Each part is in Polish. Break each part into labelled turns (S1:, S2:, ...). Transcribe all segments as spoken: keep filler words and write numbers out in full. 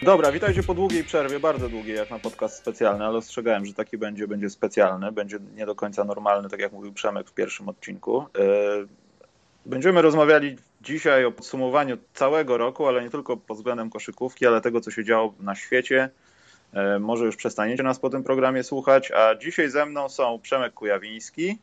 S1: Dobra, witajcie po długiej przerwie, bardzo długiej jak na podcast specjalny, ale ostrzegałem, że taki będzie, będzie specjalny, będzie nie do końca normalny, tak jak mówił Przemek w pierwszym odcinku. Będziemy rozmawiali dzisiaj o podsumowaniu całego roku, ale nie tylko pod względem koszykówki, ale tego, co się działo na świecie. Może już przestaniecie nas po tym programie słuchać, a dzisiaj ze mną są Przemek Kujawiński.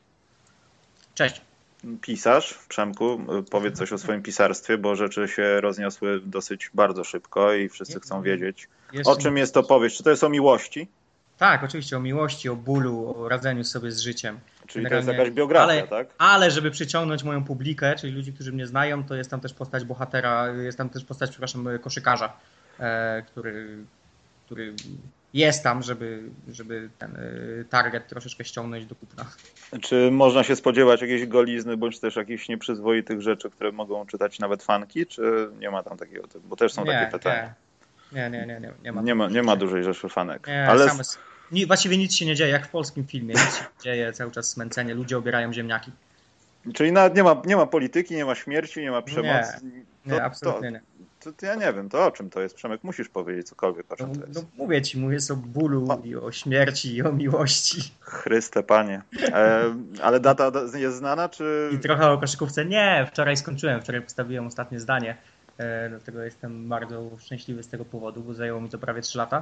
S2: Cześć.
S1: Pisarz. Przemku, powiedz coś o swoim pisarstwie, bo rzeczy się rozniosły dosyć bardzo szybko i wszyscy chcą wiedzieć, o czym jest to powieść. Czy to jest o miłości?
S2: Tak, oczywiście, o miłości, o bólu, o radzeniu sobie z życiem.
S1: Czyli Generalnie, to jest jakaś biografia,
S2: ale,
S1: tak?
S2: Ale żeby przyciągnąć moją publikę, czyli ludzi, którzy mnie znają, to jest tam też postać bohatera, jest tam też postać, przepraszam, koszykarza, e, który, który jest tam, żeby, żeby ten target troszeczkę ściągnąć do kupna.
S1: Czy można się spodziewać jakiejś golizny, bądź też jakichś nieprzyzwoitych rzeczy, które mogą czytać nawet fanki, czy nie ma tam takiego? Bo też są
S2: nie,
S1: takie pytania.
S2: Nie, nie, nie, nie, nie ma.
S1: Nie ma, nie ma dużej rzeszy fanek.
S2: Nie,
S1: ale...
S2: same, nie, właściwie nic się nie dzieje, jak w polskim filmie, nic się nie dzieje, cały czas smęcenie, ludzie obierają ziemniaki.
S1: Czyli nawet nie ma, nie ma polityki, nie ma śmierci, nie ma przemocy.
S2: Nie, nie to, absolutnie
S1: to,
S2: nie.
S1: To, to ja nie wiem, to o czym to jest, Przemek? Musisz powiedzieć cokolwiek, o czym
S2: no,
S1: to jest.
S2: No, mówię ci, mówię o bólu Pan... i o śmierci i o miłości.
S1: Chryste, Panie. E, ale data jest znana, czy...
S2: I trochę o koszykówce. Nie, wczoraj skończyłem, wczoraj postawiłem ostatnie zdanie. E, dlatego jestem bardzo szczęśliwy z tego powodu, bo zajęło mi to prawie trzy lata.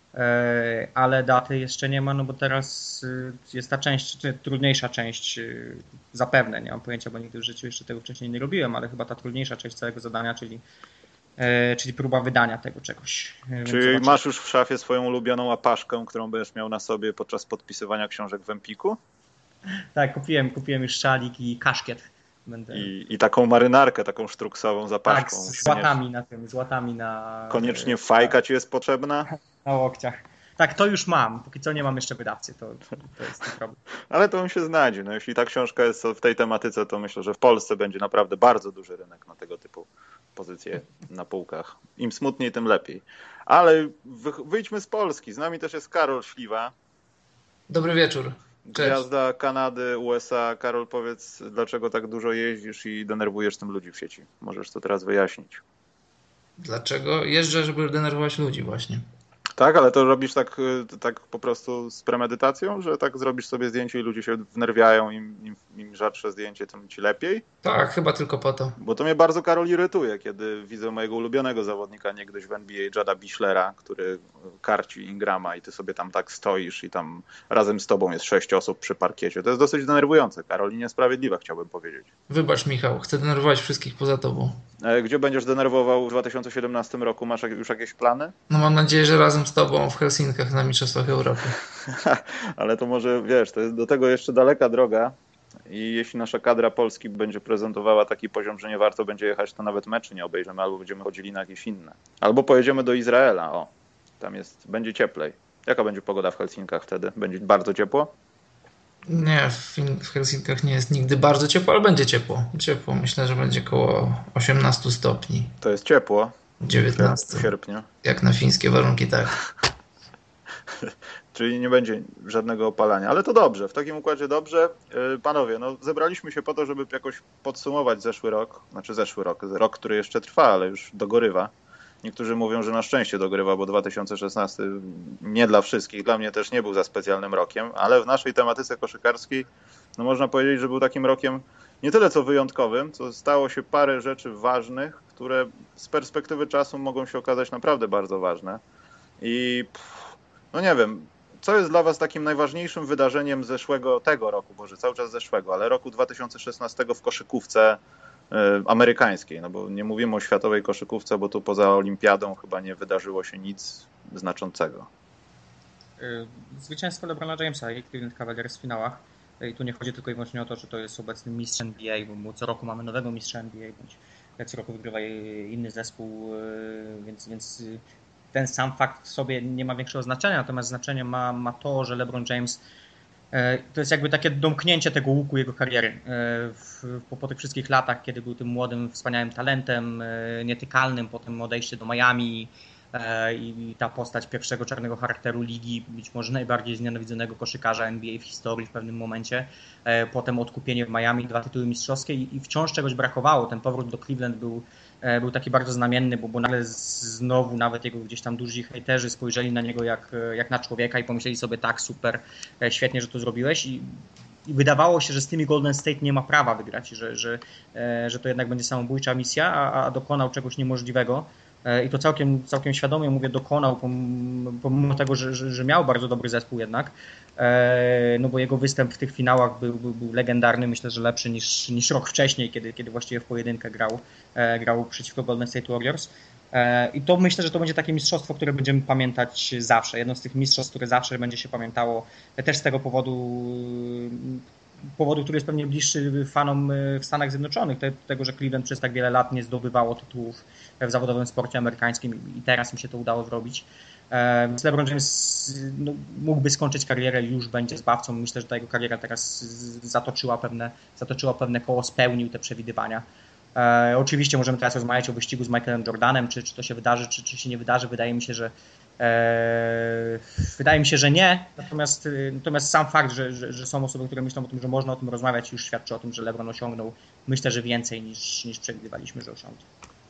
S2: E, ale daty jeszcze nie ma, no bo teraz jest ta część, trudniejsza część, zapewne, nie mam pojęcia, bo nigdy w życiu jeszcze tego wcześniej nie robiłem, ale chyba ta trudniejsza część całego zadania, czyli czyli próba wydania tego czegoś.
S1: Czyli masz już w szafie swoją ulubioną apaszkę, którą będziesz miał na sobie podczas podpisywania książek w Empiku?
S2: Tak, kupiłem, kupiłem już szalik i kaszkiet. Będę...
S1: I, I taką marynarkę, taką sztruksową z apaszką.
S2: Tak, z łatami na tym, z łatami na...
S1: Koniecznie fajka ci jest potrzebna?
S2: Na łokciach. Tak, to już mam. Póki co nie mam jeszcze wydawcy, to, to jest ten problem.
S1: Ale to on się znajdzie. No, jeśli ta książka jest w tej tematyce, to myślę, że w Polsce będzie naprawdę bardzo duży rynek na tego typu pozycje na półkach. Im smutniej, tym lepiej. Ale wyjdźmy z Polski. Z nami też jest Karol Śliwa.
S3: Dobry wieczór. Cześć.
S1: Gwiazda Kanady, U S A. Karol, powiedz, dlaczego tak dużo jeździsz i denerwujesz tym ludzi w sieci? Możesz to teraz wyjaśnić.
S3: Dlaczego? Jeżdżę, żeby denerwować ludzi właśnie.
S1: Tak, ale to robisz tak, tak po prostu z premedytacją, że tak zrobisz sobie zdjęcie i ludzie się wnerwiają, im, im, im rzadsze zdjęcie, tym ci lepiej?
S3: Tak, chyba tylko po to.
S1: Bo to mnie bardzo, Karol, irytuje, kiedy widzę mojego ulubionego zawodnika niegdyś w N B A, Jada Bischlera, który karci Ingrama i ty sobie tam tak stoisz i tam razem z tobą jest sześć osób przy parkiecie. To jest dosyć denerwujące, Karol, i niesprawiedliwe, chciałbym powiedzieć.
S3: Wybacz, Michał, chcę denerwować wszystkich poza tobą.
S1: Gdzie będziesz denerwował w dwa tysiące siedemnastym roku? Masz już jakieś plany?
S3: No mam nadzieję, że razem z tobą w Helsinkach na Mistrzostwach Europy.
S1: Ale to może, wiesz, to jest do tego jeszcze daleka droga i jeśli nasza kadra Polski będzie prezentowała taki poziom, że nie warto będzie jechać, to nawet meczy nie obejrzymy, albo będziemy chodzili na jakieś inne. Albo pojedziemy do Izraela, o, tam jest, będzie cieplej. Jaka będzie pogoda w Helsinkach wtedy? Będzie bardzo ciepło?
S3: Nie, w Helsinkach nie jest nigdy bardzo ciepło, ale będzie ciepło. Ciepło, myślę, że będzie około osiemnaście stopni.
S1: To jest ciepło.
S3: dziewiętnaście.
S1: W sierpniu.
S3: Jak na fińskie warunki, tak.
S1: Czyli nie będzie żadnego opalania, ale to dobrze, w takim układzie dobrze. Panowie, no zebraliśmy się po to, żeby jakoś podsumować zeszły rok, znaczy zeszły rok, rok, który jeszcze trwa, ale już dogorywa. Niektórzy mówią, że na szczęście dogrywa, bo dwa tysiące szesnasty nie dla wszystkich, dla mnie też nie był za specjalnym rokiem, ale w naszej tematyce koszykarskiej no można powiedzieć, że był takim rokiem nie tyle co wyjątkowym, co stało się parę rzeczy ważnych, które z perspektywy czasu mogą się okazać naprawdę bardzo ważne. I pff, no nie wiem, co jest dla was takim najważniejszym wydarzeniem zeszłego, tego roku, Boże, cały czas zeszłego, ale roku dwa tysiące szesnastego w koszykówce y, amerykańskiej, no bo nie mówimy o światowej koszykówce, bo tu poza olimpiadą chyba nie wydarzyło się nic znaczącego.
S2: Zwycięstwo LeBrona Jamesa i Cleveland Cavaliers w finałach. I tu nie chodzi tylko i wyłącznie o to, że to jest obecny mistrz N B A, bo co roku mamy nowego mistrza N B A, bądź co roku wygrywa inny zespół, więc, więc ten sam fakt w sobie nie ma większego znaczenia, natomiast znaczenie ma, ma to, że LeBron James to jest jakby takie domknięcie tego łuku jego kariery. W, po, po tych wszystkich latach, kiedy był tym młodym, wspaniałym talentem, nietykalnym, potem odejście do Miami, i ta postać pierwszego czarnego charakteru ligi, być może najbardziej znienawidzonego koszykarza N B A w historii w pewnym momencie. Potem odkupienie w Miami, dwa tytuły mistrzowskie i wciąż czegoś brakowało. Ten powrót do Cleveland był, był taki bardzo znamienny, bo, bo nagle znowu nawet jego gdzieś tam duży hejterzy spojrzeli na niego jak, jak na człowieka i pomyśleli sobie tak, super, świetnie, że to zrobiłeś i I wydawało się, że z tymi Golden State nie ma prawa wygrać, że, że, że to jednak będzie samobójcza misja, a, a dokonał czegoś niemożliwego. I to całkiem, całkiem świadomie mówię dokonał, pomimo tego, że, że, że miał bardzo dobry zespół jednak. No bo jego występ w tych finałach był, był, był legendarny, myślę, że lepszy niż, niż rok wcześniej, kiedy, kiedy właściwie w pojedynkę grał, grał przeciwko Golden State Warriors. I to myślę, że to będzie takie mistrzostwo, które będziemy pamiętać zawsze. Jedno z tych mistrzostw, które zawsze będzie się pamiętało też z tego powodu, powodu, który jest pewnie bliższy fanom w Stanach Zjednoczonych, tego, że Cleveland przez tak wiele lat nie zdobywało tytułów w zawodowym sporcie amerykańskim i teraz im się to udało zrobić. Więc LeBron James no, mógłby skończyć karierę i już będzie zbawcą. Myślę, że ta jego kariera teraz zatoczyła pewne, zatoczyła pewne koło, spełnił te przewidywania. E, oczywiście możemy teraz rozmawiać o wyścigu z Michaelem Jordanem, czy, czy to się wydarzy, czy, czy się nie wydarzy. Wydaje mi się, że e, wydaje mi się, że nie. Natomiast, natomiast sam fakt, że, że, że są osoby, które myślą o tym, że można o tym rozmawiać, już świadczy o tym, że LeBron osiągnął, myślę, że więcej niż, niż przewidywaliśmy, że osiągnie.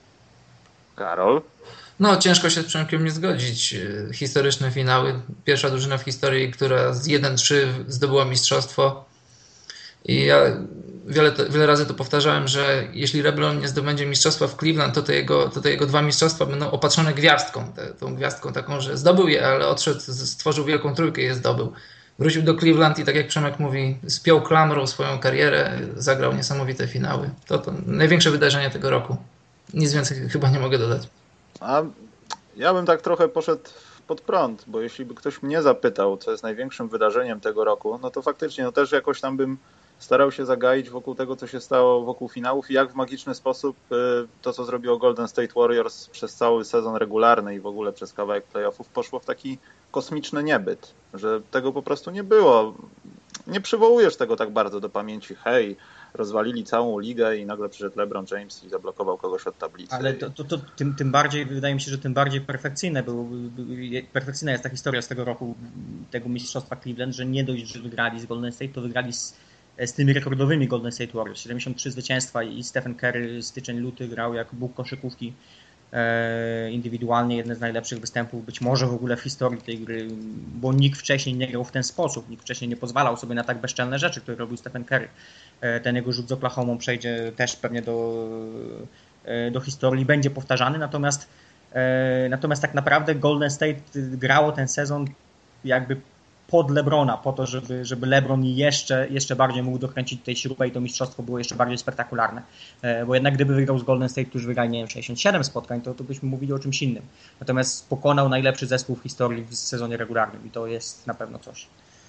S1: Karol?
S3: No, ciężko się z Przemkiem nie zgodzić. Historyczne finały. Pierwsza drużyna w historii, która z jeden trzy zdobyła mistrzostwo. I ja wiele, wiele razy to powtarzałem, że jeśli LeBron nie zdobędzie mistrzostwa w Cleveland, to te jego, to te jego dwa mistrzostwa będą opatrzone gwiazdką. Te, tą gwiazdką taką, że zdobył je, ale odszedł, stworzył wielką trójkę i je zdobył. Wrócił do Cleveland i tak jak Przemek mówi, spiął klamrą swoją karierę, zagrał niesamowite finały. To, to największe wydarzenie tego roku. Nic więcej chyba nie mogę dodać.
S1: A ja bym tak trochę poszedł pod prąd, bo jeśli by ktoś mnie zapytał, co jest największym wydarzeniem tego roku, no to faktycznie no też jakoś tam bym starał się zagaić wokół tego, co się stało wokół finałów i jak w magiczny sposób to, co zrobiło Golden State Warriors przez cały sezon regularny i w ogóle przez kawałek playoffów, poszło w taki kosmiczny niebyt, że tego po prostu nie było. Nie przywołujesz tego tak bardzo do pamięci. Hej, rozwalili całą ligę i nagle przyszedł LeBron James i zablokował kogoś od tablicy.
S2: Ale to, to, to tym, tym bardziej, wydaje mi się, że tym bardziej perfekcyjne był, perfekcyjna jest ta historia z tego roku, tego mistrzostwa Cleveland, że nie dość, że wygrali z Golden State, to wygrali z, z tymi rekordowymi Golden State Warriors. siedemdziesiąt trzy zwycięstwa i Stephen Curry styczeń, luty grał jak bóg koszykówki. Indywidualnie jeden z najlepszych występów być może w ogóle w historii tej gry, bo nikt wcześniej nie grał w ten sposób, nikt wcześniej nie pozwalał sobie na tak bezczelne rzeczy, które robił Stephen Curry. Ten jego rzut z Oklahomą przejdzie też pewnie do, do historii, będzie powtarzany, natomiast, natomiast tak naprawdę Golden State grało ten sezon jakby pod LeBrona, po to, żeby, żeby LeBron jeszcze, jeszcze bardziej mógł dokręcić tej śrubę i to mistrzostwo było jeszcze bardziej spektakularne. Bo jednak gdyby wygrał z Golden State, którzy wygrali, nie wiem, sześćdziesiąt siedem spotkań, to, to byśmy mówili o czymś innym. Natomiast pokonał najlepszy zespół w historii w sezonie regularnym i to jest na pewno coś.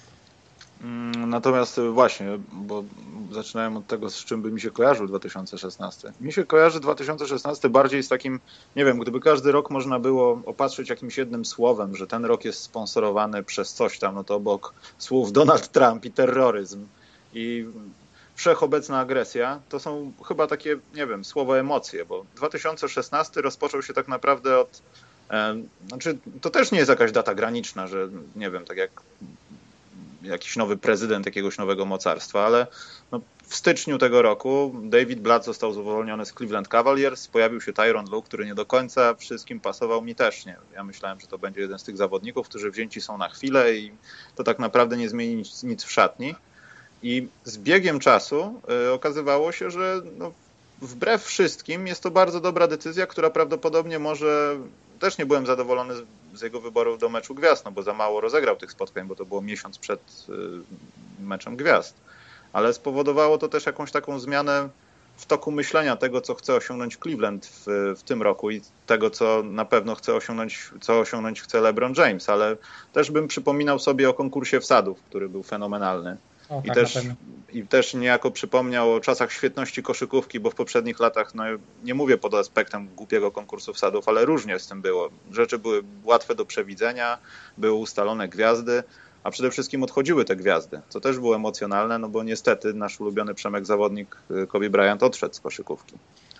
S1: Natomiast właśnie, bo zaczynałem od tego, z czym by mi się kojarzył dwa tysiące szesnasty. Mi się kojarzy dwa tysiące szesnasty bardziej z takim, nie wiem, gdyby każdy rok można było opatrzyć jakimś jednym słowem, że ten rok jest sponsorowany przez coś tam, no to obok słów Donald Trump i terroryzm i wszechobecna agresja, to są chyba takie, nie wiem, słowo emocje, bo dwa tysiące szesnasty rozpoczął się tak naprawdę od, e, znaczy to też nie jest jakaś data graniczna, że nie wiem, tak jak jakiś nowy prezydent jakiegoś nowego mocarstwa, ale no, w styczniu tego roku David Blatt został zwolniony z Cleveland Cavaliers, pojawił się Tyronn Lue, który nie do końca wszystkim pasował, mi też nie. Ja myślałem, że to będzie jeden z tych zawodników, którzy wzięci są na chwilę i to tak naprawdę nie zmieni nic, nic w szatni. I z biegiem czasu y, okazywało się, że no, wbrew wszystkim jest to bardzo dobra decyzja, która prawdopodobnie może... Też nie byłem zadowolony z jego wyborów do meczu gwiazd, no bo za mało rozegrał tych spotkań, bo to było miesiąc przed meczem gwiazd. Ale spowodowało to też jakąś taką zmianę w toku myślenia tego, co chce osiągnąć Cleveland w, w tym roku i tego, co na pewno chce osiągnąć, co osiągnąć chce LeBron James. Ale też bym przypominał sobie o konkursie wsadów, który był fenomenalny. O, I, tak, też, I też niejako przypomniał o czasach świetności koszykówki, bo w poprzednich latach, no nie mówię pod aspektem głupiego konkursu wsadów, ale różnie z tym było. Rzeczy były łatwe do przewidzenia, były ustalone gwiazdy, a przede wszystkim odchodziły te gwiazdy, co też było emocjonalne, no bo niestety nasz ulubiony Przemek zawodnik Kobe Bryant odszedł z koszykówki.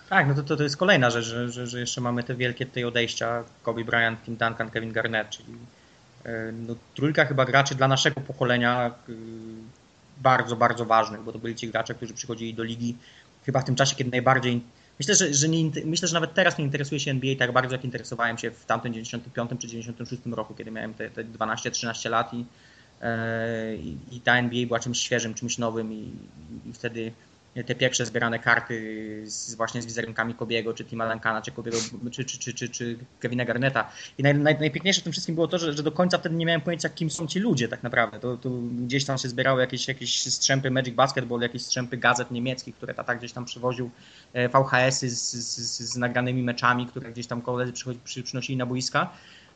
S2: Tak, no to, to, to jest kolejna rzecz, że, że, że jeszcze mamy te wielkie tutaj odejścia, Kobe Bryant, Tim Duncan, Kevin Garnett, czyli no, trójka chyba graczy dla naszego pokolenia bardzo, bardzo ważnych, bo to byli ci gracze, którzy przychodzili do ligi chyba w tym czasie, kiedy najbardziej... Myślę, że, że nie, myślę, że nawet teraz nie interesuje się N B A tak bardzo, jak interesowałem się w tamtym dziewięćdziesiątym piątym czy dziewięćdziesiątym szóstym roku, kiedy miałem te, te dwanaście trzynaście lat i, i, i ta N B A była czymś świeżym, czymś nowym i, i wtedy te pierwsze zbierane karty z, właśnie z wizerunkami Kobiego, czy Tima Duncana, czy Kobiego, czy, czy, czy, czy, czy Kevina Garnetta. I naj, naj, najpiękniejsze w tym wszystkim było to, że, że do końca wtedy nie miałem pojęcia, kim są ci ludzie tak naprawdę. To, to gdzieś tam się zbierały jakieś, jakieś strzępy Magic Basketball, jakieś strzępy gazet niemieckich, które tata gdzieś tam przywoził, V H S y z, z, z, z nagranymi meczami, które gdzieś tam koledzy przy, przy, przynosili na boiska.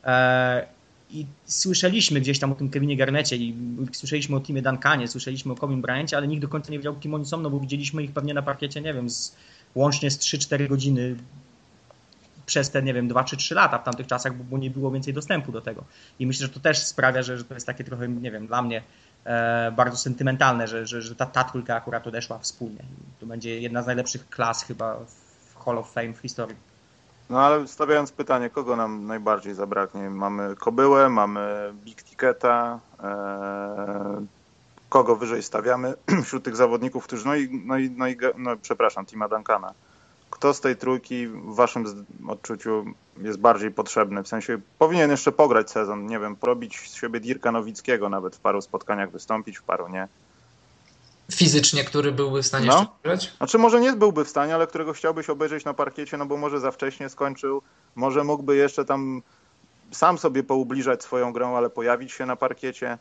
S2: I słyszeliśmy gdzieś tam o tym Kevinie Garnetcie i słyszeliśmy o Timie Duncanie, słyszeliśmy o Kobe Bryancie, ale nikt do końca nie wiedział, kim oni są, no bo widzieliśmy ich pewnie na parkiecie, nie wiem, z, łącznie z trzy cztery godziny przez te, nie wiem, dwa czy trzy lata w tamtych czasach, bo, bo nie było więcej dostępu do tego. I myślę, że to też sprawia, że, że to jest takie trochę, nie wiem, dla mnie e, bardzo sentymentalne, że, że, że ta, ta trójka akurat odeszła wspólnie. I to będzie jedna z najlepszych klas chyba w Hall of Fame w historii.
S1: No ale stawiając pytanie, kogo nam najbardziej zabraknie? Mamy Kobyłę, mamy Big Ticketa, ee, kogo wyżej stawiamy wśród tych zawodników, którzy, no i, no i, no i no, przepraszam, Tima Duncana. Kto z tej trójki w waszym odczuciu jest bardziej potrzebny? W sensie powinien jeszcze pograć sezon, nie wiem, porobić z siebie Dirka Nowickiego, nawet w paru spotkaniach wystąpić, w paru nie.
S3: Fizycznie, który byłby w stanie
S1: no.
S3: jeszcze grać?
S1: Znaczy może nie byłby w stanie, ale którego chciałbyś obejrzeć na parkiecie, no bo może za wcześnie skończył, może mógłby jeszcze tam sam sobie poubliżać swoją grą, ale pojawić się na parkiecie.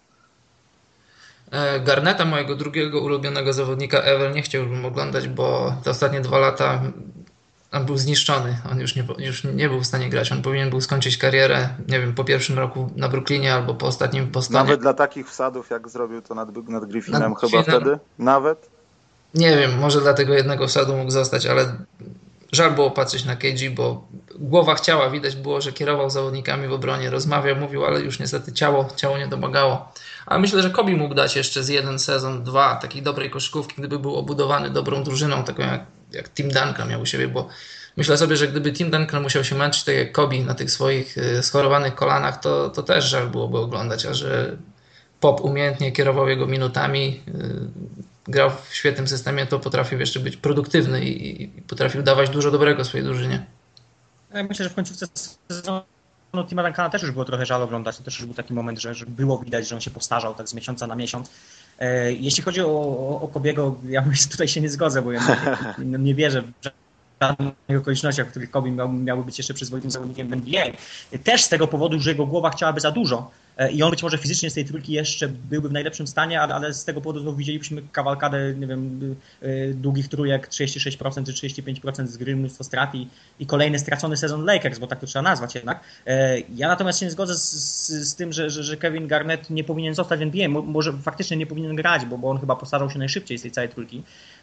S3: Garnetta, mojego drugiego ulubionego zawodnika ever, nie chciałbym oglądać, bo te ostatnie dwa lata on był zniszczony. On już nie, już nie był w stanie grać. On powinien był skończyć karierę, nie wiem, po pierwszym roku na Brooklynie albo po ostatnim Bostonie.
S1: Nawet dla takich wsadów, jak zrobił to nad, nad Griffinem
S3: nad
S1: chyba
S3: Griffinem.
S1: wtedy? Nawet?
S3: Nie wiem, może dla tego jednego wsadu mógł zostać, ale żal było patrzeć na K G, bo głowa chciała, widać było, że kierował zawodnikami w obronie, rozmawiał, mówił, ale już niestety ciało, ciało nie domagało. Ale myślę, że Kobe mógł dać jeszcze z jeden sezon, dwa takiej dobrej koszykówki, gdyby był obudowany dobrą drużyną, taką jak, jak Tim Duncan miał u siebie, bo myślę sobie, że gdyby Tim Duncan musiał się męczyć tak jak Kobe na tych swoich schorowanych kolanach, to, to też żal byłoby oglądać, a że Pop umiejętnie kierował jego minutami, grał w świetnym systemie, to potrafił jeszcze być produktywny i, i potrafił dawać dużo dobrego swojej drużynie.
S2: Ja myślę, że w końcówce sezonu Tima Duncana też już było trochę żal oglądać. To też już był taki moment, że, że było widać, że on się postarzał tak z miesiąca na miesiąc. E, jeśli chodzi o, o, o Kobiego, ja tutaj się nie zgodzę, bo ja nie, nie wierzę w żadnych okolicznościach, w których Kobe miał, miałby być jeszcze przyzwoitym zawodnikiem w N B A. Też z tego powodu, że jego głowa chciałaby za dużo i on być może fizycznie z tej trójki jeszcze byłby w najlepszym stanie, ale, ale z tego powodu znów widzielibyśmy kawalkadę, nie wiem, długich trójek, trzydzieści sześć procent czy trzydzieści pięć procent z gry, mnóstwo strat i, i kolejny stracony sezon Lakers, bo tak to trzeba nazwać jednak. Ja natomiast się nie zgodzę z, z, z tym, że, że, że Kevin Garnett nie powinien zostać w N B A. Może faktycznie nie powinien grać, bo, bo on chyba postarzał się najszybciej z tej całej trójki.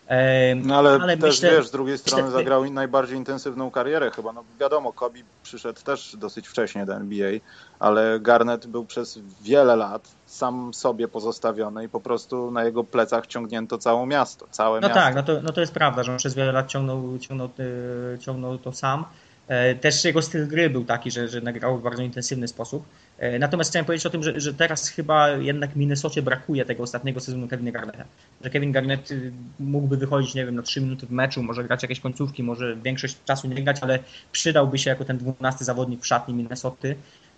S1: No ale, ale też myślę, wiesz, z drugiej
S2: myślę,
S1: strony zagrał najbardziej intensywną karierę chyba. No wiadomo, Kobe przyszedł też dosyć wcześnie do N B A, ale Garnett był przez wiele lat sam sobie pozostawiony i po prostu na jego plecach ciągnięto całe miasto, całe
S2: no
S1: miasto.
S2: Tak, no to, no to jest prawda, że on przez wiele lat ciągnął, ciągnął, ciągnął to sam. Też jego styl gry był taki, że, że nagrał w bardzo intensywny sposób. Natomiast chciałem powiedzieć o tym, że, że teraz chyba jednak Minnesocie brakuje tego ostatniego sezonu Kevina Garnetta. Że Kevin Garnett mógłby wychodzić, nie wiem, na trzy minuty w meczu, może grać jakieś końcówki, może większość czasu nie grać, ale przydałby się jako ten dwunasty zawodnik w szatni Minnesoty.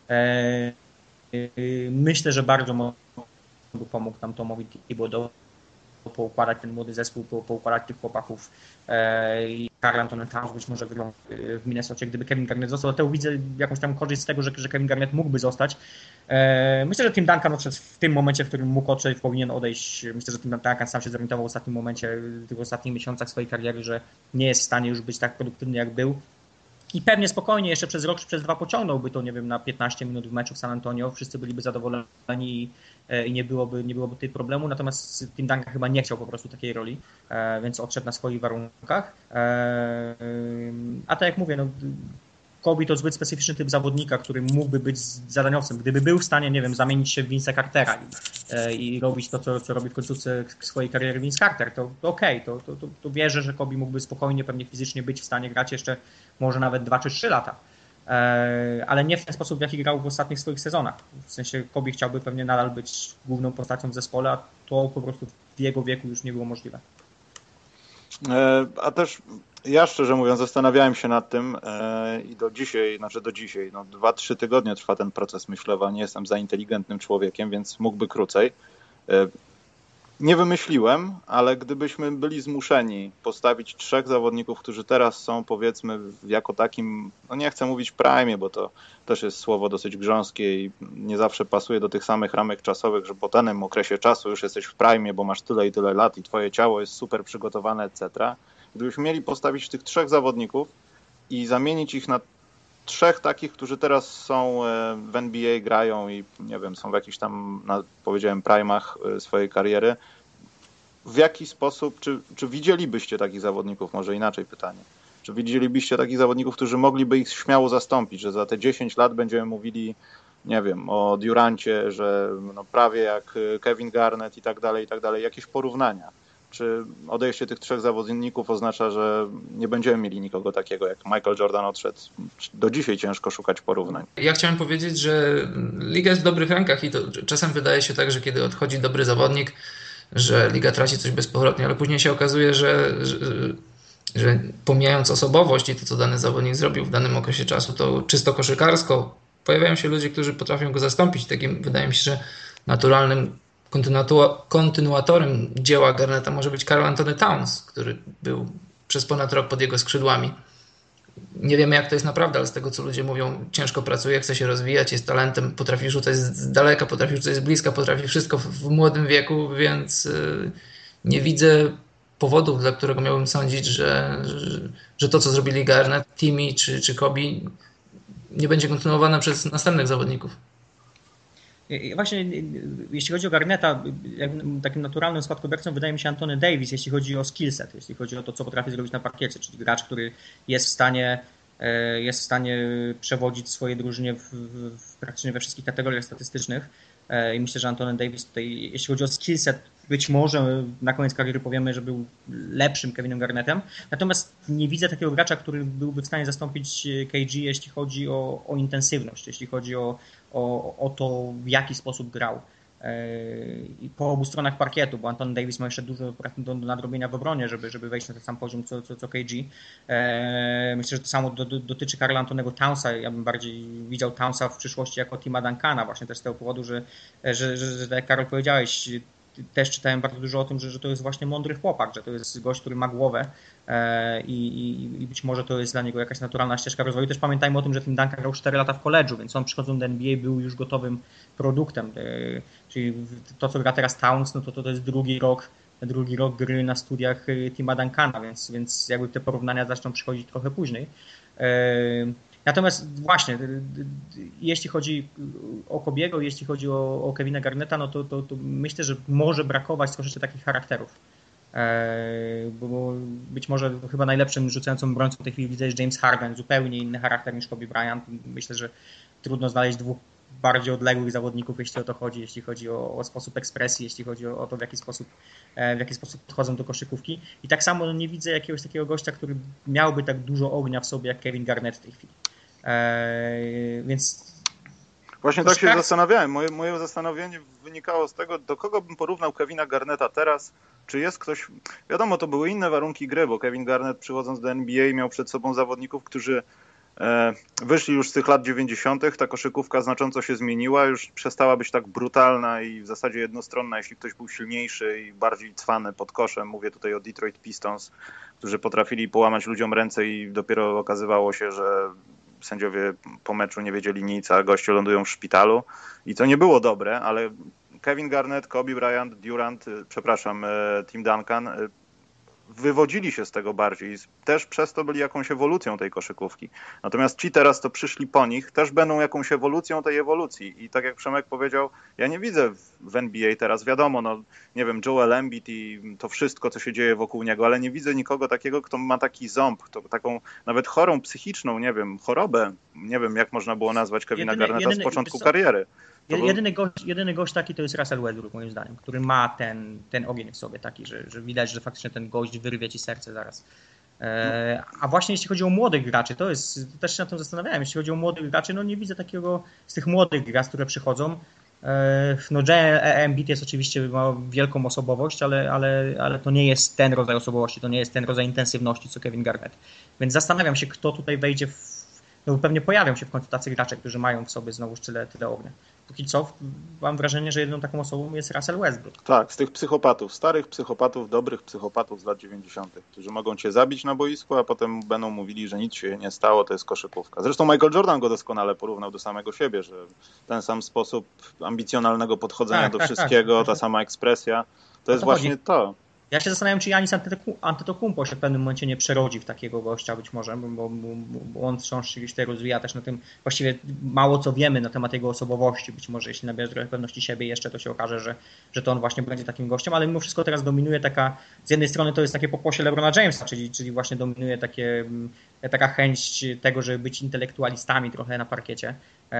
S2: Myślę, że bardzo mocno pomógł tam Tomowi Thibodeau poukładać ten młody zespół, po, poukładać tych chłopaków i Karl Anthony Towns być może wygrał w Minnesocie, gdyby Kevin Garnett został. To widzę jakąś tam korzyść z tego, że, że Kevin Garnett mógłby zostać. Myślę, że Tim Duncan odszedł w tym momencie, w którym mógł odszedł, powinien odejść. Myślę, że Tim Duncan sam się zorientował w ostatnim momencie, w tych ostatnich miesiącach swojej kariery, że nie jest w stanie już być tak produktywny jak był. I pewnie spokojnie jeszcze przez rok czy przez dwa pociągnąłby to, nie wiem, na piętnaście minut w meczu w San Antonio. Wszyscy byliby zadowoleni i, i nie byłoby, nie byłoby tej problemu. Natomiast Tim Duncan chyba nie chciał po prostu takiej roli, więc odszedł na swoich warunkach. A tak jak mówię, no, Kobe to zbyt specyficzny typ zawodnika, który mógłby być zadaniowcem. Gdyby był w stanie, nie wiem, zamienić się w Vince'a Cartera i, i robić to, co, co robi w końcówce swojej kariery Vince Carter, to, to okej, okay, to, to, to wierzę, że Kobe mógłby spokojnie, pewnie fizycznie być w stanie grać jeszcze może nawet dwa czy trzy lata. Ale nie w ten sposób, w jaki grał w ostatnich swoich sezonach. W sensie Kobe chciałby pewnie nadal być główną postacią w zespole, a to po prostu w jego wieku już nie było możliwe.
S1: A też ja szczerze mówiąc zastanawiałem się nad tym e, i do dzisiaj, znaczy do dzisiaj, no dwa, trzy tygodnie trwa ten proces myślowy, nie jestem za inteligentnym człowiekiem, więc mógłby krócej. E, nie wymyśliłem, ale gdybyśmy byli zmuszeni postawić trzech zawodników, którzy teraz są powiedzmy jako takim, no nie chcę mówić prime, bo to też jest słowo dosyć grząskie i nie zawsze pasuje do tych samych ramek czasowych, że po danym okresie czasu już jesteś w prime, bo masz tyle i tyle lat i twoje ciało jest super przygotowane, et cetera. Gdybyśmy mieli postawić tych trzech zawodników i zamienić ich na trzech takich, którzy teraz są w N B A, grają i nie wiem, są w jakichś tam, powiedziałem, primach swojej kariery. W jaki sposób, czy, czy widzielibyście takich zawodników, może inaczej pytanie, czy widzielibyście takich zawodników, którzy mogliby ich śmiało zastąpić, że za te dziesięć lat będziemy mówili, nie wiem, o Durancie, że no prawie jak Kevin Garnett i tak dalej, i tak dalej, jakieś porównania? Czy odejście tych trzech zawodników oznacza, że nie będziemy mieli nikogo takiego, jak Michael Jordan odszedł? Do dzisiaj ciężko szukać porównań.
S3: Ja chciałem powiedzieć, że liga jest w dobrych rękach i to czasem wydaje się tak, że kiedy odchodzi dobry zawodnik, że liga traci coś bezpowrotnie, ale później się okazuje, że, że, że pomijając osobowość i to, co dany zawodnik zrobił w danym okresie czasu, to czysto koszykarsko pojawiają się ludzie, którzy potrafią go zastąpić. Takim wydaje mi się, że naturalnym kontynuatorem dzieła Garnetta może być Karl Anthony Towns, który był przez ponad rok pod jego skrzydłami. Nie wiemy, jak to jest naprawdę, ale z tego, co ludzie mówią, ciężko pracuje, chce się rozwijać, jest talentem, potrafi rzucać z daleka, potrafi rzucać z bliska, potrafi wszystko w młodym wieku, więc nie widzę powodów, dla którego miałbym sądzić, że, że, że to, co zrobili Garnett, Timmy czy, czy Kobe, nie będzie kontynuowane przez następnych zawodników.
S2: Właśnie jeśli chodzi o Garnetta, takim naturalnym spadkobiercą wydaje mi się Anthony Davis, jeśli chodzi o skillset, jeśli chodzi o to, co potrafi zrobić na parkiecie, czyli gracz, który jest w stanie, jest w stanie przewodzić swoje drużynie w, w praktycznie we wszystkich kategoriach statystycznych. I myślę, że Anthony Davis tutaj, jeśli chodzi o skillset, być może na koniec kariery powiemy, że był lepszym Kevinem Garnettem. Natomiast nie widzę takiego gracza, który byłby w stanie zastąpić K G, jeśli chodzi o, o intensywność, jeśli chodzi o, o, o to, w jaki sposób grał. I po obu stronach parkietu, bo Anthony Davis ma jeszcze dużo do nadrobienia w obronie, żeby, żeby wejść na ten sam poziom co, co, co K G. Myślę, że to samo do, do, dotyczy Karla Antonego Townsa. Ja bym bardziej widział Townsa w przyszłości jako Tima Duncana, właśnie też z tego powodu, że, że, że, że tak jak Karol powiedziałeś, też czytałem bardzo dużo o tym, że, że to jest właśnie mądry chłopak, że to jest gość, który ma głowę i, i, i być może to jest dla niego jakaś naturalna ścieżka rozwoju. Też pamiętajmy o tym, że Tim Duncan grał cztery lata w college'u, więc on przychodząc do N B A był już gotowym produktem. Czyli to, co gra teraz Towns, no to, to, to jest drugi rok, drugi rok gry na studiach Tima Duncana, więc, więc jakby te porównania zaczną przychodzić trochę później. Natomiast właśnie, jeśli chodzi o Kobiego, jeśli chodzi o, o Kevina Garnetta, no to, to, to myślę, że może brakować troszeczkę takich charakterów. Bo być może chyba najlepszym rzucającym obrońcą w tej chwili widzę jest James Harden, zupełnie inny charakter niż Kobe Bryant. Myślę, że trudno znaleźć dwóch bardziej odległych zawodników, jeśli o to chodzi, jeśli chodzi o, o sposób ekspresji, jeśli chodzi o, o to, w jaki sposób, w jaki sposób podchodzą do koszykówki. I tak samo no, nie widzę jakiegoś takiego gościa, który miałby tak dużo ognia w sobie jak Kevin Garnett w tej chwili. Eee, więc
S1: właśnie tak się zastanawiałem. Moje, moje zastanowienie wynikało z tego, do kogo bym porównał Kevina Garnetta teraz. Czy jest ktoś... Wiadomo, to były inne warunki gry, bo Kevin Garnett przychodząc do N B A miał przed sobą zawodników, którzy e, wyszli już z tych lat dziewięćdziesiątych. Ta koszykówka znacząco się zmieniła, już przestała być tak brutalna i w zasadzie jednostronna, jeśli ktoś był silniejszy i bardziej cwany pod koszem. Mówię tutaj o Detroit Pistons, którzy potrafili połamać ludziom ręce i dopiero okazywało się, że sędziowie po meczu nie wiedzieli nic, a goście lądują w szpitalu i to nie było dobre, ale Kevin Garnett, Kobe Bryant, Durant, przepraszam, Tim Duncan, wywodzili się z tego bardziej i też przez to byli jakąś ewolucją tej koszykówki. Natomiast ci teraz, to przyszli po nich, też będą jakąś ewolucją tej ewolucji. I tak jak Przemek powiedział, ja nie widzę w N B A teraz, wiadomo, no nie wiem, Joel Embiid i to wszystko, co się dzieje wokół niego, ale nie widzę nikogo takiego, kto ma taki ząb, to, taką nawet chorą psychiczną, nie wiem, chorobę, nie wiem, jak można było nazwać Kevina
S2: Jedyny-
S1: Garnetta
S2: jedyny-
S1: z początku
S2: wiesz co?
S1: kariery. To był-
S2: Jedyny gość, jedyny gość taki to jest Russell Westbrook, moim zdaniem, który ma ten, ten ogień w sobie taki, że, że widać, że faktycznie ten gość wyrwie ci serce zaraz. E, a właśnie jeśli chodzi o młodych graczy, to jest, też się nad tym zastanawiałem, jeśli chodzi o młodych graczy, no nie widzę takiego z tych młodych graczy, które przychodzą. E, no Joel Embiid jest oczywiście, ma wielką osobowość, ale, ale, ale to nie jest ten rodzaj osobowości, to nie jest ten rodzaj intensywności, co Kevin Garnett. Więc zastanawiam się, kto tutaj wejdzie w... No pewnie pojawią się w końcu tacy gracze, którzy mają w sobie znowu tyle, tyle ognia. Póki co mam wrażenie, że jedną taką osobą jest Russell Westbrook.
S1: Tak, z tych psychopatów, starych psychopatów, dobrych psychopatów z lat dziewięćdziesiątych, którzy mogą cię zabić na boisku, a potem będą mówili, że nic się nie stało, to jest koszykówka. Zresztą Michael Jordan go doskonale porównał do samego siebie, że ten sam sposób ambicjonalnego podchodzenia
S2: Tak,
S1: do
S2: tak,
S1: wszystkiego,
S2: tak.
S1: ta sama ekspresja, to jest
S2: to
S1: właśnie
S2: chodzi.
S1: to.
S2: Ja się zastanawiam, czy Giannis Antetokounmpo się w pewnym momencie nie przerodzi w takiego gościa być może, bo, bo, bo on wciąż się gdzieś tutaj rozwija też na tym, właściwie mało co wiemy na temat jego osobowości, być może jeśli nabierze trochę pewności siebie jeszcze, to się okaże, że, że to on właśnie będzie takim gościem, ale mimo wszystko teraz dominuje taka, z jednej strony to jest takie pokłosie LeBrona Jamesa, czyli, czyli właśnie dominuje takie, taka chęć tego, żeby być intelektualistami trochę na parkiecie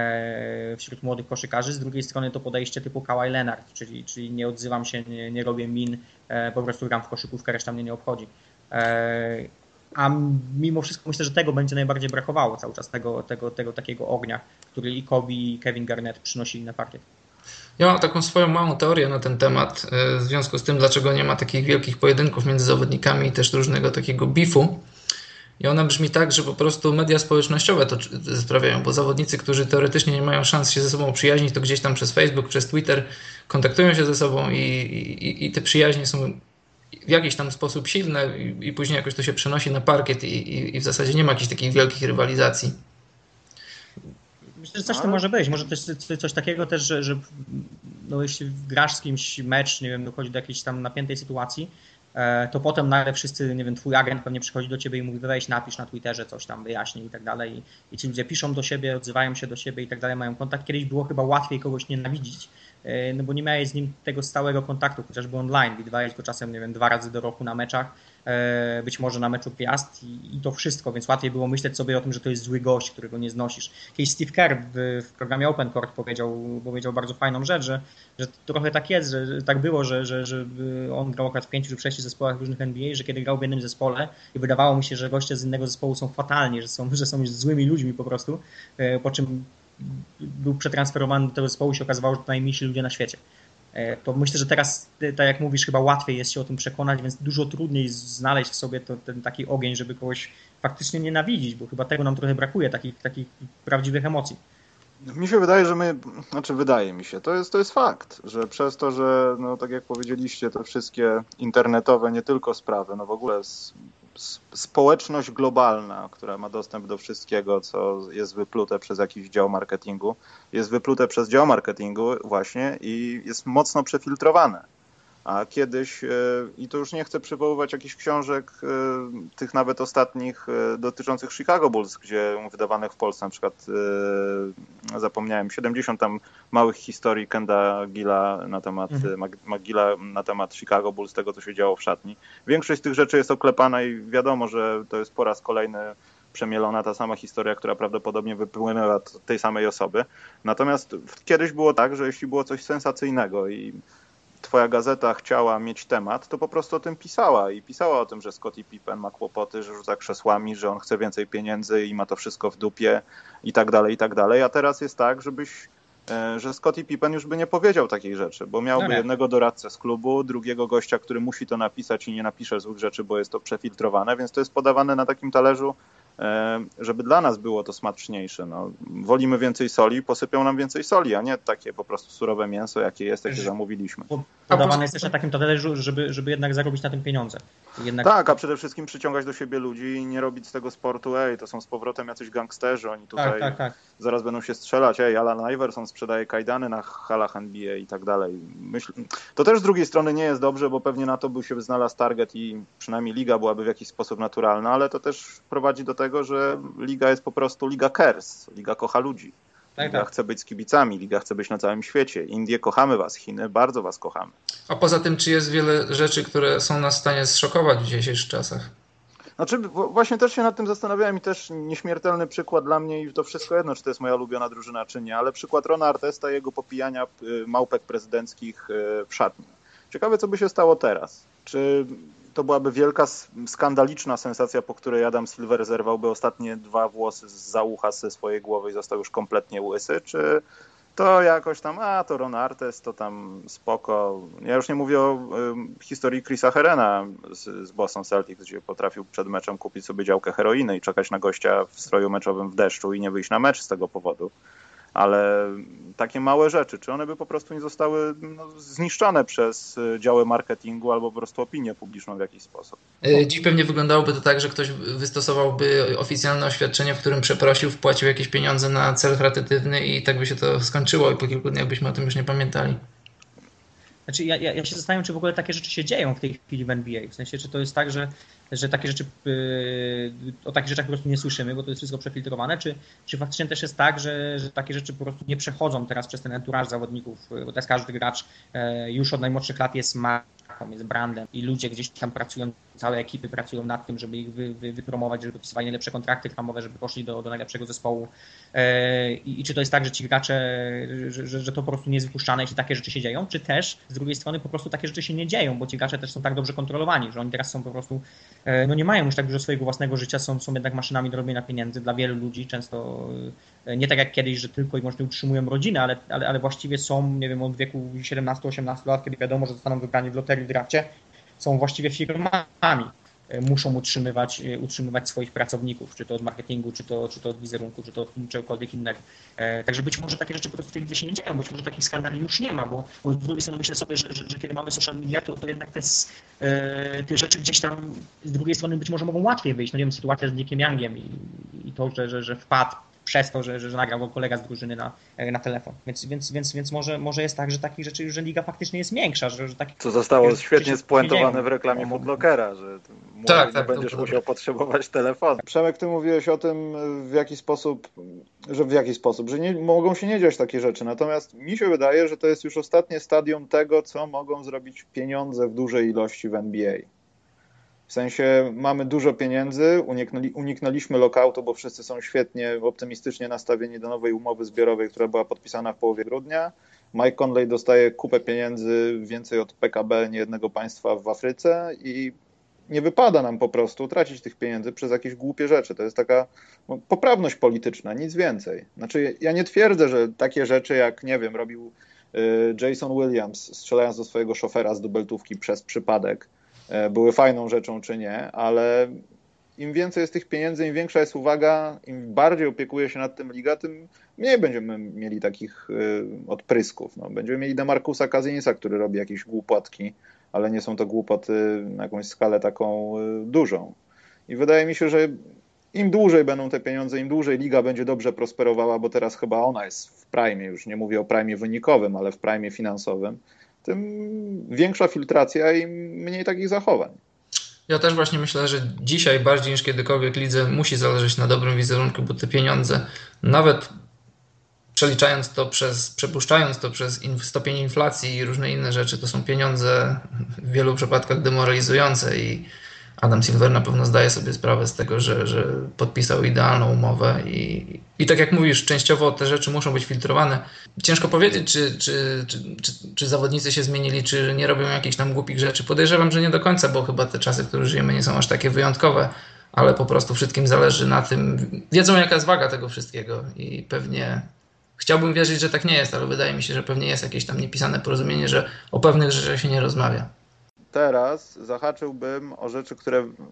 S2: e, wśród młodych koszykarzy, z drugiej strony to podejście typu Kawhi Leonard, czyli, czyli nie odzywam się, nie, nie robię min, e, po prostu gram w koszykówkę, reszta mnie nie obchodzi. E, a mimo wszystko myślę, że tego będzie najbardziej brakowało cały czas, tego, tego, tego takiego ognia, który i Kobe i Kevin Garnett przynosili na parkiet.
S3: Ja mam taką swoją małą teorię na ten temat, w związku z tym, dlaczego nie ma takich wielkich pojedynków między zawodnikami i też różnego takiego beefu. I ona brzmi tak, że po prostu media społecznościowe to sprawiają, bo zawodnicy, którzy teoretycznie nie mają szans się ze sobą przyjaźnić, to gdzieś tam przez Facebook, przez Twitter kontaktują się ze sobą i, i, i te przyjaźnie są w jakiś tam sposób silne i, i później jakoś to się przenosi na parkiet i, i, i w zasadzie nie ma jakichś takich wielkich rywalizacji.
S2: Myślę, że coś to może być. Może też coś, coś takiego też, że, że no jeśli grasz z kimś mecz, nie wiem, dochodzi do jakiejś tam napiętej sytuacji, to potem nagle wszyscy, nie wiem, twój agent pewnie przychodzi do ciebie i mówi, weź napisz na Twitterze coś tam, wyjaśnij i tak dalej. I ci ludzie piszą do siebie, odzywają się do siebie i tak dalej, mają kontakt. Kiedyś było chyba łatwiej kogoś nienawidzić, no bo nie miałeś z nim tego stałego kontaktu, chociażby online. Widywałeś go czasem, nie wiem, dwa razy do roku na meczach, być może na meczu gwiazd i, i to wszystko, więc łatwiej było myśleć sobie o tym, że to jest zły gość, którego nie znosisz. Kiedyś Steve Kerr w, w programie Open Court powiedział, powiedział bardzo fajną rzecz, że, że trochę tak jest, że, że tak było, że, że, że on grał akurat w pięciu czy sześciu zespołach różnych N B A, że kiedy grał w jednym zespole i wydawało mu się, że goście z innego zespołu są fatalni, że są, że są złymi ludźmi po prostu, po czym był przetransferowany do tego zespołu i się okazywało, że to najmilsi ludzie na świecie. To myślę, że teraz, tak jak mówisz, chyba łatwiej jest się o tym przekonać, więc dużo trudniej znaleźć w sobie to, ten taki ogień, żeby kogoś faktycznie nienawidzić, bo chyba tego nam trochę brakuje, takich, takich prawdziwych emocji.
S1: Mi się wydaje, że my, znaczy wydaje mi się, to jest, to jest fakt, że przez to, że no tak jak powiedzieliście, te wszystkie internetowe nie tylko sprawy, no w ogóle s, s, społeczność globalna, która ma dostęp do wszystkiego, co jest wyplute przez jakiś dział marketingu, jest wyplute przez dział marketingu właśnie i jest mocno przefiltrowane. A kiedyś, i to już nie chcę przywoływać jakichś książek, tych nawet ostatnich dotyczących Chicago Bulls, gdzie wydawanych w Polsce, na przykład zapomniałem, siedemdziesiąt tam małych historii Kenda Gilla na temat, mhm. McGilla na temat Chicago Bulls, tego co się działo w szatni. Większość z tych rzeczy jest oklepana i wiadomo, że to jest po raz kolejny przemielona ta sama historia, która prawdopodobnie wypłynęła od tej samej osoby. Natomiast kiedyś było tak, że jeśli było coś sensacyjnego i twoja gazeta chciała mieć temat, to po prostu o tym pisała i pisała o tym, że Scottie Pippen ma kłopoty, że rzuca krzesłami, że on chce więcej pieniędzy i ma to wszystko w dupie i tak dalej, i tak dalej. A teraz jest tak, żebyś, że Scottie Pippen już by nie powiedział takich rzeczy, bo miałby no jednego doradcę z klubu, drugiego gościa, który musi to napisać i nie napisze złych rzeczy, bo jest to przefiltrowane, więc to jest podawane na takim talerzu żeby dla nas było to smaczniejsze. No, wolimy więcej soli, posypią nam więcej soli, a nie takie po prostu surowe mięso, jakie jest, jakie zamówiliśmy.
S2: Podawane jest też na takim talerzu, żeby, żeby jednak zarobić na tym pieniądze. Jednak...
S1: Tak, a przede wszystkim przyciągać do siebie ludzi i nie robić z tego sportu, ej, to są z powrotem jacyś gangsterzy, oni tutaj
S2: tak, tak, tak.
S1: zaraz będą się strzelać, ej, Alan Iverson sprzedaje kajdany na halach N B A i tak dalej. Myśl... To też z drugiej strony nie jest dobrze, bo pewnie na to by się znalazł target i przynajmniej liga byłaby w jakiś sposób naturalna, ale to też prowadzi do tego, że liga jest po prostu liga cares, liga kocha ludzi.
S2: Tak,
S1: liga
S2: tak.
S1: chce być z kibicami, liga chce być na całym świecie. Indie kochamy was, Chiny bardzo was kochamy.
S3: A poza tym, czy jest wiele rzeczy, które są nas w stanie zszokować w dzisiejszych czasach?
S1: Znaczy właśnie też się nad tym zastanawiałem i też nieśmiertelny przykład dla mnie i to wszystko jedno, czy to jest moja ulubiona drużyna, czy nie, ale przykład Rona Artesta i jego popijania małpek prezydenckich w szatni. Ciekawe, co by się stało teraz. Czy to byłaby wielka, skandaliczna sensacja, po której Adam Silver zerwałby ostatnie dwa włosy z ucha ze swojej głowy i został już kompletnie łysy, czy to jakoś tam, a to Ron Artest, to tam spoko. Ja już nie mówię o y, historii Chrisa Herrena z, z Boston Celtics, gdzie potrafił przed meczem kupić sobie działkę heroiny i czekać na gościa w stroju meczowym w deszczu i nie wyjść na mecz z tego powodu. Ale takie małe rzeczy, czy one by po prostu nie zostały no, zniszczone przez działy marketingu albo po prostu opinię publiczną w jakiś sposób?
S3: Dziś pewnie wyglądałoby to tak, że ktoś wystosowałby oficjalne oświadczenie, w którym przeprosił, wpłacił jakieś pieniądze na cel charytatywny i tak by się to skończyło i po kilku dniach byśmy o tym już nie pamiętali.
S2: Znaczy ja, ja, ja się zastanawiam, czy w ogóle takie rzeczy się dzieją w tej chwili w N B A. W sensie, czy to jest tak, że, że takie rzeczy, yy, o takich rzeczach po prostu nie słyszymy, bo to jest wszystko przefiltrowane, czy, czy faktycznie też jest tak, że, że takie rzeczy po prostu nie przechodzą teraz przez ten entourage zawodników, bo teraz każdy gracz yy, już od najmłodszych lat jest marką, jest brandem i ludzie gdzieś tam pracują, całe ekipy pracują nad tym, żeby ich wy, wy, wypromować, żeby podpisywali najlepsze kontrakty reklamowe, żeby poszli do, do najlepszego zespołu. Yy, I czy to jest tak, że ci gracze, że, że, że to po prostu nie jest wypuszczane i czy takie rzeczy się dzieją, czy też z drugiej strony po prostu takie rzeczy się nie dzieją, bo ci gracze też są tak dobrze kontrolowani, że oni teraz są po prostu, no nie mają już tak dużo swojego własnego życia, są, są jednak maszynami do robienia pieniędzy dla wielu ludzi, często nie tak jak kiedyś, że tylko i wyłącznie utrzymują rodzinę, ale, ale, ale właściwie są, nie wiem, od wieku siedemnastu osiemnastu lat, kiedy wiadomo, że zostaną wybrani w loterii, w drafcie, są właściwie firmami. Muszą utrzymywać, utrzymywać swoich pracowników, czy to od marketingu, czy to, czy to od wizerunku, czy to od czegokolwiek innego. Także być może takie rzeczy po prostu w tej lidze się nie dzieją, być może takich skandali już nie ma, bo, bo z drugiej strony myślę sobie, że, że, że kiedy mamy social media, to, to jednak te, te rzeczy gdzieś tam z drugiej strony być może mogą łatwiej wyjść. No nie wiem, sytuacja z Nickiem Youngiem i, i to, że, że, że wpadł przez to, że, że, że nagrał go kolega z drużyny na, na telefon. Więc, więc, więc, więc może, może jest tak, że takich rzeczy, że liga faktycznie jest większa. Że, że taki,
S1: Co zostało świetnie spuentowane w reklamie Footlockera, że
S3: tak,
S1: nie
S3: tak,
S1: będziesz
S3: to,
S1: musiał potrzebować telefonu. Przemek, ty mówiłeś o tym, w jaki sposób, że w jaki sposób, że nie, mogą się nie dziać takie rzeczy. Natomiast mi się wydaje, że to jest już ostatnie stadium tego, co mogą zrobić pieniądze w dużej ilości w N B A. W sensie mamy dużo pieniędzy, uniknęli, uniknęliśmy lockoutu, bo wszyscy są świetnie, optymistycznie nastawieni do nowej umowy zbiorowej, która była podpisana w połowie grudnia. Mike Conley dostaje kupę pieniędzy, więcej od P K B niejednego państwa w Afryce i nie wypada nam po prostu tracić tych pieniędzy przez jakieś głupie rzeczy. To jest taka no, poprawność polityczna, nic więcej. Znaczy ja nie twierdzę, że takie rzeczy jak, nie wiem, robił y, Jason Williams, strzelając do swojego szofera z dubeltówki przez przypadek, były fajną rzeczą czy nie, ale im więcej jest tych pieniędzy, im większa jest uwaga, im bardziej opiekuje się nad tym liga, tym mniej będziemy mieli takich odprysków. No, będziemy mieli DeMarcusa Cousinsa, który robi jakieś głupotki, ale nie są to głupoty na jakąś skalę taką dużą. I wydaje mi się, że im dłużej będą te pieniądze, im dłużej liga będzie dobrze prosperowała, bo teraz chyba ona jest w prime, już nie mówię o prime wynikowym, ale w prime finansowym, tym większa filtracja i mniej takich zachowań.
S3: Ja też właśnie myślę, że dzisiaj bardziej niż kiedykolwiek lidze musi zależeć na dobrym wizerunku, bo te pieniądze, nawet przeliczając to przez, przepuszczając to przez stopień inflacji i różne inne rzeczy, to są pieniądze w wielu przypadkach demoralizujące i Adam Silver na pewno zdaje sobie sprawę z tego, że, że podpisał idealną umowę i, i tak jak mówisz, częściowo te rzeczy muszą być filtrowane. Ciężko powiedzieć, czy, czy, czy, czy, czy zawodnicy się zmienili, czy nie robią jakichś tam głupich rzeczy. Podejrzewam, że nie do końca, bo chyba te czasy, w których żyjemy, nie są aż takie wyjątkowe, ale po prostu wszystkim zależy na tym. Wiedzą, jaka jest waga tego wszystkiego i pewnie chciałbym wierzyć, że tak nie jest, ale wydaje mi się, że pewnie jest jakieś tam niepisane porozumienie, że o pewnych rzeczach się nie rozmawia.
S1: Teraz zahaczyłbym o rzeczy, które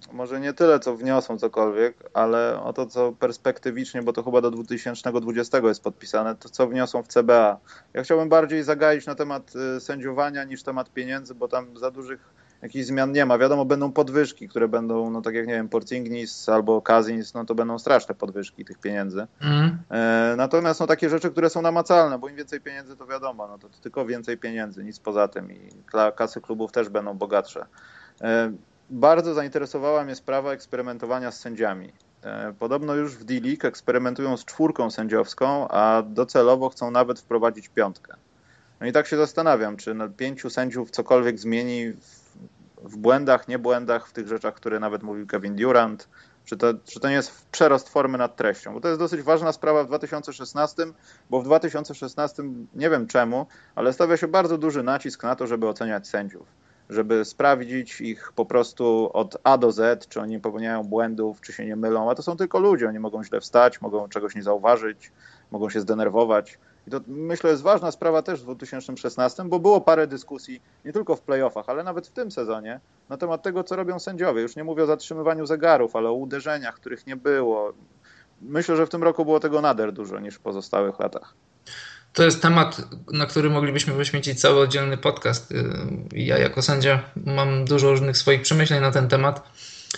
S1: może nie tyle, co wniosą cokolwiek, ale o to, co perspektywicznie, bo to chyba do dwa tysiące dwudziestego jest podpisane, to co wniosą w C B A. Ja chciałbym bardziej zagaić na temat sędziowania niż temat pieniędzy, bo tam za dużych jakichś zmian nie ma. Wiadomo, będą podwyżki, które będą, no tak jak nie wiem, Porzingis albo Cousins, no to będą straszne podwyżki tych pieniędzy. Mm. E, natomiast no takie rzeczy, które są namacalne, bo im więcej pieniędzy, to wiadomo, no to, to tylko więcej pieniędzy, nic poza tym i kasy klubów też będą bogatsze. E, bardzo zainteresowała mnie sprawa eksperymentowania z sędziami. E, podobno już w D-League eksperymentują z czwórką sędziowską, a docelowo chcą nawet wprowadzić piątkę. No i tak się zastanawiam, czy na pięciu sędziów cokolwiek zmieni w w błędach, nie błędach, w tych rzeczach, które nawet mówił Kevin Durant, czy to, czy to nie jest przerost formy nad treścią, bo to jest dosyć ważna sprawa w dwa tysiące szesnastym, bo w dwa tysiące szesnastym, nie wiem czemu, ale stawia się bardzo duży nacisk na to, żeby oceniać sędziów, żeby sprawdzić ich po prostu od A do Z, czy oni popełniają błędów, czy się nie mylą, a to są tylko ludzie, oni mogą źle wstać, mogą czegoś nie zauważyć, mogą się zdenerwować. I to myślę jest ważna sprawa też w dwa tysiące szesnastym, bo było parę dyskusji, nie tylko w playoffach, ale nawet w tym sezonie, na temat tego, co robią sędziowie. Już nie mówię o zatrzymywaniu zegarów, ale o uderzeniach, których nie było. Myślę, że w tym roku było tego nader dużo niż w pozostałych latach.
S3: To jest temat, na który moglibyśmy poświęcić cały oddzielny podcast. Ja jako sędzia mam dużo różnych swoich przemyśleń na ten temat.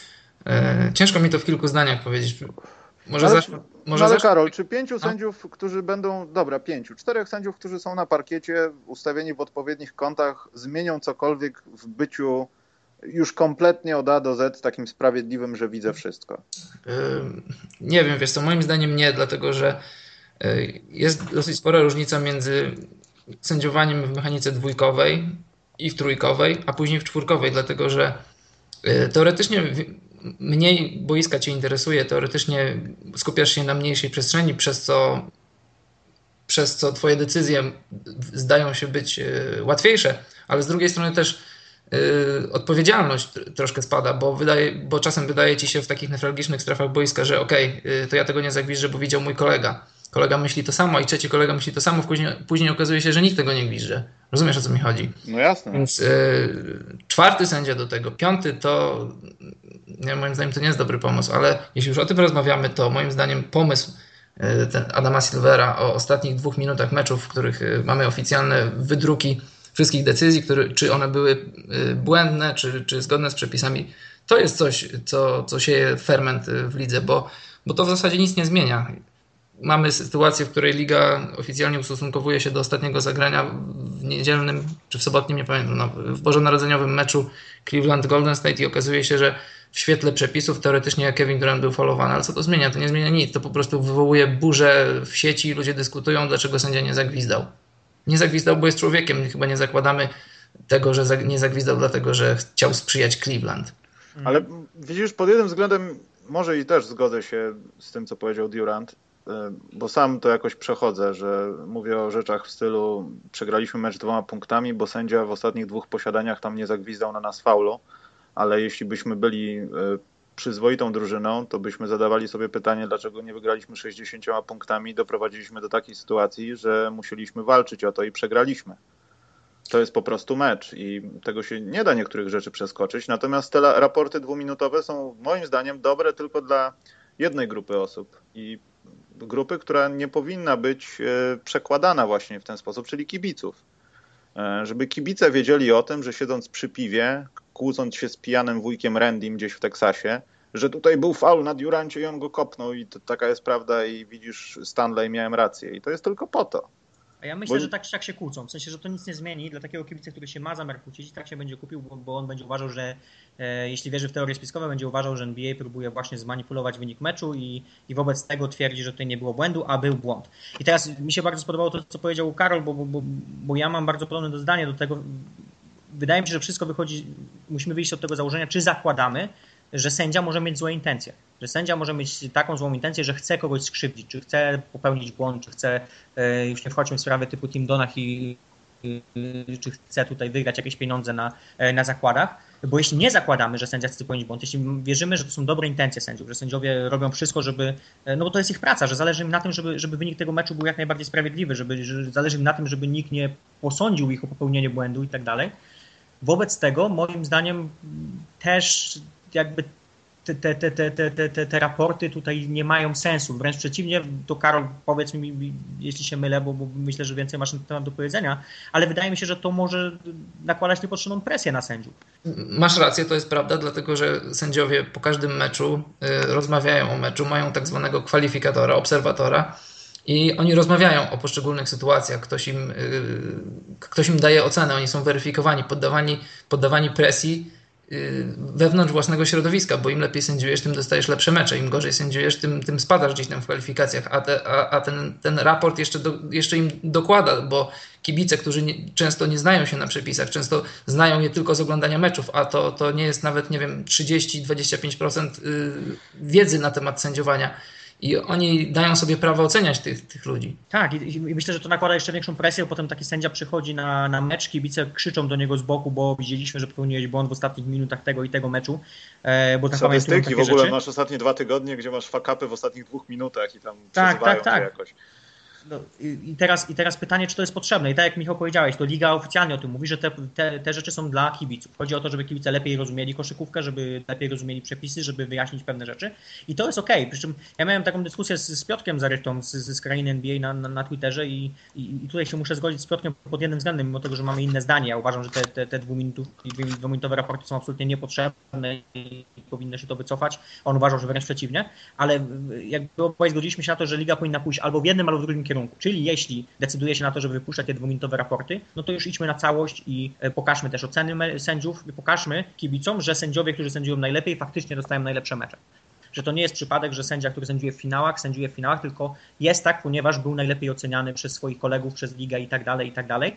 S3: Ciężko mi to w kilku zdaniach powiedzieć. Może
S1: ale,
S3: zacznę, może
S1: no ale
S3: zacznę...
S1: Karol, czy pięciu sędziów, którzy będą, dobra, pięciu, czterech sędziów, którzy są na parkiecie, ustawieni w odpowiednich kątach, zmienią cokolwiek w byciu już kompletnie od A do Z takim sprawiedliwym, że widzę wszystko?
S3: Yy, nie wiem, wiesz co, moim zdaniem nie, dlatego że yy, jest dosyć spora różnica między sędziowaniem w mechanice dwójkowej i w trójkowej, a później w czwórkowej, dlatego że yy, teoretycznie mniej boiska cię interesuje, teoretycznie skupiasz się na mniejszej przestrzeni, przez co, przez co twoje decyzje zdają się być łatwiejsze, ale z drugiej strony też yy, odpowiedzialność troszkę spada, bo, wydaje, bo czasem wydaje ci się w takich newralgicznych strefach boiska, że okej, okay, to ja tego nie zagwiżdżę, bo widział mój kolega. Kolega myśli to samo i trzeci kolega myśli to samo, później, później okazuje się, że nikt tego nie gwizdże. Rozumiesz, o co mi chodzi?
S1: No jasne.
S3: Więc yy, czwarty sędzia do tego, piąty to nie, moim zdaniem to nie jest dobry pomysł, ale jeśli już o tym rozmawiamy, to moim zdaniem pomysł yy, ten Adama Silvera o ostatnich dwóch minutach meczów, w których yy, mamy oficjalne wydruki wszystkich decyzji, które, czy one były yy, błędne, czy, czy zgodne z przepisami, to jest coś, co, co sieje ferment w lidze, bo, bo to w zasadzie nic nie zmienia. Mamy sytuację, w której liga oficjalnie ustosunkowuje się do ostatniego zagrania w niedzielnym, czy w sobotnim, nie pamiętam, no, w bożonarodzeniowym meczu Cleveland Golden State i okazuje się, że w świetle przepisów teoretycznie Kevin Durant był foulowany, ale co to zmienia? To nie zmienia nic, to po prostu wywołuje burzę w sieci i ludzie dyskutują, dlaczego sędzia nie zagwizdał. Nie zagwizdał, bo jest człowiekiem, chyba nie zakładamy tego, że nie zagwizdał dlatego, że chciał sprzyjać Cleveland.
S1: Ale widzisz, pod jednym względem może i też zgodzę się z tym, co powiedział Durant, bo sam to jakoś przechodzę, że mówię o rzeczach w stylu przegraliśmy mecz dwoma punktami, bo sędzia w ostatnich dwóch posiadaniach tam nie zagwizdał na nas faulu, ale jeśli byśmy byli przyzwoitą drużyną, to byśmy zadawali sobie pytanie, dlaczego nie wygraliśmy sześćdziesięcioma punktami i doprowadziliśmy do takiej sytuacji, że musieliśmy walczyć o to i przegraliśmy. To jest po prostu mecz i tego się nie da niektórych rzeczy przeskoczyć, natomiast te raporty dwuminutowe są moim zdaniem dobre tylko dla jednej grupy osób i grupy, która nie powinna być przekładana właśnie w ten sposób, czyli kibiców. Żeby kibice wiedzieli o tym, że siedząc przy piwie, kłócąc się z pijanym wujkiem Randym gdzieś w Teksasie, że tutaj był faul na Durancie i on go kopnął i to, taka jest prawda i widzisz, Stanley, miałem rację. I to jest tylko po to.
S2: A ja myślę,
S1: Bo...
S2: że tak czy tak się kłócą. W sensie, że to nic nie zmieni dla takiego kibica, który się ma zamiar kłócić i tak się będzie kupił, bo, bo on będzie uważał, że e, jeśli wierzy w teorie spiskowe, będzie uważał, że N B A próbuje właśnie zmanipulować wynik meczu i, i wobec tego twierdzi, że tutaj nie było błędu, a był błąd. I teraz mi się bardzo spodobało to, co powiedział Karol, bo, bo, bo, bo ja mam bardzo podobne zdanie do tego. Wydaje mi się, że wszystko wychodzi, musimy wyjść od tego założenia, czy zakładamy, że sędzia może mieć złe intencje. Że sędzia może mieć taką złą intencję, że chce kogoś skrzywdzić, czy chce popełnić błąd, czy chce, już nie wchodźmy w sprawy typu Tim Donaghy, i, i, czy chce tutaj wygrać jakieś pieniądze na, na zakładach. Bo jeśli nie zakładamy, że sędzia chce popełnić błąd, jeśli wierzymy, że to są dobre intencje sędziów, że sędziowie robią wszystko, żeby, no bo to jest ich praca, że zależy im na tym, żeby, żeby wynik tego meczu był jak najbardziej sprawiedliwy, żeby, że zależy im na tym, żeby nikt nie posądził ich o popełnienie błędu i tak dalej. Wobec tego moim zdaniem też jakby te, te, te, te, te, te, te raporty tutaj nie mają sensu. Wręcz przeciwnie, to Karol, powiedz mi, jeśli się mylę, bo, bo myślę, że więcej masz na ten temat do powiedzenia, ale wydaje mi się, że to może nakładać niepotrzebną presję na sędziów.
S3: Masz rację, to jest prawda, dlatego że sędziowie po każdym meczu y, rozmawiają o meczu, mają tak zwanego kwalifikatora, obserwatora i oni rozmawiają o poszczególnych sytuacjach. Ktoś im, y, ktoś im daje ocenę, oni są weryfikowani, poddawani, poddawani presji wewnątrz własnego środowiska, bo im lepiej sędziujesz, tym dostajesz lepsze mecze, im gorzej sędziujesz, tym, tym spadasz gdzieś tam w kwalifikacjach, a, te, a, a ten, ten raport jeszcze, do, jeszcze im dokłada, bo kibice, którzy nie, często nie znają się na przepisach, często znają je tylko z oglądania meczów, a to, to nie jest nawet, nie wiem, trzydzieści do dwudziestu pięciu procent wiedzy na temat sędziowania. I oni dają sobie prawo oceniać tych, tych ludzi.
S2: Tak, i, i myślę, że to nakłada jeszcze większą presję, bo potem taki sędzia przychodzi na, na mecz, kibice krzyczą do niego z boku, bo widzieliśmy, że popełniłeś błąd w ostatnich minutach tego i tego meczu. E, bo
S1: statystyki w ogóle rzeczy. Masz ostatnie dwa tygodnie, gdzie masz fuck-upy w ostatnich dwóch minutach i tam
S2: tak,
S1: przesuwają
S2: tak, tak.
S1: się jakoś.
S2: No, i, teraz, I teraz pytanie, czy to jest potrzebne. I tak jak Michał powiedziałeś, to Liga oficjalnie o tym mówi, że te, te, te rzeczy są dla kibiców. Chodzi o to, żeby kibice lepiej rozumieli koszykówkę, żeby lepiej rozumieli przepisy, żeby wyjaśnić pewne rzeczy. I to jest okej. Przy czym ja miałem taką dyskusję z, z Piotrkiem Zarytą z, z krainy N B A na, na, na Twitterze i, i, i tutaj się muszę zgodzić z Piotrkiem pod jednym względem, mimo tego, że mamy inne zdanie. Ja uważam, że te, te, te dwuminutowe raporty są absolutnie niepotrzebne i powinno się to wycofać. On uważał, że wręcz przeciwnie, ale jakby oboje zgodziliśmy się na to, że Liga powinna pójść albo w jednym, albo w drugim kierunku. Czyli jeśli decyduje się na to, żeby wypuszczać te dwuminutowe raporty, no to już idźmy na całość i pokażmy też oceny sędziów i pokażmy kibicom, że sędziowie, którzy sędziują najlepiej, faktycznie dostają najlepsze mecze. Że to nie jest przypadek, że sędzia, który sędziuje w finałach, sędziuje w finałach, tylko jest tak, ponieważ był najlepiej oceniany przez swoich kolegów, przez ligę i tak dalej, i tak dalej.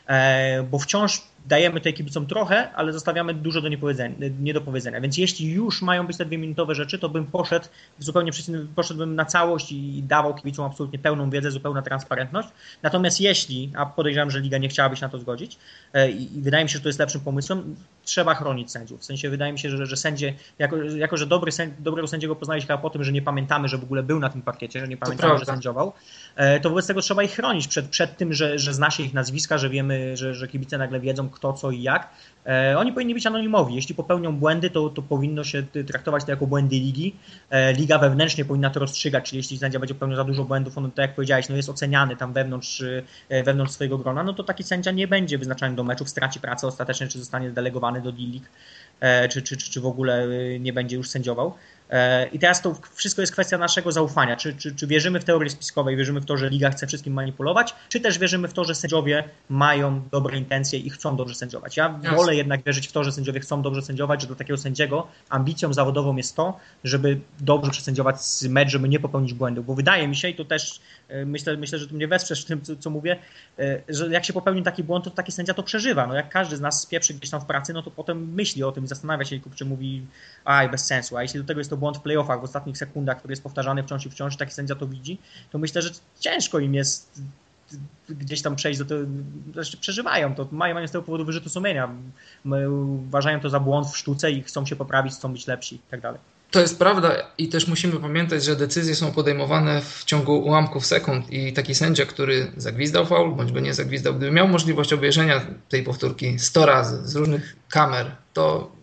S2: Bo wciąż dajemy tutaj kibicom trochę, ale zostawiamy dużo do nie do powiedzenia. Więc jeśli już mają być te dwie minutowe rzeczy, to bym poszedł zupełnie przeciwnie, poszedłbym na całość i dawał kibicom absolutnie pełną wiedzę, zupełna transparentność. Natomiast jeśli, a podejrzewam, że Liga nie chciałaby się na to zgodzić i, i wydaje mi się, że to jest lepszym pomysłem, trzeba chronić sędziów. W sensie wydaje mi się, że, że sędzie, jako, jako że dobry sędzi, dobrego sędziego poznaliśmy chyba po tym, że nie pamiętamy, że w ogóle był na tym parkiecie, że nie pamiętamy, że sędziował, to wobec tego trzeba ich chronić przed, przed tym, że, że zna się ich nazwiska, że wiemy, że, że kibice nagle wiedzą kto, co i jak. E, oni powinni być anonimowi. Jeśli popełnią błędy, to, to powinno się traktować to jako błędy ligi. E, Liga wewnętrznie powinna to rozstrzygać, czyli jeśli sędzia będzie popełniał za dużo błędów, on, tak jak powiedziałeś, no jest oceniany tam wewnątrz, e, wewnątrz swojego grona, no to taki sędzia nie będzie wyznaczany do meczów, straci pracę ostatecznie, czy zostanie zdelegowany do D-League, e, czy, czy, czy, czy w ogóle nie będzie już sędziował. I teraz to wszystko jest kwestia naszego zaufania. Czy, czy, czy wierzymy w teorię spiskowe i wierzymy w to, że Liga chce wszystkim manipulować, czy też wierzymy w to, że sędziowie mają dobre intencje i chcą dobrze sędziować. Ja Jasne. wolę jednak wierzyć w to, że sędziowie chcą dobrze sędziować, że do takiego sędziego ambicją zawodową jest to, żeby dobrze przesędziować mecz, żeby nie popełnić błędów. Bo wydaje mi się, i to też myślę, myślę że ty mnie wesprzesz w tym, co, co mówię, że jak się popełni taki błąd, to taki sędzia to przeżywa. No jak każdy z nas spieprzy gdzieś tam w pracy, no to potem myśli o tym i zastanawia się, czy mówi, aj, bez sensu. A jeśli do tego jest to błąd w playoffach w ostatnich sekundach, który jest powtarzany wciąż i wciąż, taki sędzia to widzi, to myślę, że ciężko im jest gdzieś tam przejść do tego, zresztą przeżywają to, mają, mają z tego powodu wyrzutu sumienia, uważają to za błąd w sztuce i chcą się poprawić, chcą być lepsi i tak dalej.
S3: To jest prawda i też musimy pamiętać, że decyzje są podejmowane w ciągu ułamków sekund i taki sędzia, który zagwizdał faul, bądź go nie zagwizdał, gdyby miał możliwość obejrzenia tej powtórki sto razy z różnych kamer, to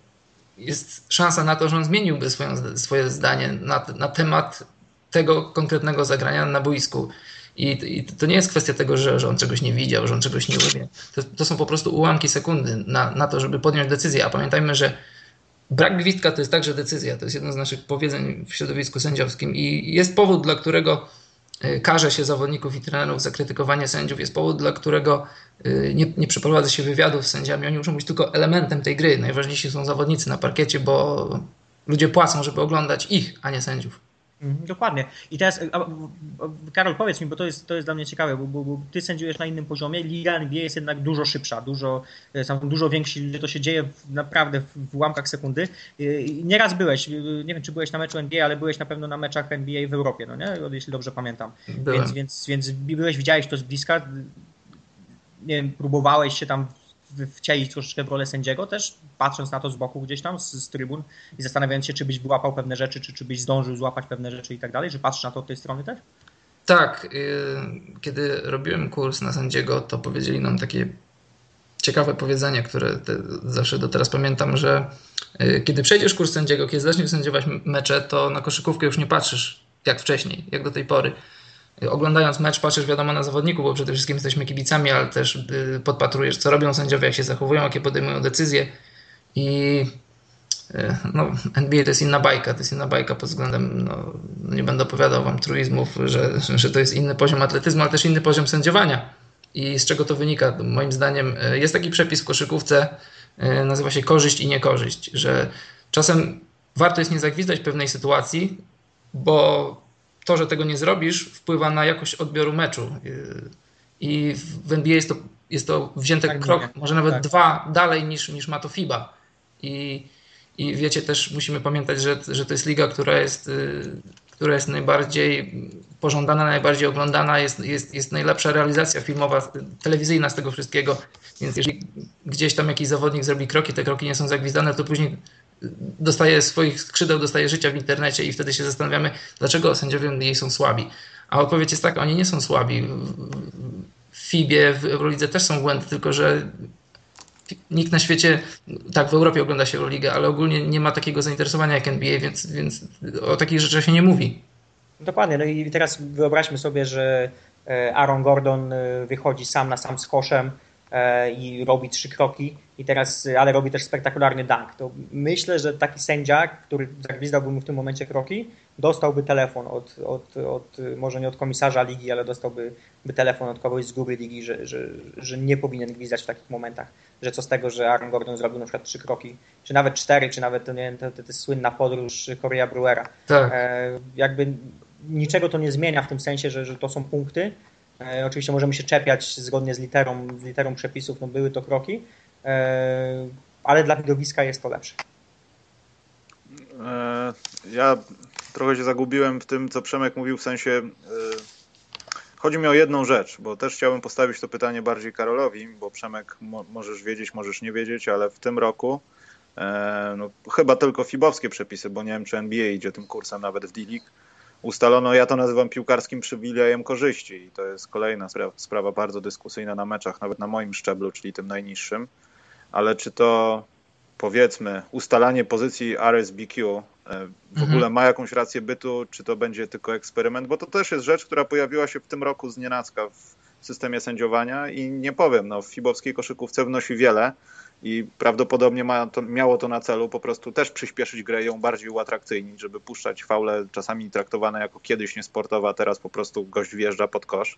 S3: jest szansa na to, że on zmieniłby swoją, swoje zdanie na, na temat tego konkretnego zagrania na boisku. I, i to nie jest kwestia tego, że, że on czegoś nie widział, że on czegoś nie umie. To, to są po prostu ułamki sekundy na, na to, żeby podjąć decyzję. A pamiętajmy, że brak gwizdka to jest także decyzja. To jest jedno z naszych powiedzeń w środowisku sędziowskim. I jest powód, dla którego karze się zawodników i trenerów za krytykowanie sędziów. Jest powód, dla którego nie, nie przeprowadza się wywiadów z sędziami. Oni muszą być tylko elementem tej gry. Najważniejsi są zawodnicy na parkiecie, bo ludzie płacą, żeby oglądać ich, a nie sędziów.
S2: Dokładnie. I teraz, a, a, Karol, powiedz mi, bo to jest, to jest dla mnie ciekawe, bo, bo, bo ty sędziujesz na innym poziomie, Liga N B A jest jednak dużo szybsza, dużo, są dużo więksi, to się dzieje w, naprawdę w, w ułamkach sekundy. I nieraz byłeś, nie wiem czy byłeś na meczu N B A, ale byłeś na pewno na meczach N B A w Europie, no nie? Jeśli dobrze pamiętam.
S3: Byłem.
S2: Więc, więc, więc byłeś, widziałeś to z bliska, nie wiem, próbowałeś się tam wcielić troszeczkę w rolę sędziego też, patrząc na to z boku gdzieś tam, z, z trybun i zastanawiając się, czy byś wyłapał pewne rzeczy, czy, czy byś zdążył złapać pewne rzeczy i tak dalej, że patrzysz na to od tej strony też?
S3: Tak, yy, kiedy robiłem kurs na sędziego, to powiedzieli nam takie ciekawe powiedzenie, które zawsze do teraz pamiętam, że kiedy przejdziesz kurs sędziego, kiedy zaczniesz sędziować mecze, to na koszykówkę już nie patrzysz jak wcześniej, jak do tej pory. Oglądając mecz patrzysz wiadomo na zawodników, bo przede wszystkim jesteśmy kibicami, ale też podpatrujesz, co robią sędziowie, jak się zachowują, jakie podejmują decyzje. I no, N B A to jest inna bajka, to jest inna bajka pod względem, no, nie będę opowiadał wam truizmów, że, że to jest inny poziom atletyzmu, ale też inny poziom sędziowania. I z czego to wynika? Moim zdaniem jest taki przepis w koszykówce, nazywa się korzyść i niekorzyść, że czasem warto jest nie zagwizdać pewnej sytuacji, bo to, że tego nie zrobisz, wpływa na jakość odbioru meczu. I w N B A jest to, jest to wzięty tak krok, nie. może nawet tak. dwa dalej niż, niż ma to FIBA. I, i wiecie, też musimy pamiętać, że, że to jest liga, która jest, która jest najbardziej pożądana, najbardziej oglądana, jest, jest, jest najlepsza realizacja filmowa, telewizyjna z tego wszystkiego. Więc jeżeli gdzieś tam jakiś zawodnik zrobi kroki, te kroki nie są zagwizdane, to później dostaje swoich skrzydeł, dostaje życia w internecie i wtedy się zastanawiamy, dlaczego sędziowie N B A są słabi. A odpowiedź jest taka, oni nie są słabi. W FIBie, w Eurolidze też są błędy, tylko że nikt na świecie, tak w Europie ogląda się Euroligę, ale ogólnie nie ma takiego zainteresowania jak N B A, więc, więc o takich rzeczach się nie mówi.
S2: Dokładnie, no i teraz wyobraźmy sobie, że Aaron Gordon wychodzi sam na sam z koszem i robi trzy kroki, i teraz, ale robi też spektakularny dunk. To myślę, że taki sędzia, który zagwizdałby mu w tym momencie kroki, dostałby telefon od, od, od może nie od komisarza ligi, ale dostałby by telefon od kogoś z góry ligi, że, że, że nie powinien gwizdać w takich momentach. Że co z tego, że Aaron Gordon zrobił na przykład trzy kroki, czy nawet cztery, czy nawet, nie wiem, to, to, to słynna podróż Corey'a Brewera.
S3: Tak.
S2: E, jakby niczego to nie zmienia w tym sensie, że, że to są punkty. E, oczywiście możemy się czepiać zgodnie z literą, z literą przepisów, no były to kroki, e, ale dla widowiska jest to lepsze.
S1: E, ja trochę się zagubiłem w tym, co Przemek mówił, w sensie e, chodzi mi o jedną rzecz, bo też chciałbym postawić to pytanie bardziej Karolowi, bo Przemek mo, możesz wiedzieć, możesz nie wiedzieć, ale w tym roku e, no, chyba tylko fibowskie przepisy, bo nie wiem, czy N B A idzie tym kursem nawet w D-League, ustalono, ja to nazywam piłkarskim przywilejem korzyści i to jest kolejna spra- sprawa bardzo dyskusyjna na meczach, nawet na moim szczeblu, czyli tym najniższym, ale czy to, powiedzmy, ustalanie pozycji R S B Q w ogóle mhm. ma jakąś rację bytu, czy to będzie tylko eksperyment, bo to też jest rzecz, która pojawiła się w tym roku znienacka w systemie sędziowania i nie powiem, no w fibowskiej koszykówce wnosi wiele i prawdopodobnie ma to, miało to na celu po prostu też przyspieszyć grę, ją bardziej uatrakcyjnić, żeby puszczać faule czasami traktowane jako kiedyś niesportowe, a teraz po prostu gość wjeżdża pod kosz.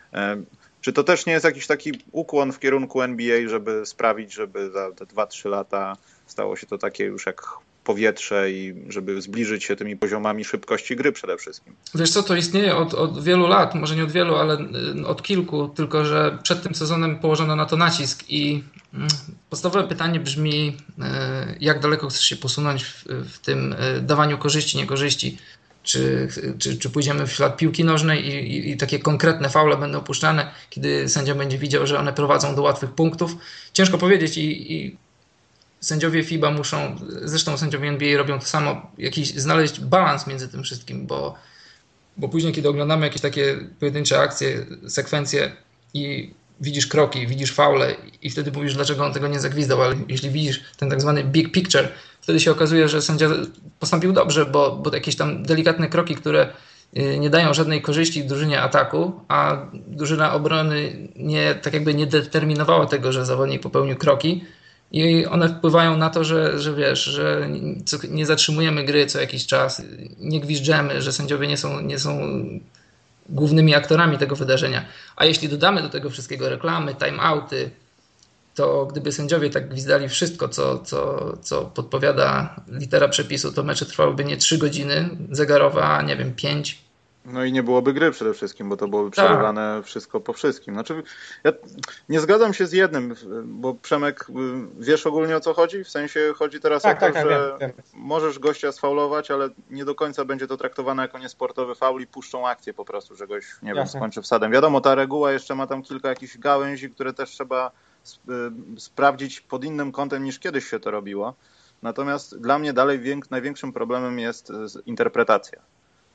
S1: Czy to też nie jest jakiś taki ukłon w kierunku N B A, żeby sprawić, żeby za te dwa trzy lata stało się to takie już jak powietrze i żeby zbliżyć się tymi poziomami szybkości gry przede wszystkim?
S3: Wiesz co, to istnieje od, od wielu lat, może nie od wielu, ale od kilku, tylko że przed tym sezonem położono na to nacisk i podstawowe pytanie brzmi, jak daleko chcesz się posunąć w, w tym dawaniu korzyści, niekorzyści. Czy, czy, czy pójdziemy w ślad piłki nożnej i, i, i takie konkretne faule będą puszczane, kiedy sędzia będzie widział, że one prowadzą do łatwych punktów. Ciężko powiedzieć i, i sędziowie FIBA muszą, zresztą sędziowie N B A robią to samo, jakiś znaleźć balans między tym wszystkim, bo, bo później, kiedy oglądamy jakieś takie pojedyncze akcje, sekwencje i widzisz kroki, widzisz faule i wtedy mówisz, dlaczego on tego nie zagwizdał, ale jeśli widzisz ten tak zwany big picture, wtedy się okazuje, że sędzia postąpił dobrze, bo, bo jakieś tam delikatne kroki, które nie dają żadnej korzyści drużynie ataku, a drużyna obrony nie, tak jakby nie determinowała tego, że zawodnik popełnił kroki i one wpływają na to, że, że wiesz, że nie zatrzymujemy gry co jakiś czas, nie gwizdżemy, że sędziowie nie są, nie są głównymi aktorami tego wydarzenia. A jeśli dodamy do tego wszystkiego reklamy, timeouty, to gdyby sędziowie tak gwizdali wszystko, co, co, co podpowiada litera przepisu, to mecze trwałyby nie trzy godziny zegarowe, a nie wiem, pięć.
S1: No i nie byłoby gry przede wszystkim, bo to byłoby przerywane tak. wszystko po wszystkim. Znaczy, ja nie zgadzam się z jednym, bo Przemek, wiesz ogólnie o co chodzi? W sensie chodzi teraz tak, o to, tak, że wiem, wiem. możesz gościa sfaulować, ale nie do końca będzie to traktowane jako niesportowy faul i puszczą akcję po prostu, że gość, nie Jasne. wiem, skończy wsadem. Wiadomo, ta reguła jeszcze ma tam kilka jakichś gałęzi, które też trzeba sprawdzić pod innym kątem niż kiedyś się to robiło. Natomiast dla mnie dalej największym problemem jest interpretacja.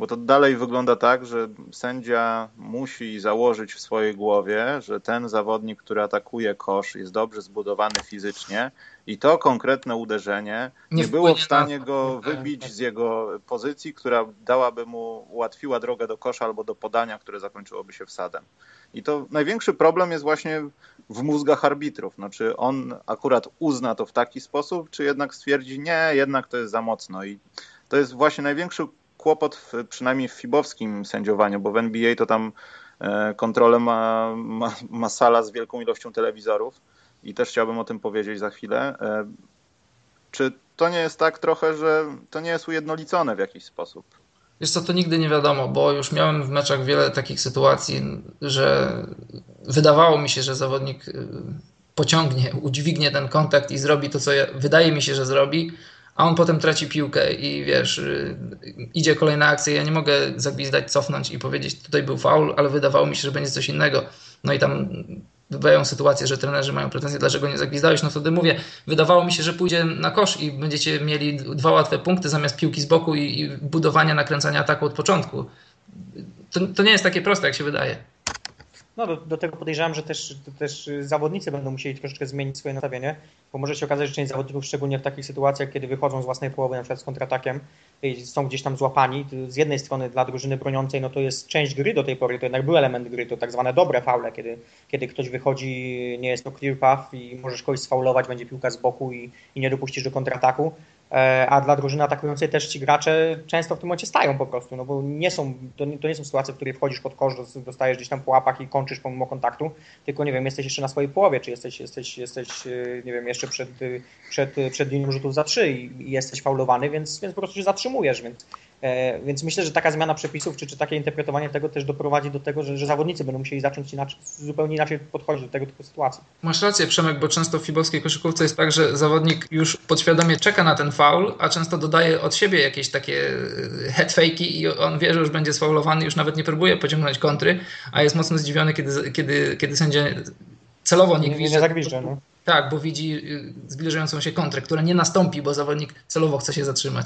S1: Bo to dalej wygląda tak, że sędzia musi założyć w swojej głowie, że ten zawodnik, który atakuje kosz, jest dobrze zbudowany fizycznie i to konkretne uderzenie nie, nie było w stanie na... go wybić z jego pozycji, która dałaby mu, ułatwiła drogę do kosza albo do podania, które zakończyłoby się wsadem. I to największy problem jest właśnie w mózgach arbitrów. No, czy on akurat uzna to w taki sposób, czy jednak stwierdzi, nie, jednak to jest za mocno. I to jest właśnie największy kłopot w, przynajmniej w fibowskim sędziowaniu, bo w N B A to tam e, kontrolę ma, ma, ma sala z wielką ilością telewizorów i też chciałbym o tym powiedzieć za chwilę. E, czy to nie jest tak trochę, że to nie jest ujednolicone w jakiś sposób?
S3: Wiesz co, to nigdy nie wiadomo, bo już miałem w meczach wiele takich sytuacji, że wydawało mi się, że zawodnik pociągnie, udźwignie ten kontakt i zrobi to, co ja, wydaje mi się, że zrobi, a on potem traci piłkę i wiesz, idzie kolejna akcja, ja nie mogę zagwizdać, cofnąć i powiedzieć, tutaj był faul, ale wydawało mi się, że będzie coś innego. No i tam bywają sytuacje, że trenerzy mają pretensje, dlaczego nie zagwizdałeś, no wtedy mówię, wydawało mi się, że pójdzie na kosz i będziecie mieli dwa łatwe punkty zamiast piłki z boku i, i budowania, nakręcania ataku od początku. To, to nie jest takie proste, jak się wydaje.
S2: No do, do tego podejrzewam, że też, też zawodnicy będą musieli troszeczkę zmienić swoje nastawienie, bo może się okazać, że część zawodników, szczególnie w takich sytuacjach, kiedy wychodzą z własnej połowy, na przykład z kontratakiem, są gdzieś tam złapani, z jednej strony dla drużyny broniącej, no to jest część gry do tej pory, to jednak był element gry, to tak zwane dobre faule, kiedy, kiedy ktoś wychodzi, nie jest to clear path i możesz kogoś sfaulować, będzie piłka z boku i, i nie dopuścisz do kontrataku. A dla drużyny atakującej też ci gracze często w tym momencie stają po prostu, no bo nie są, to nie, to nie są sytuacje, w której wchodzisz pod kosz, dostajesz gdzieś tam po łapach i kończysz pomimo kontaktu, tylko nie wiem, jesteś jeszcze na swojej połowie, czy jesteś, jesteś, jesteś nie wiem, jeszcze przed, przed, przed linią rzutów za trzy i, i jesteś faulowany, więc, więc po prostu się zatrzymujesz, więc, e, więc myślę, że taka zmiana przepisów, czy, czy takie interpretowanie tego też doprowadzi do tego, że, że zawodnicy będą musieli zacząć inaczej, zupełnie inaczej podchodzić do tego typu sytuacji.
S3: Masz rację, Przemek, bo często w fibowskiej koszykówce jest tak, że zawodnik już podświadomie czeka na ten faul, a często dodaje od siebie jakieś takie headfake'i i on wie, że już będzie sfaulowany, już nawet nie próbuje pociągnąć kontry, a jest mocno zdziwiony, kiedy, kiedy, kiedy sędzia celowo nie gwizdże.
S2: Nie zagwizdże, no.
S3: Tak, bo widzi zbliżającą się kontrę, która nie nastąpi, bo zawodnik celowo chce się zatrzymać.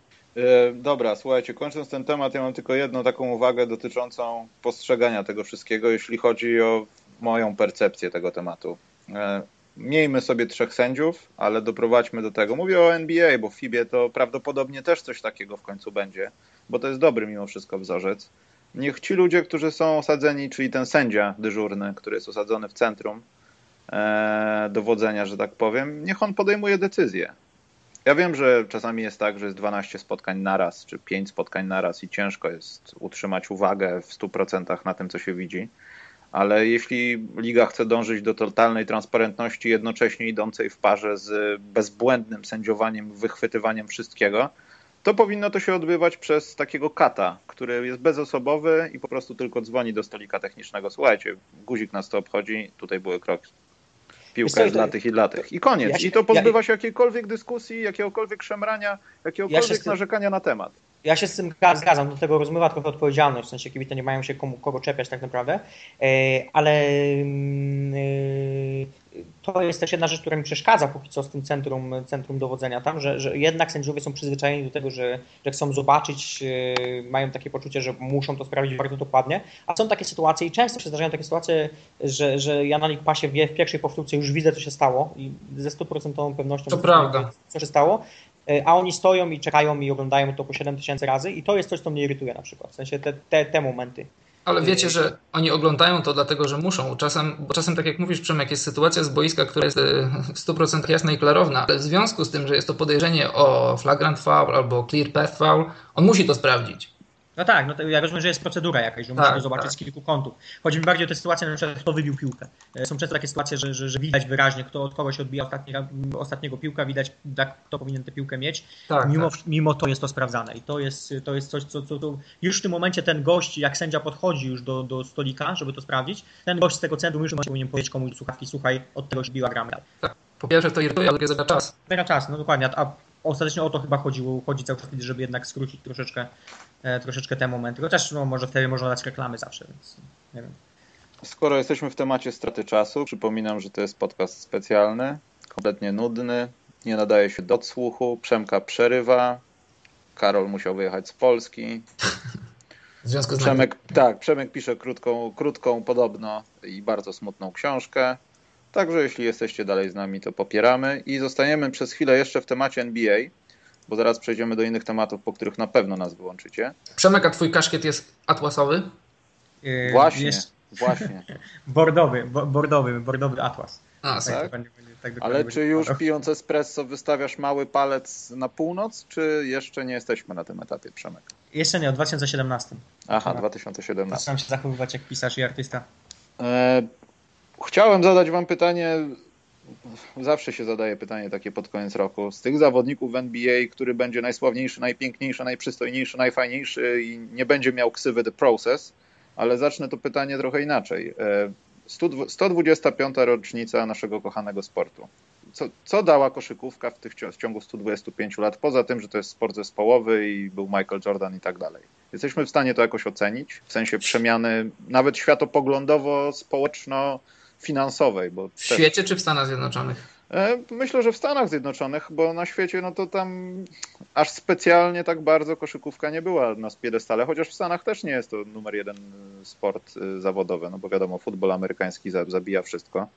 S1: Dobra, słuchajcie, kończąc ten temat, ja mam tylko jedną taką uwagę dotyczącą postrzegania tego wszystkiego, jeśli chodzi o moją percepcję tego tematu. Miejmy sobie trzech sędziów, ale doprowadźmy do tego. Mówię o N B A, bo w Fibie to prawdopodobnie też coś takiego w końcu będzie, bo to jest dobry mimo wszystko wzorzec. Niech ci ludzie, którzy są osadzeni, czyli ten sędzia dyżurny, który jest osadzony w centrum e, dowodzenia, że tak powiem, niech on podejmuje decyzję. Ja wiem, że czasami jest tak, że jest dwanaście spotkań naraz, czy pięć spotkań naraz i ciężko jest utrzymać uwagę w stu procentach na tym, co się widzi. Ale jeśli liga chce dążyć do totalnej transparentności, jednocześnie idącej w parze z bezbłędnym sędziowaniem, wychwytywaniem wszystkiego, to powinno to się odbywać przez takiego kata, który jest bezosobowy i po prostu tylko dzwoni do stolika technicznego. Słuchajcie, guzik nas to obchodzi, tutaj były kroki. Piłka jest dla tych i dla tych. I koniec. Ja się, I to pozbywa się jakiejkolwiek dyskusji, jakiegokolwiek szemrania, jakiegokolwiek ja narzekania na temat.
S2: Ja się z tym zgadzam, do tego rozmywa trochę odpowiedzialność, w sensie kibice nie mają się komu, kogo czepiać tak naprawdę, ale to jest też jedna rzecz, która mi przeszkadza póki co z tym centrum, centrum dowodzenia tam, że, że jednak sędziowie są przyzwyczajeni do tego, że, że chcą zobaczyć, mają takie poczucie, że muszą to sprawdzić bardzo dokładnie, a są takie sytuacje i często się zdarzają takie sytuacje, że, że ja na League Passie wie, w pierwszej powtórce już widzę, co się stało i ze stuprocentową pewnością
S3: to prawda.
S2: Co się stało. A oni stoją i czekają i oglądają to po siedem tysięcy razy i to jest coś, co mnie irytuje na przykład, w sensie te, te, te momenty.
S3: Ale wiecie, że oni oglądają to dlatego, że muszą. Czasem, bo czasem, tak jak mówisz, Przemek, jest sytuacja z boiska, która jest w stu procentach jasna i klarowna, ale w związku z tym, że jest to podejrzenie o flagrant foul albo clear path foul, on musi to sprawdzić.
S2: No tak, no to ja rozumiem, że jest procedura jakaś, że tak, musi to zobaczyć tak. z kilku kątów. Chodzi mi bardziej o te sytuacje, na przykład kto wybił piłkę. Są często takie sytuacje, że, że, że widać wyraźnie, kto od kogoś odbija ostatni, ostatniego piłka, widać kto powinien tę piłkę mieć. Tak, mimo, tak. mimo to jest to sprawdzane i to jest, to jest coś, co, co to już w tym momencie ten gość, jak sędzia podchodzi już do, do stolika, żeby to sprawdzić, ten gość z tego centrum już w tym momencie powinien powiedzieć komuś słuchawki, słuchaj, od tego się biła gramy.
S3: Tak. Po pierwsze to irytuje, a drugie zabiera czas.
S2: Zabiera czas, no dokładnie, a ostatecznie o to chyba chodziło, chodzi cały czas, żeby jednak skrócić troszeczkę troszeczkę te momenty, chociaż no, może wtedy można dać reklamy zawsze, więc nie wiem.
S1: Skoro jesteśmy w temacie straty czasu, przypominam, że to jest podcast specjalny, kompletnie nudny, nie nadaje się do odsłuchu, Przemka przerywa, Karol musiał wyjechać z Polski.
S3: W związku z
S1: Przemek, tak, Przemek pisze krótką, krótką, podobno i bardzo smutną książkę. Także jeśli jesteście dalej z nami, to popieramy i zostaniemy przez chwilę jeszcze w temacie N B A, bo zaraz przejdziemy do innych tematów, po których na pewno nas wyłączycie.
S3: Przemek, a twój kaszkiet jest atłasowy?
S2: Yy,
S1: Właśnie,
S2: jest
S1: właśnie.
S2: bordowy, bo- bordowy, bordowy atlas.
S3: A,
S1: Tak?
S2: to będzie- będzie tak dokładnie
S1: Ale
S2: będzie
S1: czy już
S2: wyglądał.
S1: pijąc espresso wystawiasz mały palec na północ, czy jeszcze nie jesteśmy na tym etapie, Przemek?
S2: Jeszcze nie, w dwa tysiące siedemnastym.
S1: Aha,
S2: Dobra.
S1: dwa tysiące siedemnasty.
S2: Zaczynam się zachowywać jak pisarz i artysta.
S1: E, chciałem zadać wam pytanie, zawsze się zadaje pytanie takie pod koniec roku. Z tych zawodników w N B A, który będzie najsławniejszy, najpiękniejszy, najprzystojniejszy, najfajniejszy i nie będzie miał ksywy The Process, ale zacznę to pytanie trochę inaczej. E, sto dwudziesta piąta rocznica naszego kochanego sportu. Co, co dała koszykówka w, tych, w ciągu stu dwudziestu pięciu lat, poza tym, że to jest sport zespołowy i był Michael Jordan i tak dalej? Jesteśmy w stanie to jakoś ocenić, w sensie przemiany nawet światopoglądowo-społeczno-finansowej. Bo
S3: W świecie czy w Stanach Zjednoczonych?
S1: Myślę, że w Stanach Zjednoczonych, bo na świecie no to tam aż specjalnie tak bardzo koszykówka nie była na piedestale, chociaż w Stanach też nie jest to numer jeden sport zawodowy, no bo wiadomo, futbol amerykański zabija wszystko.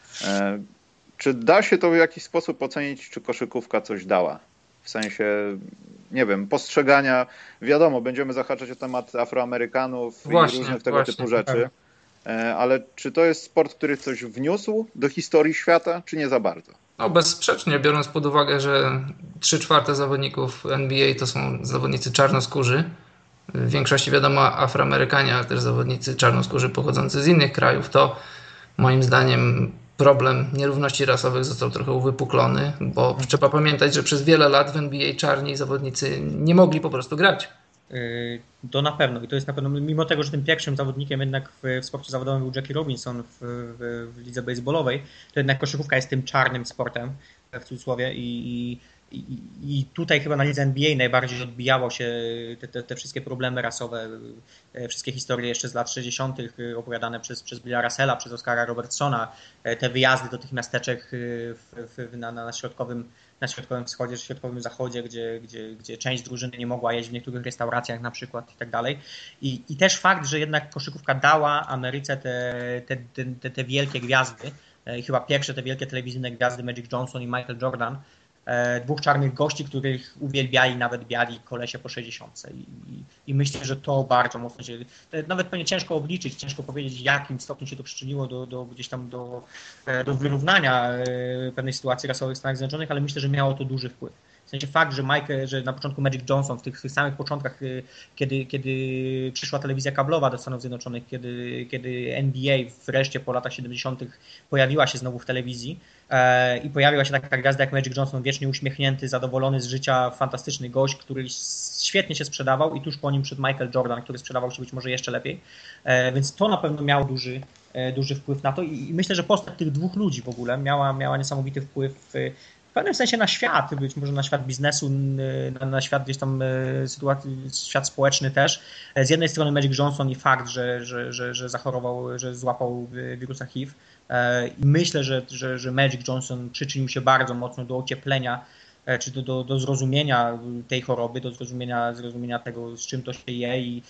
S1: Czy da się to w jakiś sposób ocenić, czy koszykówka coś dała? W sensie, nie wiem, postrzegania, wiadomo, będziemy zahaczać o temat Afroamerykanów
S3: Właśnie,
S1: i różnych tego
S3: właśnie,
S1: typu rzeczy, ale czy to jest sport, który coś wniósł do historii świata, czy nie za bardzo?
S3: No bezsprzecznie, biorąc pod uwagę, że trzy czwarte zawodników N B A to są zawodnicy czarnoskórzy, w większości wiadomo Afroamerykanie, ale też zawodnicy czarnoskórzy pochodzący z innych krajów, to moim zdaniem problem nierówności rasowych został trochę uwypuklony, bo trzeba pamiętać, że przez wiele lat w N B A czarni zawodnicy nie mogli po prostu grać.
S2: To na pewno i to jest na pewno, mimo tego, że tym pierwszym zawodnikiem jednak w, w sporcie zawodowym był Jackie Robinson w, w, w lidze baseballowej, to jednak koszykówka jest tym czarnym sportem, w cudzysłowie, i, i, i tutaj chyba na lidze N B A najbardziej odbijało się te, te, te wszystkie problemy rasowe, wszystkie historie jeszcze z lat sześćdziesiątych opowiadane przez, przez Billa Russella, przez Oscara Robertsona, te wyjazdy do tych miasteczek w, w, na, na środkowym na środkowym wschodzie, czy środkowym zachodzie, gdzie, gdzie, gdzie część drużyny nie mogła jeść w niektórych restauracjach na przykład i tak dalej. I, i też fakt, że jednak koszykówka dała Ameryce te, te, te, te wielkie gwiazdy, chyba pierwsze te wielkie telewizyjne gwiazdy Magic Johnson i Michael Jordan, dwóch czarnych gości, których uwielbiali nawet biali kolesie po sześćdziesiątce. I, i, I myślę, że to bardzo mocno się, nawet pewnie ciężko obliczyć, ciężko powiedzieć, w jakim stopniu się to przyczyniło do, do gdzieś tam do, do wyrównania pewnej sytuacji rasowej w Stanach Zjednoczonych, ale myślę, że miało to duży wpływ. W sensie fakt, że Michael, że na początku Magic Johnson, w tych, w tych samych początkach, kiedy, kiedy przyszła telewizja kablowa do Stanów Zjednoczonych, kiedy, kiedy N B A wreszcie po latach siedemdziesiątych pojawiła się znowu w telewizji e, i pojawiła się taka gwiazda jak Magic Johnson, wiecznie uśmiechnięty, zadowolony z życia, fantastyczny gość, który świetnie się sprzedawał i tuż po nim przyszedł Michael Jordan, który sprzedawał się być może jeszcze lepiej, e, więc to na pewno miało duży, e, duży wpływ na to i, i myślę, że postać tych dwóch ludzi w ogóle miała, miała niesamowity wpływ w pewnym sensie na świat, być może na świat biznesu, na, na świat gdzieś tam sytuacji, świat społeczny też. Z jednej strony Magic Johnson i fakt, że, że, że, że zachorował, że złapał wirusa H I V. I myślę, że, że, że Magic Johnson przyczynił się bardzo mocno do ocieplenia, czy do, do, do zrozumienia tej choroby, do zrozumienia, zrozumienia tego, z czym to się je i,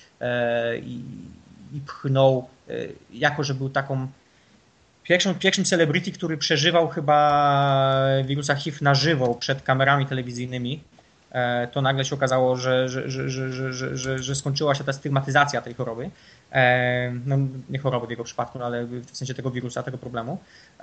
S2: i, i pchnął, jako że był taką Pierwszym, pierwszym celebrity, który przeżywał chyba wirusa H I V na żywo przed kamerami telewizyjnymi, to nagle się okazało, że, że, że, że, że, że, że skończyła się ta stygmatyzacja tej choroby. No, nie choroby w jego przypadku, no, ale w sensie tego wirusa, tego problemu.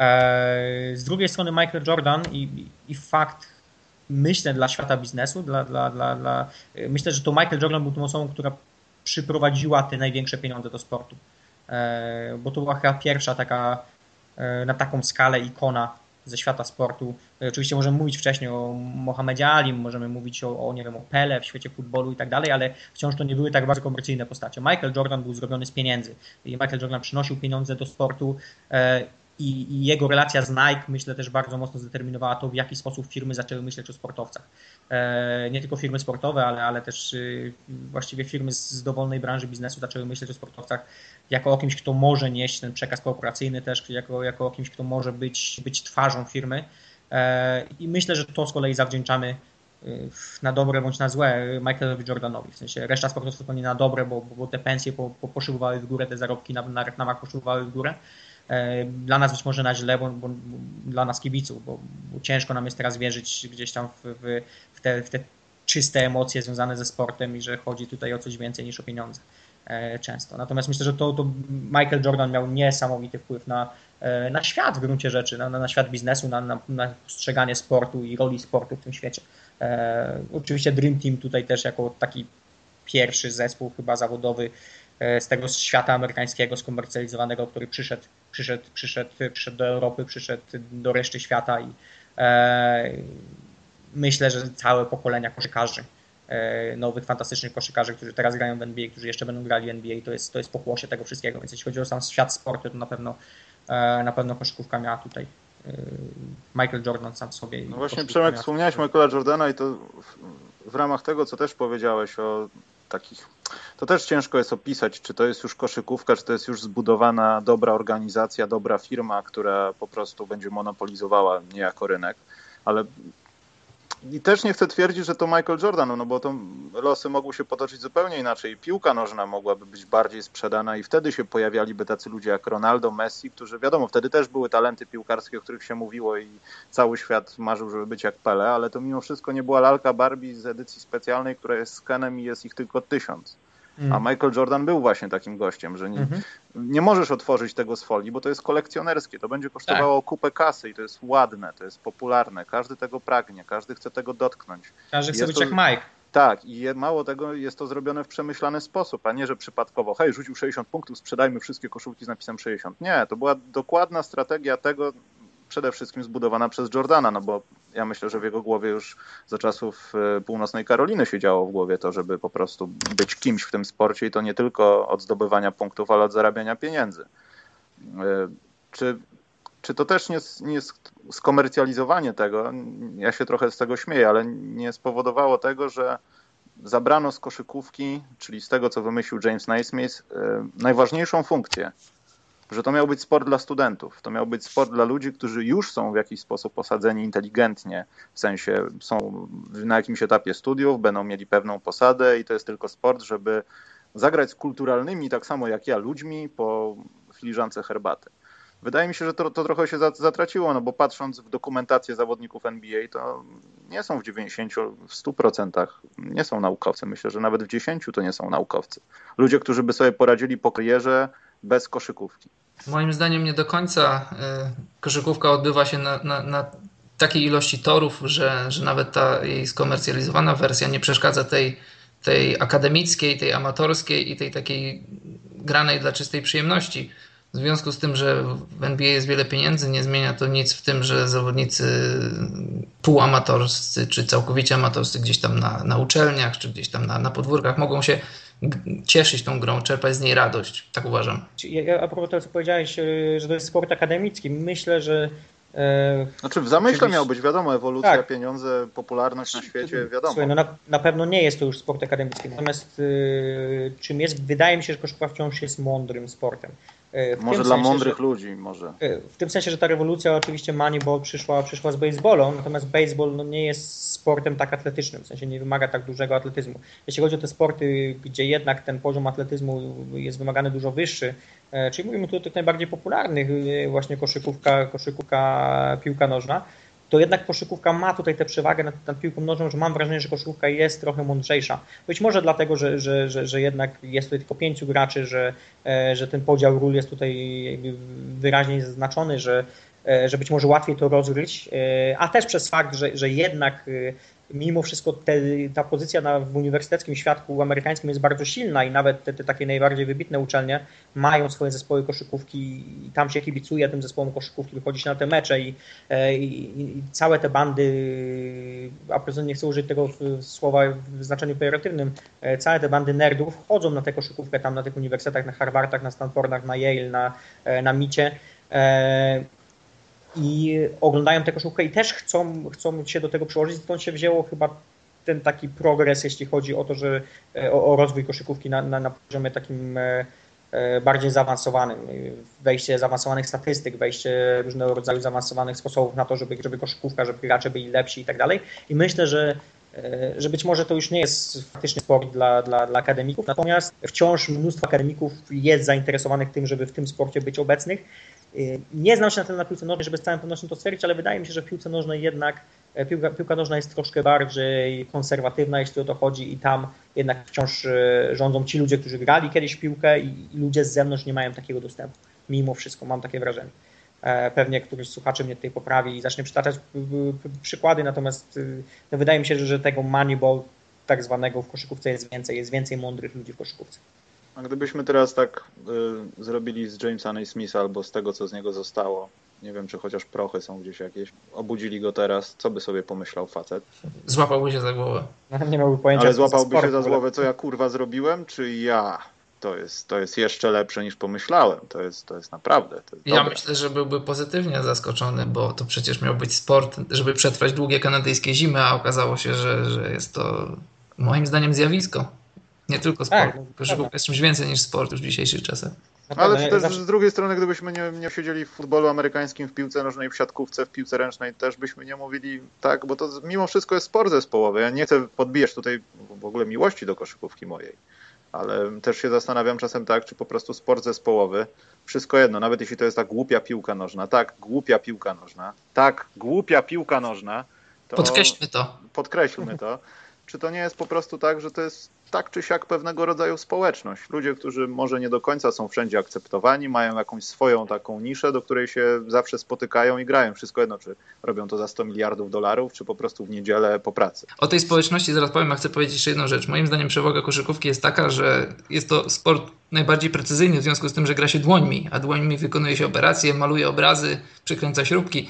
S2: Z drugiej strony Michael Jordan i, i fakt, myślę, dla świata biznesu, dla, dla, dla, dla, myślę, że to Michael Jordan był tą osobą, która przyprowadziła te największe pieniądze do sportu. Bo to była chyba pierwsza taka na taką skalę ikona ze świata sportu. Oczywiście możemy mówić wcześniej o Mohamedzie Alim, możemy mówić o, o, nie wiem, o Pele w świecie futbolu i tak dalej, ale wciąż to nie były tak bardzo komercyjne postacie. Michael Jordan był zrobiony z pieniędzy i Michael Jordan przynosił pieniądze do sportu i, i jego relacja z Nike, myślę, też bardzo mocno zdeterminowała to, w jaki sposób firmy zaczęły myśleć o sportowcach. Nie tylko firmy sportowe, ale, ale też właściwie firmy z dowolnej branży biznesu zaczęły myśleć o sportowcach jako o kimś, kto może nieść ten przekaz korporacyjny też, jako, jako o kimś, kto może być, być twarzą firmy. I myślę, że to z kolei zawdzięczamy na dobre bądź na złe Michaelowi Jordanowi. W sensie reszta sportowców to nie na dobre, bo, bo te pensje po, po, poszybowały w górę, te zarobki na, na reklamach poszybowały w górę. Dla nas być może na źle, bo, bo, bo dla nas kibiców, bo, bo ciężko nam jest teraz wierzyć gdzieś tam w, w, w, te, w te czyste emocje związane ze sportem i że chodzi tutaj o coś więcej niż o pieniądze często. Natomiast myślę, że to, to Michael Jordan miał niesamowity wpływ na, na świat w gruncie rzeczy, na, na świat biznesu, na, na, na postrzeganie sportu i roli sportu w tym świecie. E, oczywiście Dream Team tutaj też jako taki pierwszy zespół chyba zawodowy z tego świata amerykańskiego, skomercjalizowanego, który przyszedł, przyszedł, przyszedł, przyszedł do Europy, przyszedł do reszty świata i e, myślę, że całe pokolenia koszykarzy, e, nowych, fantastycznych koszykarzy, którzy teraz grają w N B A, którzy jeszcze będą grali w N B A, to jest, to jest pokłosie tego wszystkiego, więc jeśli chodzi o sam świat sportu, to na pewno, e, na pewno koszykówka miała tutaj e, Michael Jordan sam w sobie.
S1: No właśnie Przemek, wspomniałeś Michaela Jordana i to w, w ramach tego, co też powiedziałeś o takich, to też ciężko jest opisać, czy to jest już koszykówka, czy to jest już zbudowana dobra organizacja, dobra firma, która po prostu będzie monopolizowała niejako rynek, ale i też nie chcę twierdzić, że to Michael Jordan, no bo to losy mogły się potoczyć zupełnie inaczej. Piłka nożna mogłaby być bardziej sprzedana i wtedy się pojawialiby tacy ludzie jak Ronaldo, Messi, którzy wiadomo, wtedy też były talenty piłkarskie, o których się mówiło i cały świat marzył, żeby być jak Pele, ale to mimo wszystko nie była lalka Barbie z edycji specjalnej, która jest z Kenem i jest ich tylko tysiąc. A Michael Jordan był właśnie takim gościem, że nie, mm-hmm. nie możesz otworzyć tego z folii, bo to jest kolekcjonerskie, to będzie kosztowało tak. kupę kasy i to jest ładne, to jest popularne, każdy tego pragnie, każdy chce tego dotknąć.
S2: Każdy chce być to, jak Mike.
S1: Tak, i mało tego, jest to zrobione w przemyślany sposób, a nie, że przypadkowo, hej, rzucił sześćdziesiąt punktów, sprzedajmy wszystkie koszulki z napisem sześćdziesiąt. Nie, to była dokładna strategia tego, przede wszystkim zbudowana przez Jordana, no bo ja myślę, że w jego głowie już za czasów Północnej Karoliny się działo w głowie to, żeby po prostu być kimś w tym sporcie i to nie tylko od zdobywania punktów, ale od zarabiania pieniędzy. Czy, czy to też nie, nie skomercjalizowanie tego, ja się trochę z tego śmieję, ale nie spowodowało tego, że zabrano z koszykówki, czyli z tego, co wymyślił James Naismith, najważniejszą funkcję, że to miał być sport dla studentów, to miał być sport dla ludzi, którzy już są w jakiś sposób osadzeni inteligentnie, w sensie są na jakimś etapie studiów, będą mieli pewną posadę i to jest tylko sport, żeby zagrać z kulturalnymi, tak samo jak ja, ludźmi po filiżance herbaty. Wydaje mi się, że to, to trochę się zatraciło, no bo patrząc w dokumentację zawodników N B A, to nie są w dziewięćdziesięciu, w stu procentach nie są naukowcy. Myślę, że nawet w dziesięciu to nie są naukowcy. Ludzie, którzy by sobie poradzili po karierze bez koszykówki.
S3: Moim zdaniem nie do końca koszykówka odbywa się na, na, na takiej ilości torów, że, że nawet ta jej skomercjalizowana wersja nie przeszkadza tej, tej akademickiej, tej amatorskiej i tej takiej granej dla czystej przyjemności. W związku z tym, że w N B A jest wiele pieniędzy, nie zmienia to nic w tym, że zawodnicy półamatorscy czy całkowicie amatorscy gdzieś tam na, na uczelniach, czy gdzieś tam na, na podwórkach mogą się cieszyć tą grą, czerpać z niej radość. Tak uważam.
S2: Ja, a propos tego, co powiedziałeś, że to jest sport akademicki, myślę, że
S1: E, znaczy w zamyśle miał być, wiadomo, ewolucja, tak. Pieniądze, popularność na świecie, wiadomo.
S2: Słuchaj, no na, na pewno nie jest to już sport akademicki, natomiast y, czym jest, wydaje mi się, że koszykówka wciąż jest mądrym sportem.
S1: W może dla sensie, mądrych że, ludzi, może.
S2: W tym sensie, że ta rewolucja oczywiście Moneyball przyszła, przyszła z baseballu, natomiast baseball no, nie jest sportem tak atletycznym, w sensie nie wymaga tak dużego atletyzmu. Jeśli chodzi o te sporty, gdzie jednak ten poziom atletyzmu jest wymagany dużo wyższy, czyli mówimy tu o tych najbardziej popularnych, właśnie koszykówka, koszykówka, piłka nożna, to jednak koszykówka ma tutaj tę przewagę nad, nad piłką nożną, że mam wrażenie, że koszykówka jest trochę mądrzejsza. Być może dlatego, że, że, że, że jednak jest tutaj tylko pięciu graczy, że, że ten podział ról jest tutaj jakby wyraźnie zaznaczony, że, że być może łatwiej to rozgryźć, a też przez fakt, że, że jednak mimo wszystko te, ta pozycja na, w uniwersyteckim świadku amerykańskim jest bardzo silna i nawet te, te takie najbardziej wybitne uczelnie mają swoje zespoły koszykówki i tam się kibicuje tym zespołom koszykówki, wychodzi się na te mecze i, i, i całe te bandy, a prezydent nie chcę użyć tego słowa w znaczeniu pejoratywnym, całe te bandy nerdów chodzą na tę koszykówkę tam na tych uniwersytetach, na Harvardach, na Stanfordach, na Yale, na, na micie i oglądają tę koszykówkę i też chcą, chcą się do tego przyłożyć. Stąd się wzięło chyba ten taki progres, jeśli chodzi o to, że o, o rozwój koszykówki na, na, na poziomie takim e, bardziej zaawansowanym. Wejście zaawansowanych statystyk, wejście różnego rodzaju zaawansowanych sposobów na to, żeby, żeby koszykówka, żeby gracze byli lepsi i tak dalej. I myślę, że że być może to już nie jest faktyczny sport dla, dla, dla akademików, natomiast wciąż mnóstwo akademików jest zainteresowanych tym, żeby w tym sporcie być obecnych. Nie znam się na tyle na piłce nożnej, żeby z całą pewnością to stwierdzić, ale wydaje mi się, że w piłce nożnej jednak piłka, piłka nożna jest troszkę bardziej konserwatywna, jeśli o to chodzi, i tam jednak wciąż rządzą ci ludzie, którzy grali kiedyś w piłkę, i, i ludzie z zewnątrz nie mają takiego dostępu. Mimo wszystko mam takie wrażenie. Pewnie któryś z słuchaczy mnie tutaj poprawi i zacznie przytaczać przykłady, natomiast no wydaje mi się, że, że tego moneyball tak zwanego w koszykówce jest więcej, jest więcej mądrych ludzi w koszykówce.
S1: A gdybyśmy teraz tak y, zrobili z Jamesa Naismitha albo z tego, co z niego zostało, nie wiem, czy chociaż prochy są gdzieś jakieś, obudzili go teraz, co by sobie pomyślał facet?
S3: Złapałby się za głowę.
S2: Nie miałby pojęcia.
S1: Ale złapałby się za głowę, co ja kurwa zrobiłem, czy ja? To jest, to jest jeszcze lepsze niż pomyślałem. To jest, to jest naprawdę. To jest
S3: ja
S1: dobre.
S3: myślę, że byłby pozytywnie zaskoczony, bo to przecież miał być sport, żeby przetrwać długie kanadyjskie zimy, a okazało się, że, że jest to moim zdaniem zjawisko. Nie tylko sport.
S2: Tak, no,
S3: koszykówka jest czymś więcej niż sport już w dzisiejszych czasach.
S1: Ale też zawsze... z drugiej strony, gdybyśmy nie, nie siedzieli w futbolu amerykańskim, w piłce nożnej, w siatkówce, w piłce ręcznej, też byśmy nie mówili tak, bo to mimo wszystko jest sport zespołowy. Ja nie chcę podbijać tutaj w ogóle miłości do koszykówki mojej, ale też się zastanawiam czasem tak, czy po prostu sport zespołowy, wszystko jedno, nawet jeśli to jest tak głupia piłka nożna, tak, głupia piłka nożna, tak, głupia piłka nożna, to
S3: podkreślmy to.
S1: Podkreślmy to. Czy to nie jest po prostu tak, że to jest tak czy siak pewnego rodzaju społeczność? Ludzie, którzy może nie do końca są wszędzie akceptowani, mają jakąś swoją taką niszę, do której się zawsze spotykają i grają. Wszystko jedno, czy robią to za sto miliardów dolarów, czy po prostu w niedzielę po pracy.
S3: O tej społeczności zaraz powiem, a chcę powiedzieć jeszcze jedną rzecz. Moim zdaniem przewaga koszykówki jest taka, że jest to sport najbardziej precyzyjny w związku z tym, że gra się dłońmi, a dłońmi wykonuje się operacje, maluje obrazy, przykręca śrubki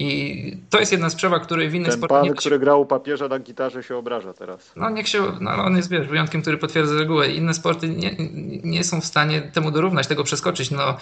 S3: i to jest jedna z przewag, której w innych
S1: Ten
S3: sportach
S1: pan,
S3: nie...
S1: który grał u papieża na gitarze, się obraża teraz.
S3: No niech się, no on jest, wiesz, wyjątkiem, który potwierdza regułę. Inne sporty nie, nie są w stanie temu dorównać, tego przeskoczyć. No,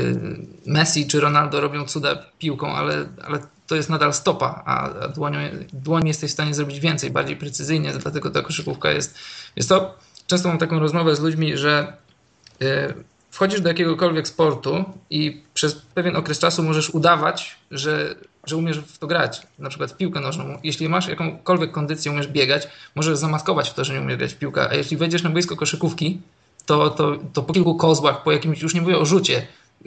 S3: Messi czy Ronaldo robią cuda piłką, ale, ale to jest nadal stopa, a dłonią, dłoń jesteś w stanie zrobić więcej, bardziej precyzyjnie, dlatego ta koszykówka jest... Jest to, często mam taką rozmowę z ludźmi, że wchodzisz do jakiegokolwiek sportu i przez pewien okres czasu możesz udawać, że, że umiesz w to grać. Na przykład w piłkę nożną. Jeśli masz jakąkolwiek kondycję, umiesz biegać, możesz zamaskować w to, że nie umiesz grać w piłkę. A jeśli wejdziesz na boisko koszykówki, to, to, to po kilku kozłach, po jakimś, już nie mówię o rzucie,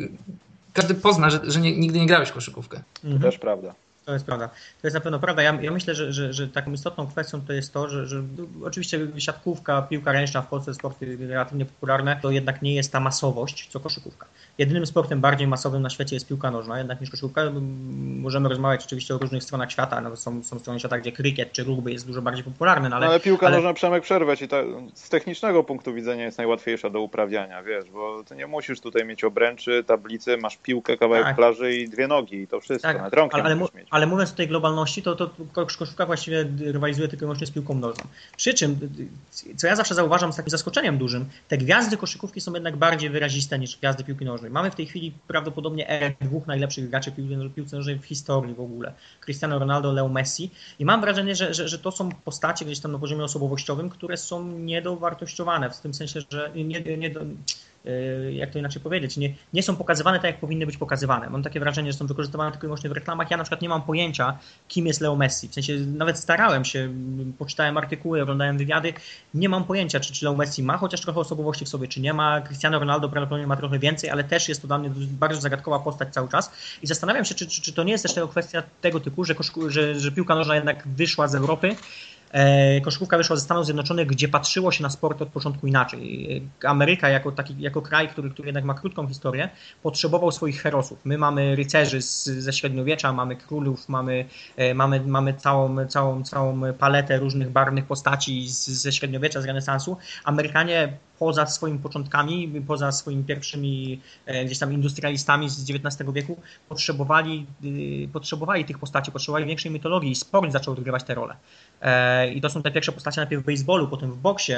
S3: każdy pozna, że, że nie, nigdy nie grałeś w koszykówkę.
S1: To też prawda.
S2: To jest prawda. To jest na pewno prawda. Ja, ja myślę, że, że, że taką istotną kwestią to jest to, że, że oczywiście siatkówka, piłka ręczna w Polsce, sporty relatywnie popularne, to jednak nie jest ta masowość, co koszykówka. Jedynym sportem bardziej masowym na świecie jest piłka nożna, jednak niż koszykówka. Możemy rozmawiać oczywiście o różnych stronach świata. No, są, są strony świata, gdzie krykiet czy rugby jest dużo bardziej popularny. No ale,
S1: no ale piłka
S2: ale...
S1: nożna, Przemek, przerwę ci, ta, z technicznego punktu widzenia jest najłatwiejsza do uprawiania, wiesz, bo ty nie musisz tutaj mieć obręczy, tablicy, masz piłkę, kawałek tak. plaży i dwie nogi i to wszystko.
S2: Tak,
S1: nawet rąk nie
S2: ale,
S1: musisz mieć.
S2: Ale mówiąc o tej globalności, to, to koszykówka właściwie rywalizuje tylko i wyłącznie z piłką nożną. Przy czym, co ja zawsze zauważam z takim zaskoczeniem dużym, te gwiazdy koszykówki są jednak bardziej wyraziste niż gwiazdy piłki nożnej. Mamy w tej chwili prawdopodobnie erę dwóch najlepszych graczy piłki nożnej w historii w ogóle. Cristiano Ronaldo, Leo Messi. I mam wrażenie, że, że, że to są postacie gdzieś tam na poziomie osobowościowym, które są niedowartościowane. W tym sensie, że nie, nie do, jak to inaczej powiedzieć, nie, nie są pokazywane tak, jak powinny być pokazywane. Mam takie wrażenie, że są wykorzystywane tylko i wyłącznie w reklamach. Ja na przykład nie mam pojęcia, kim jest Leo Messi. W sensie nawet starałem się, poczytałem artykuły, oglądałem wywiady. Nie mam pojęcia, czy, czy Leo Messi ma chociaż trochę osobowości w sobie, czy nie ma. Cristiano Ronaldo prawdopodobnie ma trochę więcej, ale też jest to dla mnie bardzo zagadkowa postać cały czas. I zastanawiam się, czy, czy, czy to nie jest też tego kwestia tego typu, że, koszku, że, że piłka nożna jednak wyszła z Europy. Koszykówka wyszła ze Stanów Zjednoczonych, gdzie patrzyło się na sport od początku inaczej. Ameryka jako, taki, jako kraj, który, który jednak ma krótką historię, potrzebował swoich herosów. My mamy rycerzy z, ze średniowiecza, mamy królów, mamy, mamy, mamy całą, całą, całą paletę różnych barwnych postaci z, ze średniowiecza, z renesansu. Amerykanie poza swoimi początkami, poza swoimi pierwszymi gdzieś tam industrialistami z dziewiętnastego wieku potrzebowali, potrzebowali tych postaci, potrzebowali większej mitologii i sport zaczął odgrywać tę rolę. I to są te pierwsze postacie najpierw w baseballu, potem w boksie,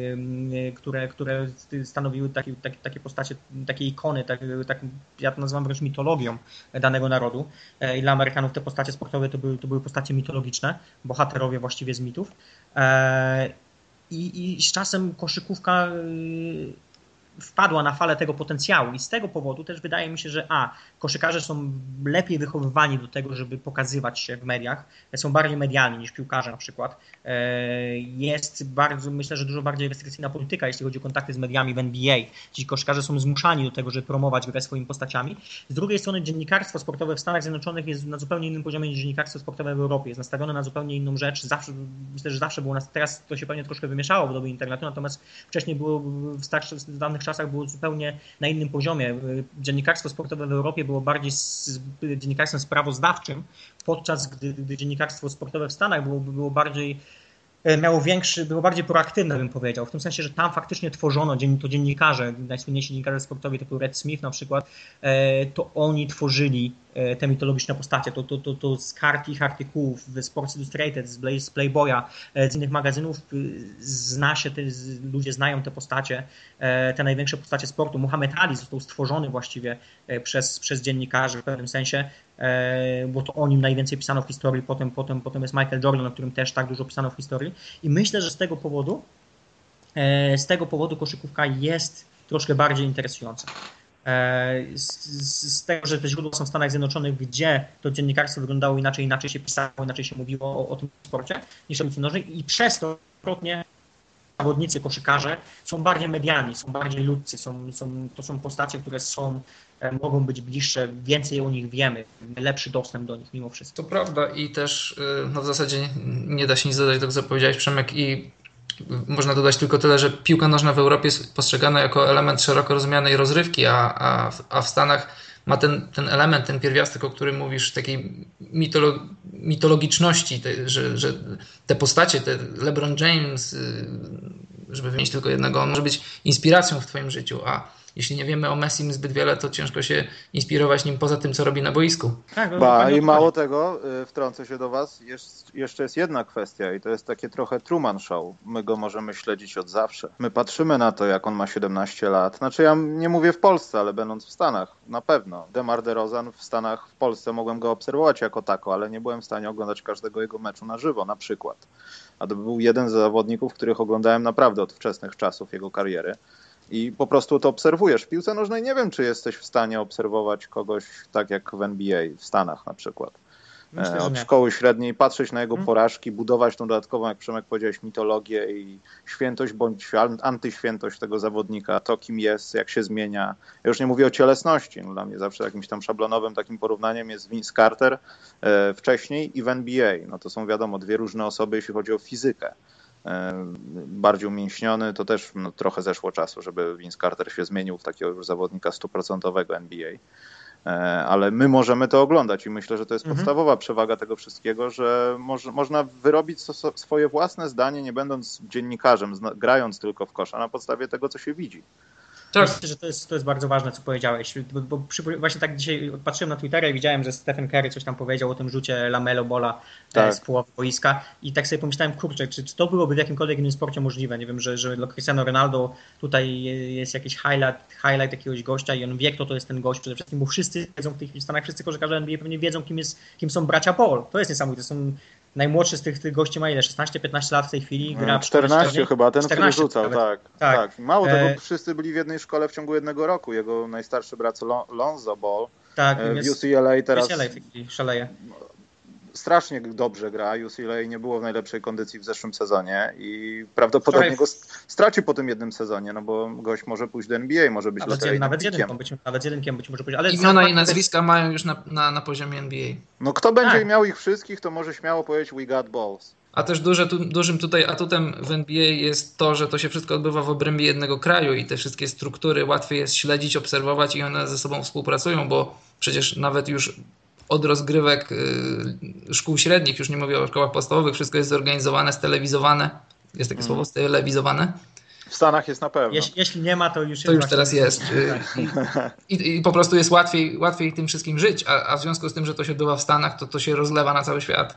S2: które, które stanowiły takie, takie, takie postacie, takie ikony, tak, tak, ja to nazywam wręcz mitologią danego narodu. I dla Amerykanów te postacie sportowe to były, to były postacie mitologiczne, bohaterowie właściwie z mitów. I, i z czasem koszykówka wpadła na falę tego potencjału i z tego powodu też wydaje mi się, że a, koszykarze są lepiej wychowywani do tego, żeby pokazywać się w mediach, są bardziej medialni niż piłkarze na przykład. Jest bardzo, myślę, że dużo bardziej restrykcyjna polityka, jeśli chodzi o kontakty z mediami w N B A. Ci koszykarze są zmuszani do tego, żeby promować grę swoimi postaciami. Z drugiej strony dziennikarstwo sportowe w Stanach Zjednoczonych jest na zupełnie innym poziomie niż dziennikarstwo sportowe w Europie. Jest nastawione na zupełnie inną rzecz. Zawsze, myślę, że zawsze było, teraz to się pewnie troszkę wymieszało w dobie internetu, natomiast wcześniej było, w starszych, w dawnych czasach było zupełnie na innym poziomie. Dziennikarstwo sportowe w Europie było bardziej z, dziennikarstwem sprawozdawczym, podczas gdy, gdy dziennikarstwo sportowe w Stanach było, było bardziej miało większy, było bardziej proaktywne, bym powiedział, w tym sensie, że tam faktycznie tworzono, to dziennikarze, najsłynniejsi dziennikarze sportowi typu Red Smith na przykład, to oni tworzyli te mitologiczne postacie, to, to, to, to z kart ich artykułów w Sports Illustrated, z Playboya, z innych magazynów zna się, te, ludzie znają te postacie, te największe postacie sportu. Muhammad Ali został stworzony właściwie przez, przez dziennikarzy w pewnym sensie, bo to o nim najwięcej pisano w historii, potem, potem, potem jest Michael Jordan, o którym też tak dużo pisano w historii i myślę, że z tego powodu z tego powodu koszykówka jest troszkę bardziej interesująca. Z, z tego, że te źródła są w Stanach Zjednoczonych, gdzie to dziennikarstwo wyglądało inaczej, inaczej się pisało, inaczej się mówiło o, o tym sporcie niż o piłce nożnej i przez to wielokrotnie zawodnicy, koszykarze są bardziej medialni, są bardziej ludcy, są, są, to są postacie, które są, mogą być bliższe, więcej o nich wiemy, lepszy dostęp do nich mimo wszystko.
S3: To prawda i też no w zasadzie nie da się nic dodać do tego, co powiedziałeś, Przemek, i można dodać tylko tyle, że piłka nożna w Europie jest postrzegana jako element szeroko rozumianej rozrywki, a, a, a w Stanach ma ten, ten element, ten pierwiastek, o którym mówisz, takiej mitolo, mitologiczności, te, że, że te postacie, te LeBron James, żeby wymienić tylko jednego, on może być inspiracją w twoim życiu, a jeśli nie wiemy o Messim zbyt wiele, to ciężko się inspirować nim poza tym, co robi na boisku.
S1: Tak, ba, i mało tego, wtrącę się do was, jest, jeszcze jest jedna kwestia i to jest takie trochę Truman Show. My go możemy śledzić od zawsze. My patrzymy na to, jak on ma siedemnaście lat. Znaczy ja nie mówię w Polsce, ale będąc w Stanach, na pewno. DeMar DeRozan w Stanach, w Polsce mogłem go obserwować jako tako, ale nie byłem w stanie oglądać każdego jego meczu na żywo, na przykład. A to był jeden z zawodników, których oglądałem naprawdę od wczesnych czasów jego kariery. I po prostu to obserwujesz. W piłce nożnej nie wiem, czy jesteś w stanie obserwować kogoś tak jak w N B A, w Stanach na przykład. Myślę, od szkoły średniej, patrzeć na jego hmm. porażki, budować tą dodatkową, jak Przemek powiedziałeś, mitologię i świętość bądź antyświętość tego zawodnika, to kim jest, jak się zmienia. Ja już nie mówię o cielesności. No, dla mnie zawsze jakimś tam szablonowym takim porównaniem jest Vince Carter e, wcześniej i w N B A. No to są wiadomo dwie różne osoby, jeśli chodzi o fizykę. Bardziej umięśniony, to też no, trochę zeszło czasu, żeby Vince Carter się zmienił w takiego już zawodnika stuprocentowego N B A. Ale my możemy to oglądać i myślę, że to jest mhm. podstawowa przewaga tego wszystkiego, że moż, można wyrobić so, swoje własne zdanie, nie będąc dziennikarzem, zna, grając tylko w kosza na podstawie tego, co się widzi.
S2: Tak. Myślę, że to jest, to jest bardzo ważne, co powiedziałeś, bo, bo przy, właśnie tak dzisiaj patrzyłem na Twittera i widziałem, że Stephen Curry coś tam powiedział o tym rzucie Lamelo Balla tak. z połowy boiska i tak sobie pomyślałem, kurczę, czy, czy to byłoby w jakimkolwiek innym sporcie możliwe? Nie wiem, że, że dla Cristiano Ronaldo tutaj jest jakiś highlight, highlight jakiegoś gościa i on wie, kto to jest ten gość przede wszystkim, bo wszyscy wiedzą w tych Stanach, wszyscy koszykarze N B A pewnie wiedzą, kim, jest, kim są bracia Paul. To jest niesamowite, są najmłodszy z tych, tych gości ma ile? szesnaście piętnaście lat w tej chwili? Gra
S1: czternaście chyba, ten, który rzucał, tak,
S2: tak.
S1: tak. Mało tego, e... wszyscy byli w jednej szkole w ciągu jednego roku. Jego najstarszy brat Lonzo Ball
S2: tak,
S1: w U C L A teraz
S2: U C L A szaleje.
S1: Strasznie dobrze gra. U C L A nie było w najlepszej kondycji w zeszłym sezonie i prawdopodobnie Wczoraj... go straci po tym jednym sezonie, no bo gość może pójść do N B A, może być
S2: nawet,
S1: loteryjnym
S2: nawet jedynką być, nawet jedynkiem być może pójść. Ale
S3: imiona i nazwiska mają już na, na, na poziomie N B A.
S1: No kto będzie tak. miał ich wszystkich, to może śmiało powiedzieć we got balls.
S3: A też duże, tu, dużym tutaj atutem w N B A jest to, że to się wszystko odbywa w obrębie jednego kraju i te wszystkie struktury łatwiej jest śledzić, obserwować i one ze sobą współpracują, bo przecież nawet już od rozgrywek szkół średnich, już nie mówię o szkołach podstawowych, wszystko jest zorganizowane, stelewizowane. Jest takie mm. słowo, stelewizowane?
S1: W Stanach jest na pewno.
S2: Jeśli, jeśli nie ma, to już,
S3: to już teraz jest. I, i, I po prostu jest łatwiej, łatwiej tym wszystkim żyć, a, a w związku z tym, że to się odbywa w Stanach, to to się rozlewa na cały świat.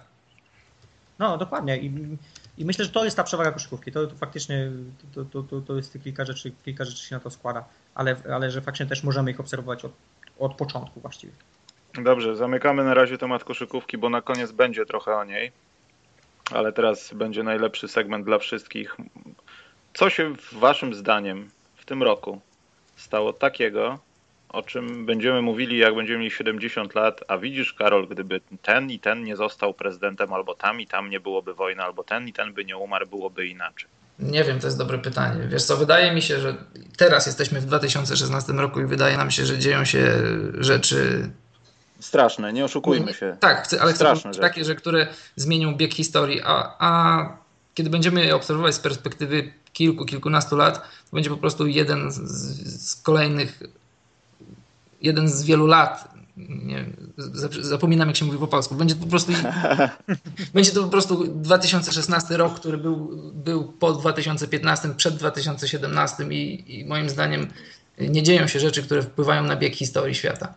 S2: No, dokładnie. I, i myślę, że to jest ta przewaga koszykówki. To, to faktycznie to, to, to, to jest kilka rzeczy, kilka rzeczy się na to składa, ale, ale że faktycznie też możemy ich obserwować od, od początku właściwie.
S1: Dobrze, zamykamy na razie temat koszykówki, bo na koniec będzie trochę o niej, ale teraz będzie najlepszy segment dla wszystkich. Co się waszym zdaniem w tym roku stało takiego, o czym będziemy mówili, jak będziemy mieli siedemdziesiąt lat, a widzisz, Karol, gdyby ten i ten nie został prezydentem, albo tam i tam nie byłoby wojny, albo ten i ten by nie umarł, byłoby inaczej.
S3: Nie wiem, to jest dobre pytanie. Wiesz co, wydaje mi się, że teraz jesteśmy w dwa tysiące szesnastym roku i wydaje nam się, że dzieją się rzeczy...
S1: Straszne, nie oszukujmy się.
S3: Tak, ale chcę
S1: Straszne
S3: powiedzieć takie, że które zmienią bieg historii, a, a kiedy będziemy je obserwować z perspektywy kilku, kilkunastu lat, to będzie po prostu jeden z, z kolejnych, jeden z wielu lat. Nie, zapominam, jak się mówi po polsku. Będzie to po prostu będzie to po prostu dwa tysiące szesnasty rok, który był, był po dwa tysiące piętnastym, przed dwa tysiące siedemnastym i, i moim zdaniem nie dzieją się rzeczy, które wpływają na bieg historii świata.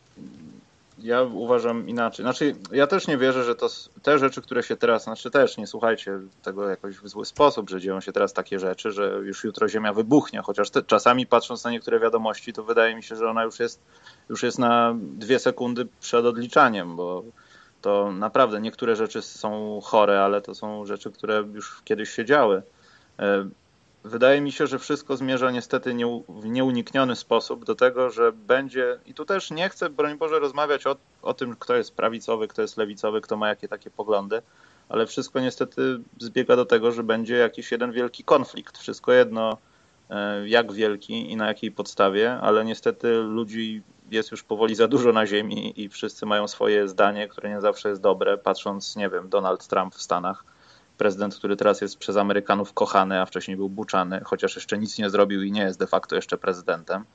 S1: Ja uważam inaczej. Znaczy, ja też nie wierzę, że to te rzeczy, które się teraz, znaczy też nie słuchajcie tego jakoś w zły sposób, że dzieją się teraz takie rzeczy, że już jutro Ziemia wybuchnie, chociaż te, czasami patrząc na niektóre wiadomości, to wydaje mi się, że ona już jest, już jest na dwie sekundy przed odliczaniem, bo to naprawdę niektóre rzeczy są chore, ale to są rzeczy, które już kiedyś się działy. Wydaje mi się, że wszystko zmierza niestety w nieunikniony sposób do tego, że będzie, i tu też nie chcę, broń Boże, rozmawiać o, o tym, kto jest prawicowy, kto jest lewicowy, kto ma jakie takie poglądy, ale wszystko niestety zbiega do tego, że będzie jakiś jeden wielki konflikt. Wszystko jedno, jak wielki i na jakiej podstawie, ale niestety ludzi jest już powoli za dużo na ziemi i wszyscy mają swoje zdanie, które nie zawsze jest dobre, patrząc, nie wiem, Donald Trump w Stanach. Prezydent, który teraz jest przez Amerykanów kochany, a wcześniej był buczany, chociaż jeszcze nic nie zrobił i nie jest de facto jeszcze prezydentem,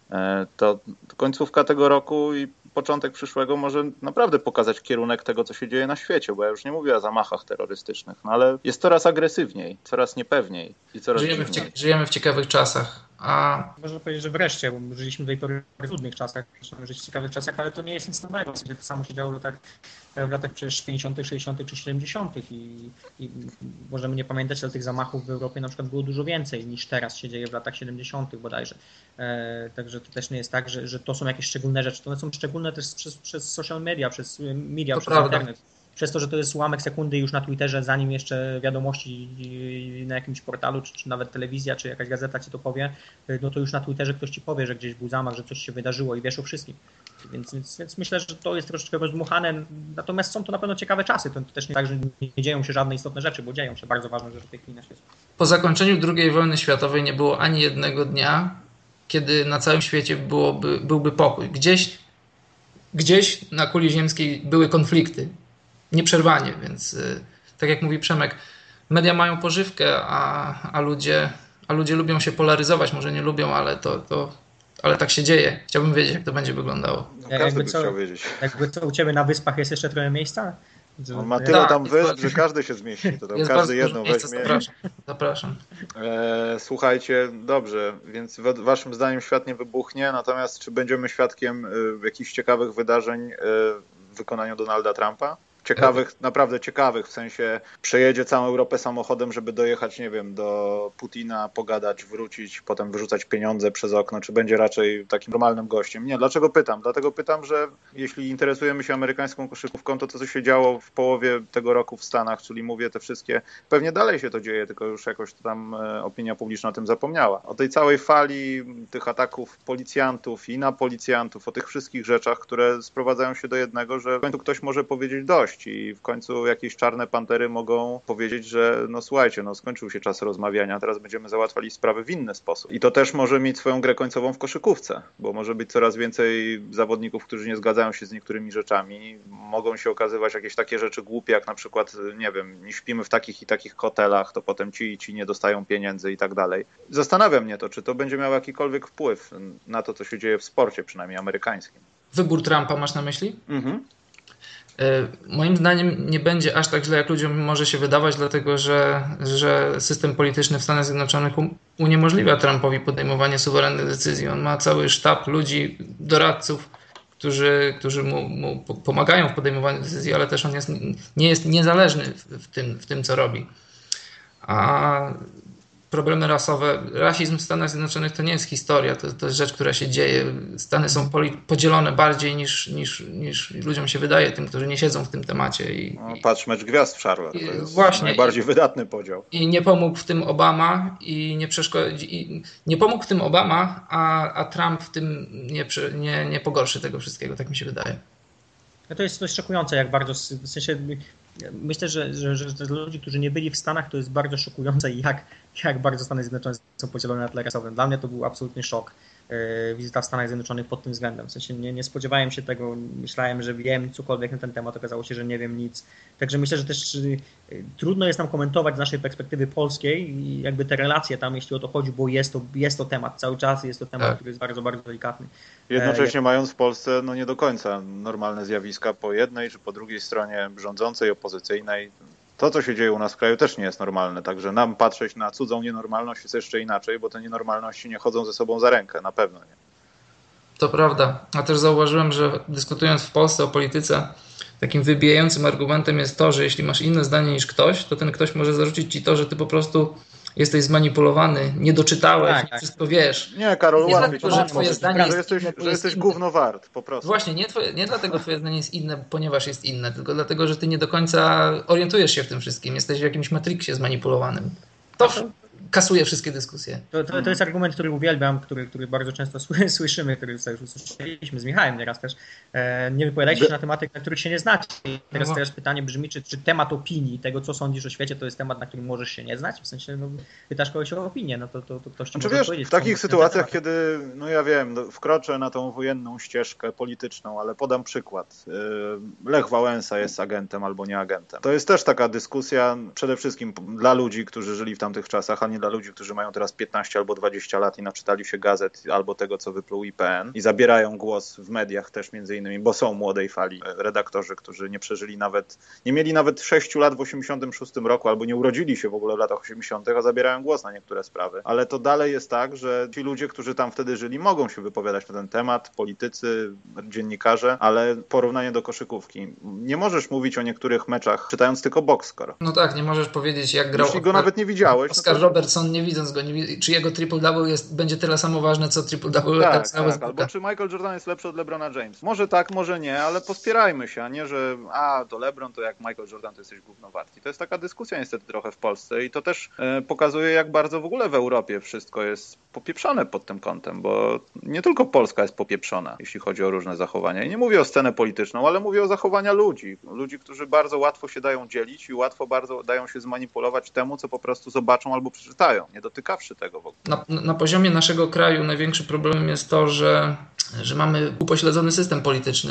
S1: to końcówka tego roku i początek przyszłego może naprawdę pokazać kierunek tego, co się dzieje na świecie, bo ja już nie mówię o zamachach terrorystycznych, no ale jest coraz agresywniej, coraz niepewniej i coraz
S3: żyjemy w, cie- żyjemy w ciekawych czasach. A...
S2: Można powiedzieć, że wreszcie, bo żyliśmy do tej pory w trudnych czasach, zaczynamy żyć w ciekawych czasach, ale to nie jest nic nowego. To samo się działo w latach, w latach przecież pięćdziesiątych, sześćdziesiątych czy siedemdziesiątych i, i możemy nie pamiętać, ale tych zamachów w Europie na przykład było dużo więcej niż teraz się dzieje w latach siedemdziesiątych bodajże. E, także to też nie jest tak, że, że to są jakieś szczególne rzeczy. To one są szczególne też przez, przez social media, przez media,
S3: to
S2: przez
S3: prawda.
S2: internet. Przez to, że to jest ułamek sekundy już na Twitterze, zanim jeszcze wiadomości na jakimś portalu, czy, czy nawet telewizja, czy jakaś gazeta ci to powie, no to już na Twitterze ktoś ci powie, że gdzieś był zamach, że coś się wydarzyło i wiesz o wszystkim. Więc, więc, więc myślę, że to jest troszeczkę rozdmuchane, natomiast są to na pewno ciekawe czasy. To też nie tak, że nie dzieją się żadne istotne rzeczy, bo dzieją się bardzo ważne rzeczy w tej chwili na świecie.
S3: Po zakończeniu drugiej wojny światowej nie było ani jednego dnia, kiedy na całym świecie byłoby, byłby pokój. Gdzieś, gdzieś na kuli ziemskiej były konflikty. Nieprzerwanie, więc y, tak jak mówi Przemek, media mają pożywkę, a, a, ludzie, a ludzie lubią się polaryzować. Może nie lubią, ale to, to ale tak się dzieje. Chciałbym wiedzieć, jak to będzie wyglądało.
S1: No, każdy
S2: jakby
S1: by
S2: co,
S1: chciał wiedzieć.
S2: Jakby co, u Ciebie na Wyspach jest jeszcze trochę miejsca?
S1: On ma tyle
S3: tak,
S1: tam wysp,
S3: jest,
S1: że każdy się zmieści. To tam
S3: jest
S1: każdy jedną
S3: miejsce,
S1: weźmie.
S3: Zapraszam. zapraszam.
S1: E, słuchajcie, dobrze, więc waszym zdaniem świat nie wybuchnie, natomiast czy będziemy świadkiem y, jakichś ciekawych wydarzeń y, w wykonaniu Donalda Trumpa? Ciekawych, naprawdę ciekawych, w sensie przejedzie całą Europę samochodem, żeby dojechać, nie wiem, do Putina, pogadać, wrócić, potem wyrzucać pieniądze przez okno, czy będzie raczej takim normalnym gościem? Nie, dlaczego pytam? Dlatego pytam, że jeśli interesujemy się amerykańską koszykówką, to to, co się działo w połowie tego roku w Stanach, czyli mówię te wszystkie, pewnie dalej się to dzieje, tylko już jakoś tam opinia publiczna o tym zapomniała. O tej całej fali tych ataków policjantów i na policjantów, o tych wszystkich rzeczach, które sprowadzają się do jednego, że w końcu ktoś może powiedzieć dość. I w końcu jakieś czarne pantery mogą powiedzieć, że no słuchajcie, no skończył się czas rozmawiania, teraz będziemy załatwiali sprawy w inny sposób. I to też może mieć swoją grę końcową w koszykówce, bo może być coraz więcej zawodników, którzy nie zgadzają się z niektórymi rzeczami. Mogą się okazywać jakieś takie rzeczy głupie, jak na przykład, nie wiem, nie śpimy w takich i takich hotelach, to potem ci i ci nie dostają pieniędzy i tak dalej. Zastanawia mnie to, czy to będzie miało jakikolwiek wpływ na to, co się dzieje w sporcie, przynajmniej amerykańskim.
S3: Wybór Trumpa masz na myśli?
S1: Mhm.
S3: Moim zdaniem nie będzie aż tak źle, jak ludziom może się wydawać, dlatego że, że system polityczny w Stanach Zjednoczonych uniemożliwia Trumpowi podejmowanie suwerennych decyzji. On ma cały sztab ludzi, doradców, którzy, którzy mu, mu pomagają w podejmowaniu decyzji, ale też on jest, nie jest niezależny w tym, w tym, co robi. A problemy rasowe. Rasizm w Stanach Zjednoczonych to nie jest historia, to, to jest rzecz, która się dzieje. Stany są poli- podzielone bardziej niż, niż, niż ludziom się wydaje, tym, którzy nie siedzą w tym temacie. I,
S1: No, patrz mecz gwiazd w Charlotte, to
S3: i,
S1: jest
S3: właśnie,
S1: najbardziej
S3: i,
S1: wydatny podział.
S3: I nie pomógł w tym Obama i nie przeszkodzi, nie pomógł w tym Obama, a, a Trump w tym nie, nie, nie pogorszy tego wszystkiego, tak mi się wydaje.
S2: No to jest dość szokujące, jak bardzo, w sensie myślę, że, że, że dla ludzi, którzy nie byli w Stanach, to jest bardzo szokujące, jak, jak bardzo Stany Zjednoczone są podzielone na tle rasowym. Dla mnie to był absolutny szok, wizyta w Stanach Zjednoczonych pod tym względem. W sensie nie, nie spodziewałem się tego, myślałem, że wiem cokolwiek na ten temat, okazało się, że nie wiem nic. Także myślę, że też trudno jest nam komentować z naszej perspektywy polskiej i jakby te relacje tam, jeśli o to chodzi, bo jest to, jest to temat cały czas, jest to temat, tak, który jest bardzo, bardzo delikatny.
S1: Jednocześnie e, mając w Polsce no nie do końca normalne zjawiska po jednej czy po drugiej stronie rządzącej, opozycyjnej. To, co się dzieje u nas w kraju, też nie jest normalne, także nam patrzeć na cudzą nienormalność jest jeszcze inaczej, bo te nienormalności nie chodzą ze sobą za rękę, na pewno nie.
S3: To prawda, a też zauważyłem, że dyskutując w Polsce o polityce, takim wybijającym argumentem jest to, że jeśli masz inne zdanie niż ktoś, to ten ktoś może zarzucić ci to, że ty po prostu jesteś zmanipulowany, nie doczytałeś,
S2: tak,
S3: nie
S2: tak.
S3: wszystko wiesz.
S1: Nie, Karol,
S3: nie
S1: łatwiej
S3: dlatego, że twoje zdanie
S1: że jesteś,
S3: inne,
S1: że jesteś
S3: inne.
S1: gówno wart, po prostu.
S3: Właśnie, nie, twoje, nie dlatego twoje zdanie jest inne, ponieważ jest inne, tylko dlatego, że ty nie do końca orientujesz się w tym wszystkim, jesteś w jakimś matriksie zmanipulowanym. To kasuje wszystkie dyskusje.
S2: To, to, to jest argument, który uwielbiam, który, który bardzo często słyszymy, który już usłyszeliśmy z Michałem nieraz też. E, nie wypowiadajcie się na tematy, na których się nie znacie. Teraz, teraz pytanie brzmi, czy, czy temat opinii, tego co sądzisz o świecie, to jest temat, na którym możesz się nie znać? W sensie, no, pytasz kogoś o opinię, no to, to, to ktoś ci
S1: znaczy,
S2: może
S1: wiesz,
S2: powiedzieć.
S1: w takich sytuacjach, kiedy, no ja wiem, no, wkroczę na tą wojenną ścieżkę polityczną, ale podam przykład. Lech Wałęsa jest agentem albo nie agentem. To jest też taka dyskusja przede wszystkim dla ludzi, którzy żyli w tamtych czasach, a nie dla ludzi, którzy mają teraz piętnaście albo dwadzieścia lat i naczytali się gazet albo tego, co wypluł I P N i zabierają głos w mediach też między innymi, bo są młodej fali redaktorzy, którzy nie przeżyli nawet, nie mieli nawet sześciu lat w osiemdziesiątym szóstym roku albo nie urodzili się w ogóle w latach osiemdziesiątych, a zabierają głos na niektóre sprawy. Ale to dalej jest tak, że ci ludzie, którzy tam wtedy żyli, mogą się wypowiadać na ten temat, politycy, dziennikarze, ale porównanie do koszykówki. Nie możesz mówić o niektórych meczach, czytając tylko boxscore.
S3: No tak, nie możesz powiedzieć, jak grał
S1: Jeśli go nawet nie widziałeś.
S3: Oscar
S1: no to...
S3: Robertson, nie widząc go, nie, czy jego triple-double jest, będzie tyle samo ważne, co triple-double.
S1: Tak, tak, albo czy Michael Jordan jest lepszy od LeBrona James. Może tak, może nie, ale pospierajmy się, a nie, że a, to LeBron, to jak Michael Jordan, to jesteś gówno wart. I to jest taka dyskusja niestety trochę w Polsce i to też e, pokazuje, jak bardzo w ogóle w Europie wszystko jest popieprzone pod tym kątem, bo nie tylko Polska jest popieprzona, jeśli chodzi o różne zachowania. I nie mówię o scenę polityczną, ale mówię o zachowania ludzi. Ludzi, którzy bardzo łatwo się dają dzielić i łatwo bardzo dają się zmanipulować temu, co po prostu zobaczą albo przeczytają, nie dotykawszy tego w ogóle.
S3: Na, na poziomie naszego kraju największym problemem jest to, że, że mamy upośledzony system polityczny,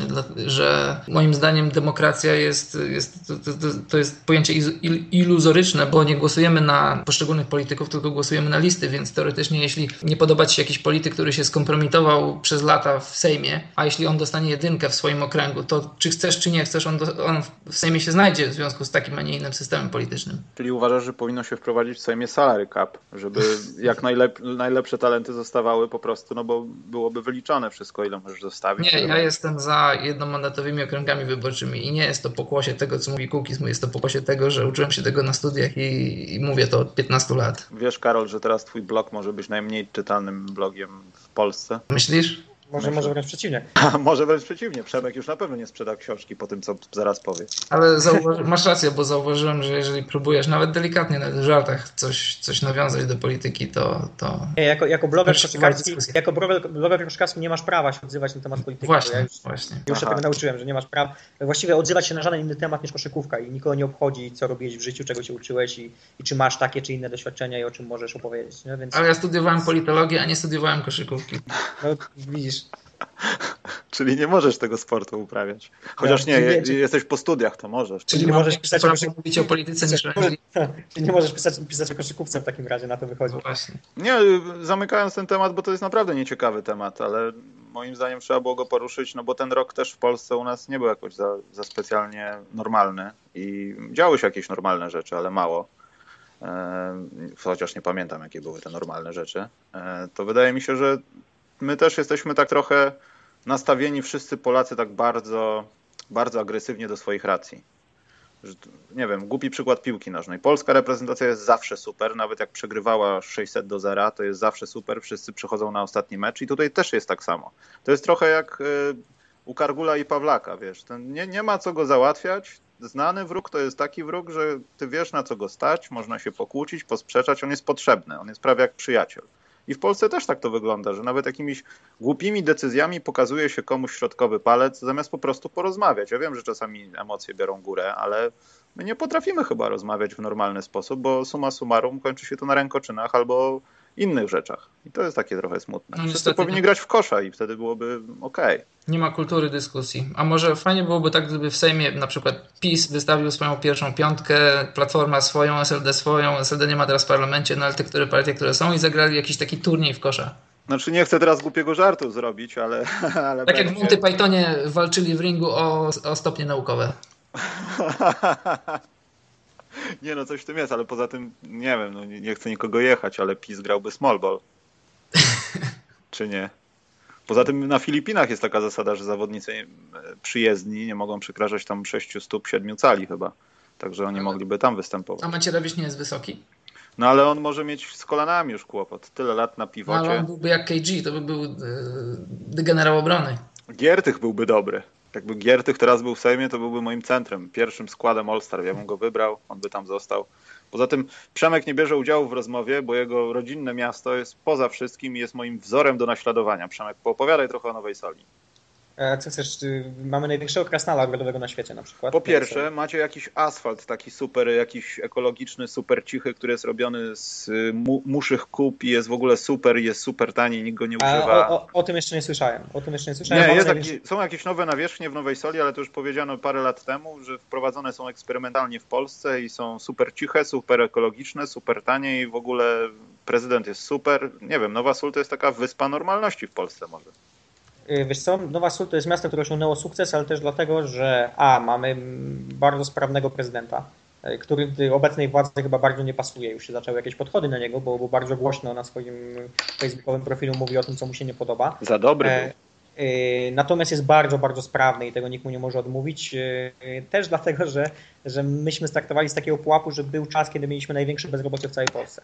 S3: że moim zdaniem demokracja jest, jest to, to, to jest pojęcie iluzoryczne, bo nie głosujemy na poszczególnych polityków, tylko głosujemy na listy, więc teoretycznie jeśli nie podoba ci się jakiś polityk, który się skompromitował przez lata w Sejmie, a jeśli on dostanie jedynkę w swoim okręgu, to czy chcesz, czy nie chcesz, on, do, on w Sejmie się znajdzie w związku z takim, a nie innym systemem politycznym.
S1: Czyli uważasz, że powinno się wprowadzić w Sejmie salary cap, żeby jak najlep najlepsze talenty zostawały po prostu, no bo byłoby wyliczone wszystko, ile możesz zostawić.
S3: Nie, ja jestem za jednomandatowymi okręgami wyborczymi i nie jest to pokłosie tego, co mówi Kukiz, jest to pokłosie tego, że uczyłem się tego na studiach i, i mówię to od piętnastu lat.
S1: Wiesz, Karol, że teraz twój blog może być najmniej czytanym blogiem w Polsce?
S3: Myślisz?
S2: Może, może wręcz przeciwnie.
S1: A może wręcz przeciwnie. Przemek już na pewno nie sprzeda książki po tym, co zaraz powie.
S3: Ale zauważy, masz rację, bo zauważyłem, że jeżeli próbujesz nawet delikatnie, nawet w żartach coś, coś nawiązać do polityki, to... to...
S2: Nie, jako, jako bloger koszykarski, jako bloger, bloger koszykarski nie masz prawa się odzywać na temat polityki.
S3: Właśnie,
S2: ja już,
S3: właśnie.
S2: Już się tego nauczyłem, że nie masz prawa właściwie odzywać się na żaden inny temat niż koszykówka i nikogo nie obchodzi, co robiłeś w życiu, czego się uczyłeś i, i czy masz takie czy inne doświadczenia i o czym możesz opowiedzieć. Nie? Więc...
S3: Ale ja studiowałem politologię, a nie studiowałem koszykówki.
S2: No widzisz.
S1: Czyli nie możesz tego sportu uprawiać. Chociaż nie, je, jesteś po studiach, to możesz.
S2: Czyli nie możesz pisać o koszykówce.
S3: Mówić o polityce niż
S2: Czyli nie możesz pisać, pisać o koszykówce w takim razie, na to wychodzi.
S3: No właśnie.
S1: Nie, zamykając ten temat, bo to jest naprawdę nieciekawy temat, ale moim zdaniem trzeba było go poruszyć, no bo ten rok też w Polsce u nas nie był jakoś za, za specjalnie normalny i działy się jakieś normalne rzeczy, ale mało. Chociaż nie pamiętam, jakie były te normalne rzeczy. To wydaje mi się, że my też jesteśmy tak trochę nastawieni, wszyscy Polacy, tak bardzo, bardzo agresywnie do swoich racji. że, nie wiem, głupi przykład piłki nożnej. Polska reprezentacja jest zawsze super, nawet jak przegrywała sześćset do zera, to jest zawsze super, wszyscy przychodzą na ostatni mecz i tutaj też jest tak samo. To jest trochę jak u Kargula i Pawlaka, wiesz, ten nie, nie ma co go załatwiać, znany wróg to jest taki wróg, że ty wiesz na co go stać, można się pokłócić, posprzeczać, on jest potrzebny, on jest prawie jak przyjaciel. I w Polsce też tak to wygląda, że nawet jakimiś głupimi decyzjami pokazuje się komuś środkowy palec, zamiast po prostu porozmawiać. Ja wiem, że czasami emocje biorą górę, ale my nie potrafimy chyba rozmawiać w normalny sposób, bo summa summarum kończy się to na rękoczynach albo innych rzeczach. I to jest takie trochę smutne.
S3: No,
S1: Wszyscy powinni grać w kosza i wtedy byłoby okej.
S3: Nie ma kultury dyskusji. A może fajnie byłoby tak, gdyby w Sejmie na przykład PiS wystawił swoją pierwszą piątkę, Platforma swoją, S L D swoją, S L D nie ma teraz w parlamencie, no ale te które partie, które są i zagrali jakiś taki turniej w kosza.
S1: Znaczy nie chcę teraz głupiego żartu zrobić, ale... ale
S3: tak
S1: będzie.
S3: jak w Monty Pythonie walczyli w ringu o, o stopnie naukowe.
S1: Nie no, coś w tym jest, ale poza tym, nie wiem, no nie, nie chcę nikogo jechać, ale PiS grałby small ball. Czy nie? Poza tym na Filipinach jest taka zasada, że zawodnicy przyjezdni nie mogą przekraczać tam sześciu stóp, siedmiu cali chyba. Także oni ale... mogliby tam występować.
S3: A Macierewicz nie jest wysoki?
S1: No ale on może mieć z kolanami już kłopot. Tyle lat na piwocie.
S3: No, ale on byłby jak K G, to by był yy, generał obrony.
S1: Giertych byłby dobry. Jakby Giertych teraz był w Sejmie, to byłby moim centrem, pierwszym składem All-Star. Ja bym go wybrał, on by tam został. Poza tym Przemek nie bierze udziału w rozmowie, bo jego rodzinne miasto jest poza wszystkim i jest moim wzorem do naśladowania. Przemek, poopowiadaj trochę o Nowej Soli.
S2: Co chcesz, mamy największego krasnala ogrodowego na świecie na przykład.
S1: Po pierwsze, macie jakiś asfalt taki super, jakiś ekologiczny, super cichy, który jest robiony z mu, muszych kup i jest w ogóle super, jest super tani, nikt go nie używa.
S2: O, o, o tym jeszcze nie słyszałem. O tym jeszcze nie słyszałem.
S1: Nie, jest
S2: największy...
S1: taki, są jakieś nowe nawierzchnie w Nowej Soli, ale to już powiedziano parę lat temu, że wprowadzone są eksperymentalnie w Polsce i są super ciche, super ekologiczne, super tanie i w ogóle prezydent jest super. Nie wiem, Nowa Sól to jest taka wyspa normalności w Polsce może.
S2: Wiesz co, Nowa Sól to jest miasto, które osiągnęło sukces, ale też dlatego, że a, mamy bardzo sprawnego prezydenta, który obecnej władzy chyba bardzo nie pasuje. Już się zaczęły jakieś podchody na niego, bo, bo bardzo głośno na swoim facebookowym profilu mówi o tym, co mu się nie podoba.
S1: Za dobry był.
S2: Natomiast jest bardzo, bardzo sprawny i tego nikt mu nie może odmówić. Też dlatego, że, że myśmy startowali z takiego pułapu, że był czas, kiedy mieliśmy największe bezrobocie w całej Polsce.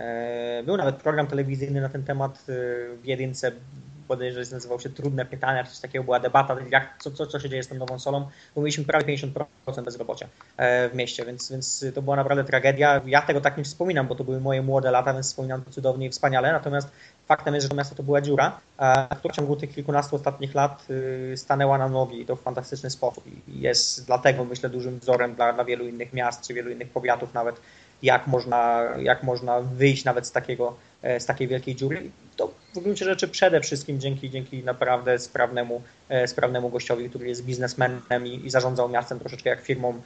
S2: Był nawet program telewizyjny na ten temat w jedynce, bodajże nazywał się Trudne Pytania, coś takiego, była debata, jak, co, co, co się dzieje z tą Nową Solą, bo mieliśmy prawie pięćdziesiąt procent bezrobocia w mieście, więc, więc to była naprawdę tragedia. Ja tego tak nie wspominam, bo to były moje młode lata, więc wspominam to cudownie i wspaniale, natomiast faktem jest, że to miasto to była dziura, która w ciągu tych kilkunastu ostatnich lat stanęła na nogi i to w fantastyczny sposób i jest dlatego, myślę, dużym wzorem dla, dla wielu innych miast, czy wielu innych powiatów nawet, jak można, jak można wyjść nawet z takiego, z takiej wielkiej dziury. To w gruncie rzeczy przede wszystkim dzięki, dzięki naprawdę sprawnemu, sprawnemu gościowi, który jest biznesmenem i, i zarządzał miastem troszeczkę jak firmą,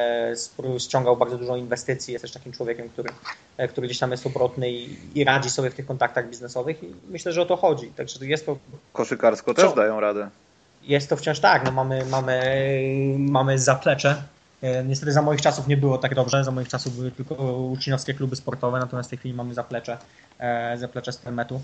S2: e, ściągał bardzo dużo inwestycji, jest też takim człowiekiem, który, który gdzieś tam jest obrotny i, i radzi sobie w tych kontaktach biznesowych i myślę, że o to chodzi. Także jest to...
S1: Koszykarsko też dają radę.
S2: Jest to wciąż tak, no mamy, mamy, mamy zaplecze. Niestety za moich czasów nie było tak dobrze, za moich czasów były tylko uczniowskie kluby sportowe, natomiast w tej chwili mamy zaplecze, zaplecze z Termetu,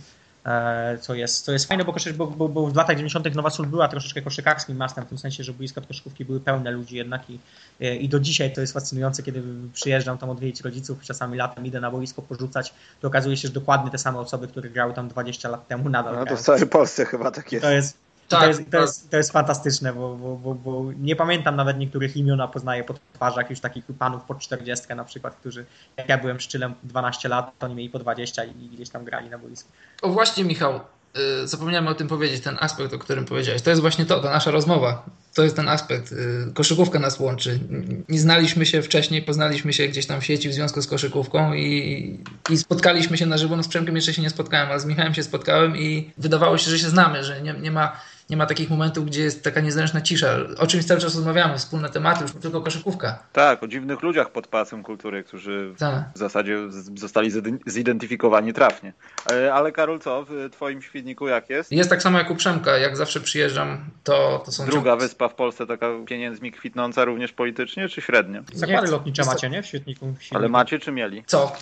S2: co jest, co jest fajne, bo, bo, bo, bo w latach dziewięćdziesiątych Nowa Sól była troszeczkę koszykarskim miastem, w tym sensie, że boiska koszykówki były pełne ludzi jednak i, i do dzisiaj to jest fascynujące, kiedy przyjeżdżam tam odwiedzić rodziców, czasami latem idę na boisko porzucać, to okazuje się, że dokładnie te same osoby, które grały tam dwadzieścia lat temu nadal
S1: No to
S2: grają.
S1: w całej Polsce chyba tak jest.
S2: To jest
S3: Tak,
S2: to, jest, to,
S3: tak.
S2: jest, to jest fantastyczne, bo, bo, bo, bo nie pamiętam nawet niektórych imion, a poznaję po twarzach już takich panów po czterdziestkę na przykład, którzy, jak ja byłem szczylem dwanaście lat, to oni mieli po dwadzieścia i gdzieś tam grali na boisku.
S3: O właśnie, Michał, yy, zapomniałem o tym powiedzieć, ten aspekt, o którym powiedziałeś. To jest właśnie to, ta nasza rozmowa. To jest ten aspekt. Yy, koszykówka nas łączy. Nie znaliśmy się wcześniej, poznaliśmy się gdzieś tam w sieci w związku z koszykówką i, i spotkaliśmy się na żywo. No z Przemkiem jeszcze się nie spotkałem, ale z Michałem się spotkałem i wydawało się, że się znamy, że nie, nie ma... Nie ma takich momentów, gdzie jest taka niezręczna cisza. O czymś cały czas rozmawiamy, wspólne tematy, już tylko koszykówka.
S1: Tak, o dziwnych ludziach pod Pałacem Kultury, którzy
S3: tak.
S1: w zasadzie zostali zidentyfikowani trafnie. Ale Karol, co w twoim Świdniku jak jest?
S3: Jest tak samo jak u Przemka, jak zawsze przyjeżdżam, to, to są...
S1: Druga
S3: ciąg...
S1: wyspa w Polsce taka pieniędzmi kwitnąca również politycznie, czy średnio?
S2: Zakłady lotnicze macie, nie? W Świetniku.
S1: Ale macie czy mieli?
S3: Co?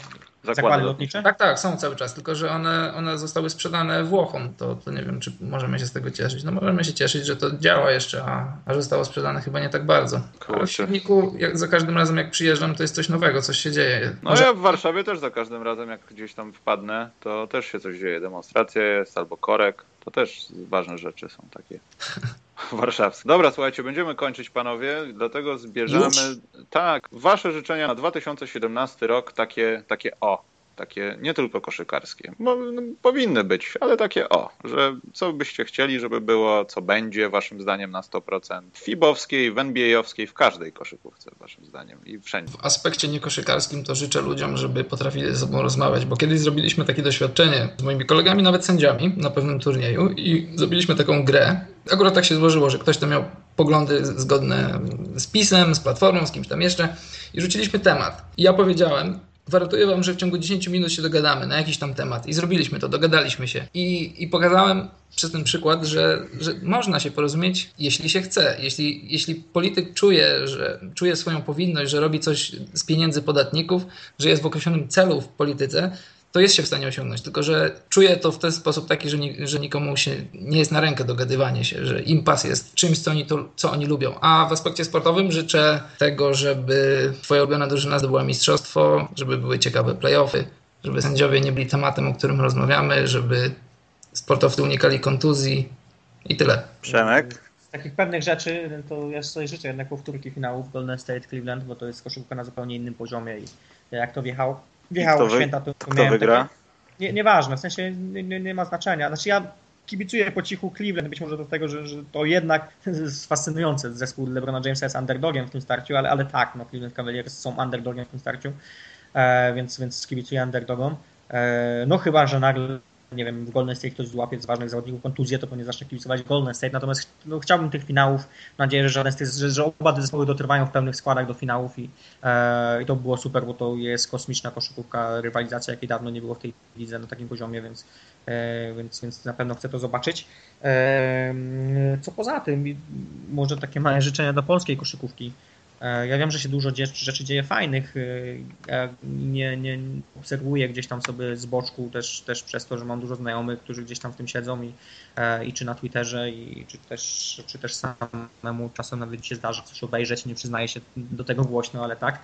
S1: Zakłady,
S2: Zakłady
S1: lotnicze?
S2: lotnicze?
S3: Tak, tak, są cały czas, tylko że one, one zostały sprzedane Włochom, to, to nie wiem, czy możemy się z tego cieszyć. No możemy się cieszyć, że to działa jeszcze, a, a że zostało sprzedane chyba nie tak bardzo. Ale w
S1: Kurczę.
S3: silniku, jak za każdym razem jak przyjeżdżam, to jest coś nowego, coś się dzieje.
S1: No
S3: Może...
S1: ja w Warszawie też za każdym razem, jak gdzieś tam wpadnę, to też się coś dzieje. Demonstracja jest albo korek. To też ważne rzeczy są takie warszawskie. Dobra, słuchajcie, będziemy kończyć, panowie, dlatego zbierzemy...
S3: Już?
S1: Tak, wasze życzenia na dwa tysiące siedemnasty rok, takie, takie o. Takie nie tylko koszykarskie. Bo, no, powinny być, ale takie o, że co byście chcieli, żeby było, co będzie waszym zdaniem na sto procent. W fibowskiej, w en bi ej-owskiej, w każdej koszykówce waszym zdaniem i wszędzie.
S3: W aspekcie niekoszykarskim to życzę ludziom, żeby potrafili ze sobą rozmawiać, bo kiedyś zrobiliśmy takie doświadczenie z moimi kolegami, nawet sędziami na pewnym turnieju i zrobiliśmy taką grę. Akurat tak się złożyło, że ktoś tam miał poglądy zgodne z PiS-em, z Platformą, z kimś tam jeszcze i rzuciliśmy temat. I ja powiedziałem, gwarantuję wam, że w ciągu dziesięć minut się dogadamy na jakiś tam temat. I zrobiliśmy to, dogadaliśmy się. I, i pokazałem przez ten przykład, że, że można się porozumieć, jeśli się chce. Jeśli, jeśli polityk czuje, że czuje swoją powinność, że robi coś z pieniędzy podatników, że jest w określonym celu w polityce, to jest się w stanie osiągnąć. Tylko że czuje to w ten sposób taki, że, ni, że nikomu się nie jest na rękę dogadywanie się, że impas jest czymś, co oni, to, co oni lubią. A w aspekcie sportowym życzę tego, żeby twoja ulubiona drużyna zdobyła mistrzostwo, żeby były ciekawe play-offy, żeby sędziowie nie byli tematem, o którym rozmawiamy, żeby sportowcy unikali kontuzji i tyle.
S1: Przemek?
S2: Z takich pewnych rzeczy, to ja sobie życzę jednak powtórki finałów Golden State Cleveland, bo to jest koszykówka na zupełnie innym poziomie i jak to wjechało, wjechało w święta, to,
S1: to kto wygra?
S2: Takie, nie, nieważne, w sensie nie, nie, nie ma znaczenia. Znaczy ja kibicuję po cichu Cleveland, być może do tego, że, że to jednak jest fascynujące. Zespół LeBrona Jamesa jest underdogiem w tym starciu, ale, ale tak, no Cleveland Cavaliers są underdogiem w tym starciu, e, więc, więc kibicuję underdogom. E, no chyba, że nagle nie wiem, w Golden State ktoś złapie z ważnych zawodników kontuzję, to pewnie zacznę kibicować Golden State, natomiast no, chciałbym tych finałów, mam nadzieję, że żaden z tych, że, że oba te zespoły dotrwają w pełnych składach do finałów i, e, i to było super, bo to jest kosmiczna koszykówka, rywalizacja, jakiej dawno nie było w tej lidze na takim poziomie, więc, e, więc, więc na pewno chcę to zobaczyć. E, co poza tym, może takie małe życzenia dla polskiej koszykówki. Ja wiem, że się dużo rzeczy dzieje fajnych. Ja nie, nie obserwuję gdzieś tam sobie z boczku też, też przez to, że mam dużo znajomych, którzy gdzieś tam w tym siedzą i, i czy na Twitterze, i czy też, czy też samemu czasem nawet się zdarza coś obejrzeć. Nie przyznaję się do tego głośno, ale tak.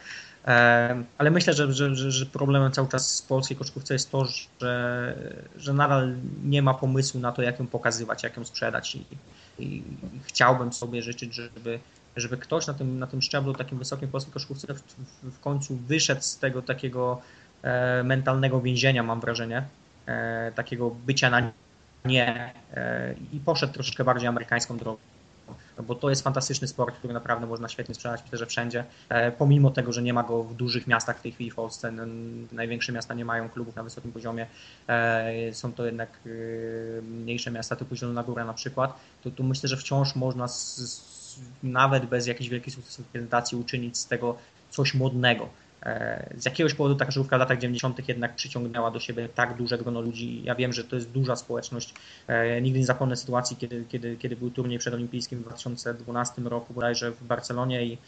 S2: Ale myślę, że, że, że, że problemem cały czas w polskiej koszykówce jest to, że, że nadal nie ma pomysłu na to, jak ją pokazywać, jak ją sprzedać i, i chciałbym sobie życzyć, żeby żeby ktoś na tym, na tym szczeblu takim wysokim polskiej koszykówce w, w, w końcu wyszedł z tego takiego e, mentalnego więzienia, mam wrażenie, e, takiego bycia na nie e, i poszedł troszeczkę bardziej amerykańską drogą. No bo to jest fantastyczny sport, który naprawdę można świetnie sprzedać, myślę, że wszędzie. E, pomimo tego, że nie ma go w dużych miastach w tej chwili w Polsce, no, największe miasta nie mają klubów na wysokim poziomie, e, są to jednak e, mniejsze miasta typu Zielona Góra na przykład, to, to myślę, że wciąż można z, z nawet bez jakichś wielkich sukcesów prezentacji uczynić z tego coś modnego. Z jakiegoś powodu ta koszykówka w latach dziewięćdziesiątych jednak przyciągnęła do siebie tak duże grono ludzi. Ja wiem, że to jest duża społeczność. Nigdy nie zapomnę sytuacji, kiedy, kiedy, kiedy był turniej przedolimpijski w dwa tysiące dwunastym roku bodajże w Barcelonie i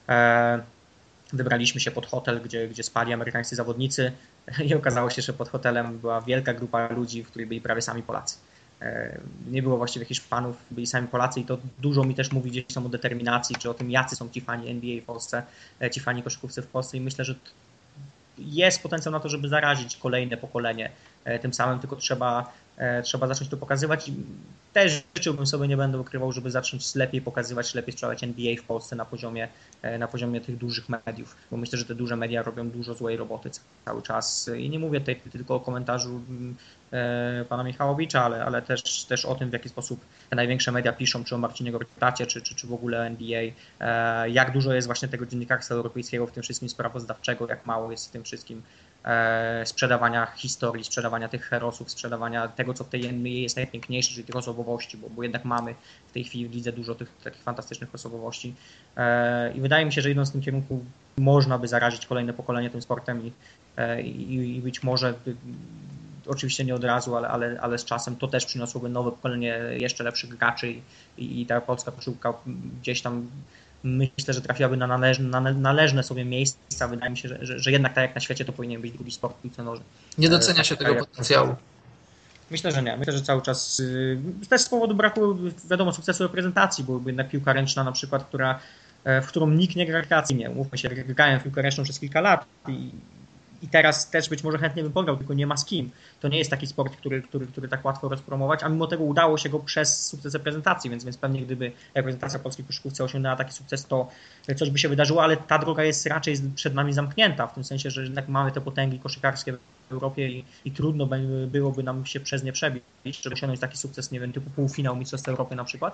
S2: wybraliśmy się pod hotel, gdzie, gdzie spali amerykańscy zawodnicy i okazało się, że pod hotelem była wielka grupa ludzi, w której byli prawie sami Polacy. Nie było właściwie Hiszpanów, byli sami Polacy i to dużo mi też mówi gdzieś tam o determinacji, czy o tym, jacy są ci fani N B A w Polsce, ci fani koszykówcy w Polsce i myślę, że jest potencjał na to, żeby zarazić kolejne pokolenie tym samym, tylko trzeba, trzeba zacząć to pokazywać i też życzyłbym sobie, nie będę ukrywał, żeby zacząć lepiej pokazywać, lepiej sprzedawać N B A w Polsce na poziomie, na poziomie tych dużych mediów, bo myślę, że te duże media robią dużo złej roboty cały czas i nie mówię tutaj tylko o komentarzu pana Michałowicza, ale, ale też, też o tym, w jaki sposób te największe media piszą, czy o Marcinie Gortacie, czy, czy, czy w ogóle N B A, jak dużo jest właśnie tego dziennikarstwa europejskiego w tym wszystkim sprawozdawczego, jak mało jest w tym wszystkim sprzedawania historii, sprzedawania tych herosów, sprzedawania tego, co w tej N B A jest najpiękniejsze, czyli tych osobowości, bo, bo jednak mamy w tej chwili w lidze dużo tych takich fantastycznych osobowości i wydaje mi się, że idąc w tym kierunku można by zarazić kolejne pokolenie tym sportem i, i, i być może oczywiście nie od razu, ale, ale, ale z czasem to też przyniosłoby nowe pokolenie jeszcze lepszych graczy i, i ta polska koszykówka gdzieś tam myślę, że trafiłaby na należne, na należne sobie miejsca. Wydaje mi się, że, że, że jednak tak jak na świecie to powinien być drugi sport w piłce nożnej.
S3: Nie docenia się tego potencjału.
S2: Myślę, że nie. Myślę, że cały czas też z powodu braku, wiadomo, sukcesu reprezentacji, bo jednak piłka ręczna na przykład, która, w którą nikt nie gra rekreacyjnie. Mówmy się, grałem w piłkę ręczną przez kilka lat i, i teraz też być może chętnie bym pograł, tylko nie ma z kim. To nie jest taki sport, który, który, który tak łatwo rozpromować, a mimo tego udało się go przez sukces reprezentacji, więc, więc pewnie gdyby reprezentacja polskiej koszykówce osiągnęła taki sukces, to coś by się wydarzyło, ale ta droga jest raczej przed nami zamknięta, w tym sensie, że jednak mamy te potęgi koszykarskie w Europie i, i trudno byłoby nam się przez nie przebić, żeby osiągnąć taki sukces, nie wiem, typu półfinał Mistrzostw Europy na przykład.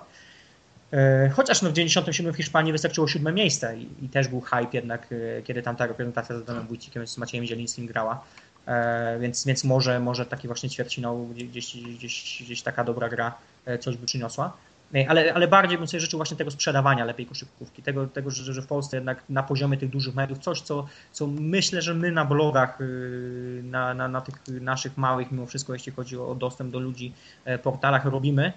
S2: Chociaż no w dziewięćdziesiątym siódmym w Hiszpanii wystarczyło siódme miejsce i, i też był hype jednak, kiedy tam ta reprezentacja z Adamem Wójcikiem, z Maciejem Zielińskim grała, e, więc, więc może, może taki właśnie ćwierćfinał, gdzieś, gdzieś, gdzieś taka dobra gra coś by przyniosła. Ale, ale bardziej bym sobie życzył właśnie tego sprzedawania lepiej koszykówki, tego, tego że, że w Polsce jednak na poziomie tych dużych mediów, coś co, co myślę, że my na blogach, na, na, na tych naszych małych mimo wszystko, jeśli chodzi o dostęp do ludzi, portalach robimy,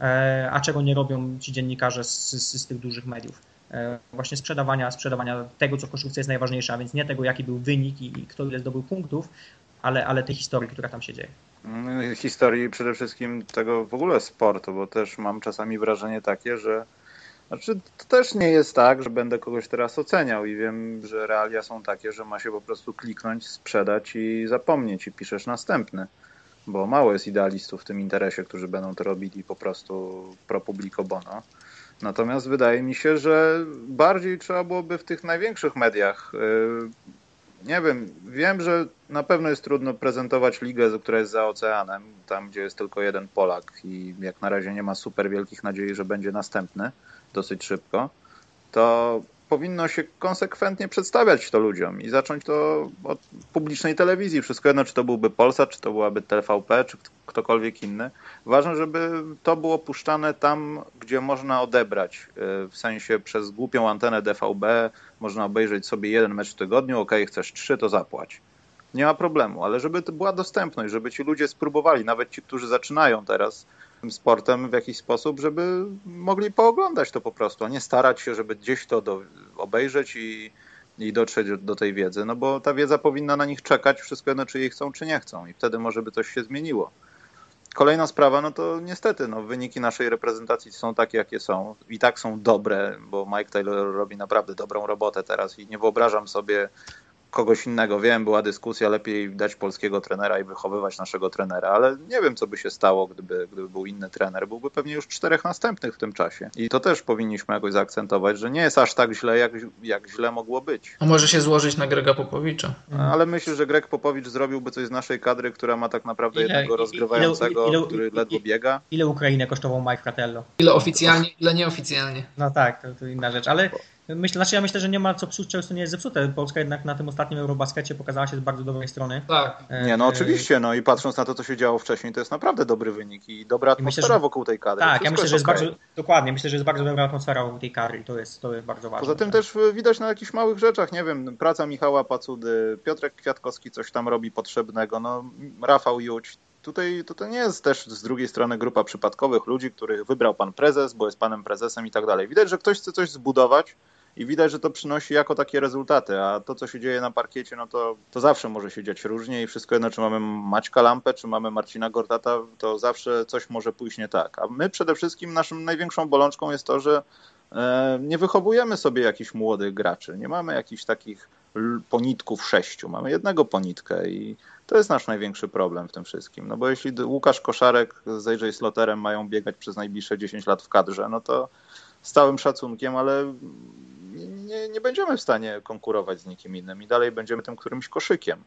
S2: a czego nie robią ci dziennikarze z, z, z tych dużych mediów. Właśnie sprzedawania, sprzedawania tego, co w koszykówce jest najważniejsze, a więc nie tego, jaki był wynik i, i kto ile zdobył punktów, ale, ale tej historii, która tam się dzieje.
S1: Historii przede wszystkim tego w ogóle sportu, bo też mam czasami wrażenie takie, że znaczy to też nie jest tak, że będę kogoś teraz oceniał i wiem, że realia są takie, że ma się po prostu kliknąć, sprzedać i zapomnieć i piszesz następny, bo mało jest idealistów w tym interesie, którzy będą to robili po prostu pro publico bono. Natomiast wydaje mi się, że bardziej trzeba byłoby w tych największych mediach, nie wiem, wiem, że na pewno jest trudno prezentować ligę, która jest za oceanem, tam gdzie jest tylko jeden Polak i jak na razie nie ma super wielkich nadziei, że będzie następny dosyć szybko, to powinno się konsekwentnie przedstawiać to ludziom i zacząć to od publicznej telewizji. Wszystko jedno, czy to byłby Polsat, czy to byłaby T V P, czy ktokolwiek inny. Ważne, żeby to było puszczane tam, gdzie można odebrać. W sensie przez głupią antenę D V B można obejrzeć sobie jeden mecz w tygodniu, ok, chcesz trzy, to zapłać. Nie ma problemu, ale żeby to była dostępność, żeby ci ludzie spróbowali, nawet ci, którzy zaczynają teraz tym sportem w jakiś sposób, żeby mogli pooglądać to po prostu, a nie starać się, żeby gdzieś to do, obejrzeć i, i dotrzeć do tej wiedzy, no bo ta wiedza powinna na nich czekać, wszystko jedno, czy jej chcą, czy nie chcą i wtedy może by coś się zmieniło. Kolejna sprawa, no to niestety, no, wyniki naszej reprezentacji są takie, jakie są. I tak są dobre, bo Mike Taylor robi naprawdę dobrą robotę teraz i nie wyobrażam sobie kogoś innego. Wiem, była dyskusja, lepiej dać polskiego trenera i wychowywać naszego trenera, ale nie wiem, co by się stało, gdyby, gdyby był inny trener. Byłby pewnie już czterech następnych w tym czasie. I to też powinniśmy jakoś zaakcentować, że nie jest aż tak źle, jak, jak źle mogło być.
S3: A może się złożyć na Grega Popowicza.
S1: Ale myślę, że Greg Popowicz zrobiłby coś z naszej kadry, która ma tak naprawdę ile, jednego rozgrywającego, ile, ile, który ledwo biega.
S2: Ile Ukrainę kosztował Mike Fratello?
S3: Ile oficjalnie, ile nieoficjalnie.
S2: No tak, to, to inna rzecz, ale myślę, znaczy ja myślę, że nie ma co psuć, często nie jest zepsute. Polska jednak na tym ostatnim Eurobaskecie pokazała się z bardzo dobrej strony.
S3: Tak.
S1: Nie, no oczywiście, no i patrząc na to, co się działo wcześniej, to jest naprawdę dobry wynik i dobra atmosfera myślę, że, wokół tej kadry.
S2: Tak, ja myślę, że jest okay. bardzo, dokładnie, myślę, że jest bardzo dobra atmosfera wokół tej kadry i to jest, to jest bardzo ważne.
S1: Poza tym też widać na jakichś małych rzeczach, nie wiem, praca Michała Pacudy, Piotrek Kwiatkowski coś tam robi potrzebnego, no Rafał Juć. Tutaj to, to nie jest też z drugiej strony grupa przypadkowych ludzi, których wybrał pan prezes, bo jest panem prezesem i tak dalej. Widać, że ktoś chce coś zbudować i widać, że to przynosi jako takie rezultaty, a to, co się dzieje na parkiecie, no to, to zawsze może się dziać różnie i wszystko jedno, czy mamy Maćka Lampę, czy mamy Marcina Gortata, to zawsze coś może pójść nie tak. A my przede wszystkim naszą największą bolączką jest to, że e, nie wychowujemy sobie jakichś młodych graczy, nie mamy jakichś takich ponitków sześciu, mamy jednego ponitkę i to jest nasz największy problem w tym wszystkim. No bo jeśli Łukasz Koszarek z A J Slaughterem mają biegać przez najbliższe dziesięć lat w kadrze, no to z całym szacunkiem, ale nie, nie będziemy w stanie konkurować z nikim innym i dalej będziemy tym którymś koszykiem.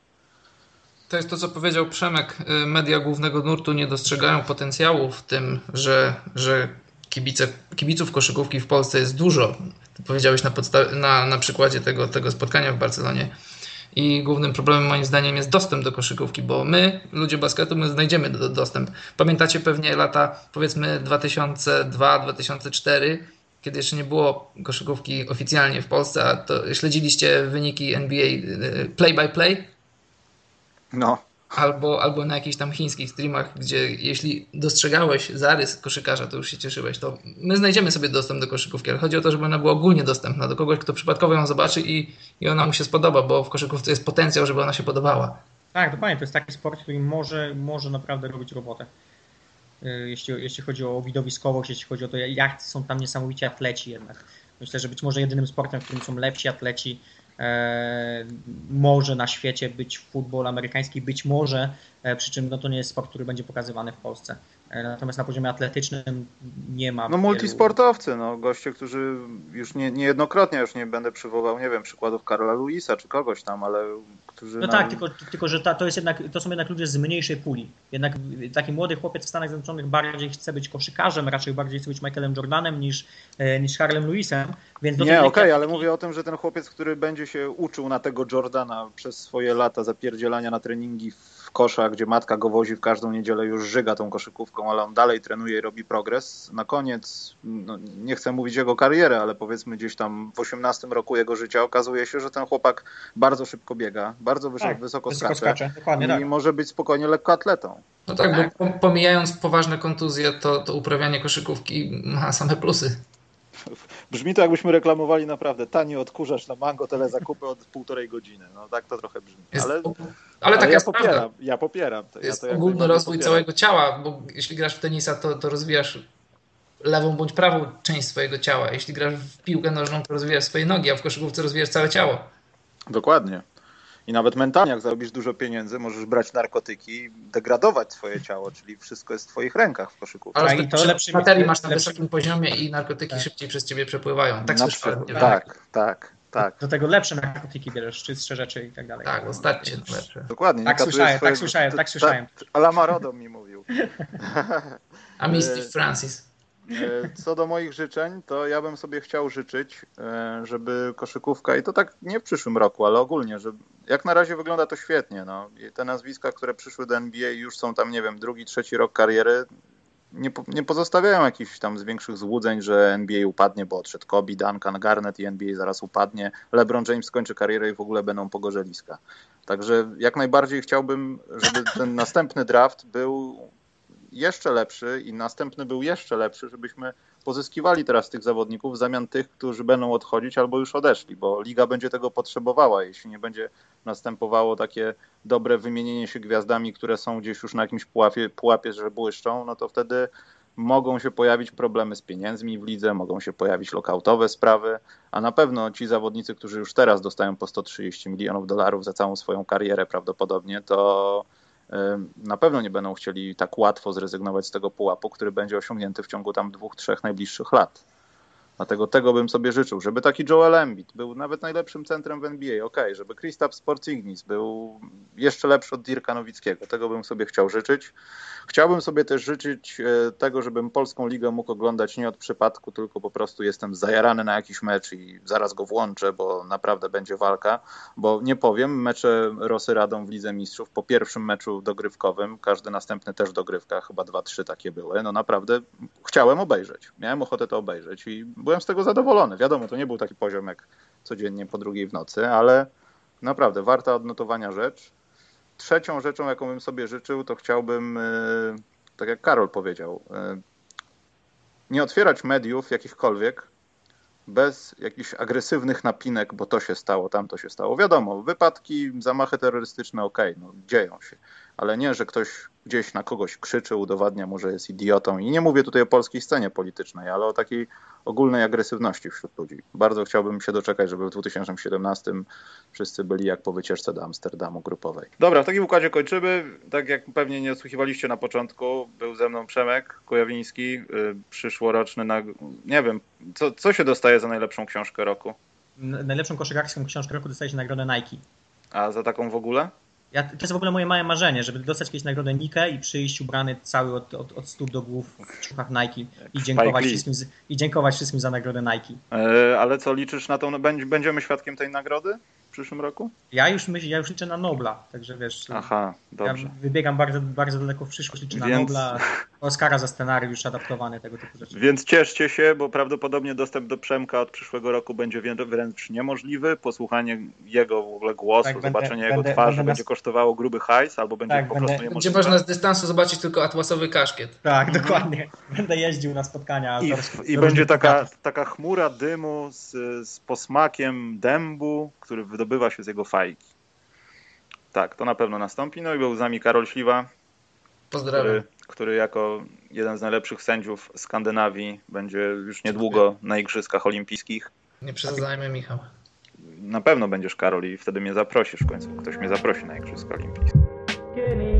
S3: To jest to, co powiedział Przemek. Media głównego nurtu nie dostrzegają potencjału w tym, że, że kibice, kibiców koszykówki w Polsce jest dużo. Ty powiedziałeś na, podstawie, na, na przykładzie tego, tego spotkania w Barcelonie. I głównym problemem moim zdaniem jest dostęp do koszykówki, bo my, ludzie basketu, my znajdziemy do, dostęp. Pamiętacie pewnie lata powiedzmy dwa tysiące drugi dwa tysiące czwarty, kiedy jeszcze nie było koszykówki oficjalnie w Polsce, a to śledziliście wyniki N B A play by play?
S1: No.
S3: albo, albo na jakichś tam chińskich streamach, gdzie jeśli dostrzegałeś zarys koszykarza, to już się cieszyłeś. To my znajdziemy sobie dostęp do koszykówki, ale chodzi o to, żeby ona była ogólnie dostępna do kogoś, kto przypadkowo ją zobaczy i, i ona mu się spodoba, bo w koszykówce jest potencjał, żeby ona się podobała.
S2: Tak, dokładnie. To jest taki sport, który może, może naprawdę robić robotę. Jeśli, jeśli chodzi o widowiskowość, jeśli chodzi o to, jak są tam niesamowici atleci jednak. Myślę, że być może jedynym sportem, w którym są lepsi atleci, e, może na świecie być futbol amerykański, być może, e, przy czym no, to nie jest sport, który będzie pokazywany w Polsce. E, natomiast na poziomie atletycznym nie ma.
S1: No wielu... multisportowcy, no goście, którzy już nie, niejednokrotnie, już nie będę przywołał, nie wiem, przykładów Karla Luisa czy kogoś tam, ale którzy...
S2: No
S1: na...
S2: tak, tylko, tylko że ta, to, jest jednak, to są jednak ludzie z mniejszej puli. Jednak taki młody chłopiec w Stanach Zjednoczonych bardziej chce być koszykarzem, raczej bardziej chce być Michaelem Jordanem niż, niż Karlem Luisem. Więc
S1: nie, okej, okay, ale mówię o tym, że ten chłopiec, który będzie się uczył na tego Jordana przez swoje lata zapierdzielania na treningi w kosza, gdzie matka go wozi w każdą niedzielę, już żyga tą koszykówką, ale on dalej trenuje i robi progres. Na koniec, no, nie chcę mówić jego karierę, ale powiedzmy gdzieś tam w osiemnastym roku jego życia okazuje się, że ten chłopak bardzo szybko biega, bardzo wysoko,
S2: tak,
S1: wysoko,
S2: wysoko
S1: skacze,
S2: skacze. Dokładnie,
S1: i
S2: tak.
S1: może być spokojnie lekkoatletą.
S3: No tak, tak, bo pomijając poważne kontuzje, to, to uprawianie koszykówki ma same plusy.
S1: Brzmi to, jakbyśmy reklamowali naprawdę tani odkurzacz na Mango, tyle zakupy od półtorej godziny. No tak to trochę brzmi.
S3: Jest,
S1: ale
S3: ale,
S1: ale
S3: tak
S1: ja
S3: jest
S1: popieram,
S3: prawda.
S1: ja popieram. To,
S3: jest
S1: ja to
S3: ogólny rozwój
S1: popieram.
S3: całego ciała, bo jeśli grasz w tenisa, to, to rozwijasz lewą bądź prawą część swojego ciała. Jeśli grasz w piłkę nożną, to rozwijasz swoje nogi, a w koszykówce rozwijasz całe ciało.
S1: Dokładnie. I nawet mentalnie, jak zarobisz dużo pieniędzy, możesz brać narkotyki i degradować swoje ciało, czyli wszystko jest w twoich rękach w koszykówce.
S3: Ale
S2: i to lepszy
S3: materii masz na
S2: lepszy...
S3: wysokim poziomie i narkotyki tak. szybciej przez ciebie przepływają. Tak
S1: na
S3: słyszałem.
S1: przykład, tak, tak, tak.
S2: Do tego lepsze narkotyki bierzesz, czystsze rzeczy i tak dalej.
S3: Tak, ostatnie lepsze.
S1: Dokładnie.
S2: Tak słyszałem,
S1: swojego...
S2: tak słyszałem, tak słyszałem.
S1: Alama Rodom mi mówił.
S3: A mi Steve Francis.
S1: Co do moich życzeń, to ja bym sobie chciał życzyć, żeby koszykówka, i to tak nie w przyszłym roku, ale ogólnie, że jak na razie wygląda to świetnie. No. I te nazwiska, które przyszły do N B A już są tam, nie wiem, drugi, trzeci rok kariery, nie, nie pozostawiają jakichś tam z większych złudzeń, że N B A upadnie, bo odszedł Kobe, Duncan, Garnett i N B A zaraz upadnie. LeBron James skończy karierę i w ogóle będą pogorzeliska. Także jak najbardziej chciałbym, żeby ten następny draft był jeszcze lepszy i następny był jeszcze lepszy, żebyśmy pozyskiwali teraz tych zawodników w zamian tych, którzy będą odchodzić albo już odeszli, bo liga będzie tego potrzebowała. Jeśli nie będzie następowało takie dobre wymienienie się gwiazdami, które są gdzieś już na jakimś pułapie, pułapie, że błyszczą, no to wtedy mogą się pojawić problemy z pieniędzmi w lidze, mogą się pojawić lockoutowe sprawy, a na pewno ci zawodnicy, którzy już teraz dostają po sto trzydzieści milionów dolarów za całą swoją karierę prawdopodobnie, to na pewno nie będą chcieli tak łatwo zrezygnować z tego pułapu, który będzie osiągnięty w ciągu tam dwóch, trzech najbliższych lat. Dlatego tego bym sobie życzył, żeby taki Joel Embiid był nawet najlepszym centrem w N B A, okej, okay, żeby Kristaps Porzingis był jeszcze lepszy od Dirka Nowickiego, tego bym sobie chciał życzyć. Chciałbym sobie też życzyć tego, żebym Polską Ligę mógł oglądać nie od przypadku, tylko po prostu jestem zajarany na jakiś mecz i zaraz go włączę, bo naprawdę będzie walka, bo nie powiem, mecze Rosy Radom w Lidze Mistrzów po pierwszym meczu dogrywkowym, każdy następny też dogrywka, chyba dwa, trzy takie były, no naprawdę chciałem obejrzeć, miałem ochotę to obejrzeć i byłem z tego zadowolony. Wiadomo, to nie był taki poziom jak codziennie po drugiej w nocy, ale naprawdę warta odnotowania rzecz. Trzecią rzeczą, jaką bym sobie życzył, to chciałbym, tak jak Karol powiedział, nie otwierać mediów jakichkolwiek bez jakichś agresywnych napinek, bo to się stało, tamto się stało. Wiadomo, wypadki, zamachy terrorystyczne, okej, okay, no dzieją się, ale nie, że ktoś gdzieś na kogoś krzyczy, udowadnia mu, że jest idiotą. I nie mówię tutaj o polskiej scenie politycznej, ale o takiej ogólnej agresywności wśród ludzi. Bardzo chciałbym się doczekać, żeby w dwa tysiące siedemnastym wszyscy byli jak po wycieczce do Amsterdamu grupowej. Dobra, w takim układzie kończymy. Tak jak pewnie nie odsłuchiwaliście na początku, był ze mną Przemek Kujawiński, yy, przyszłoroczny, na, nie wiem, co, co się dostaje za najlepszą książkę roku?
S2: Najlepszą koszykarską książkę roku dostaje się nagrodę Nike.
S1: A za taką w ogóle?
S2: Ja, to jest w ogóle moje małe marzenie, żeby dostać kiedyś nagrodę Nike i przyjść ubrany cały od, od, od stóp do głów w ciuchach Nike i dziękować, wszystkim, i dziękować wszystkim za nagrodę Nike.
S1: Yy, ale co, liczysz na to, będziemy świadkiem tej nagrody? w przyszłym roku?
S2: Ja już myślę, ja już liczę na Nobla, także wiesz,
S1: Aha, dobrze.
S2: ja wybiegam bardzo, bardzo daleko w przyszłość, liczę na
S1: Więc...
S2: Nobla, Oscara za scenariusz adaptowany, tego typu rzeczy.
S1: Więc cieszcie się, bo prawdopodobnie dostęp do Przemka od przyszłego roku będzie wręcz niemożliwy. Posłuchanie jego w ogóle głosu,
S2: Tak,
S1: zobaczenie
S2: będę,
S1: jego
S2: będę,
S1: twarzy
S2: będę
S1: będzie
S2: nas...
S1: kosztowało gruby hajs, albo będzie
S2: tak,
S1: po
S2: będę...
S1: prostu
S3: Będzie
S1: niemożliwe.
S3: można z dystansu zobaczyć tylko atłasowy kaszkiet.
S2: Tak, mhm. dokładnie. Będę jeździł na spotkania
S1: I,
S2: autorskie.
S1: i będzie taka, taka chmura dymu z, z posmakiem dębu, który wydobywa się z jego fajki. Tak, to na pewno nastąpi. No i był z nami Karol Śliwa,
S3: Pozdrawiam.
S1: który, który jako jeden z najlepszych sędziów Skandynawii będzie już niedługo na Igrzyskach Olimpijskich.
S3: Nie przesadzajmy, Michał.
S1: Na pewno będziesz, Karol, i wtedy mnie zaprosisz w końcu. Ktoś mnie zaprosi na Igrzyska Olimpijskie.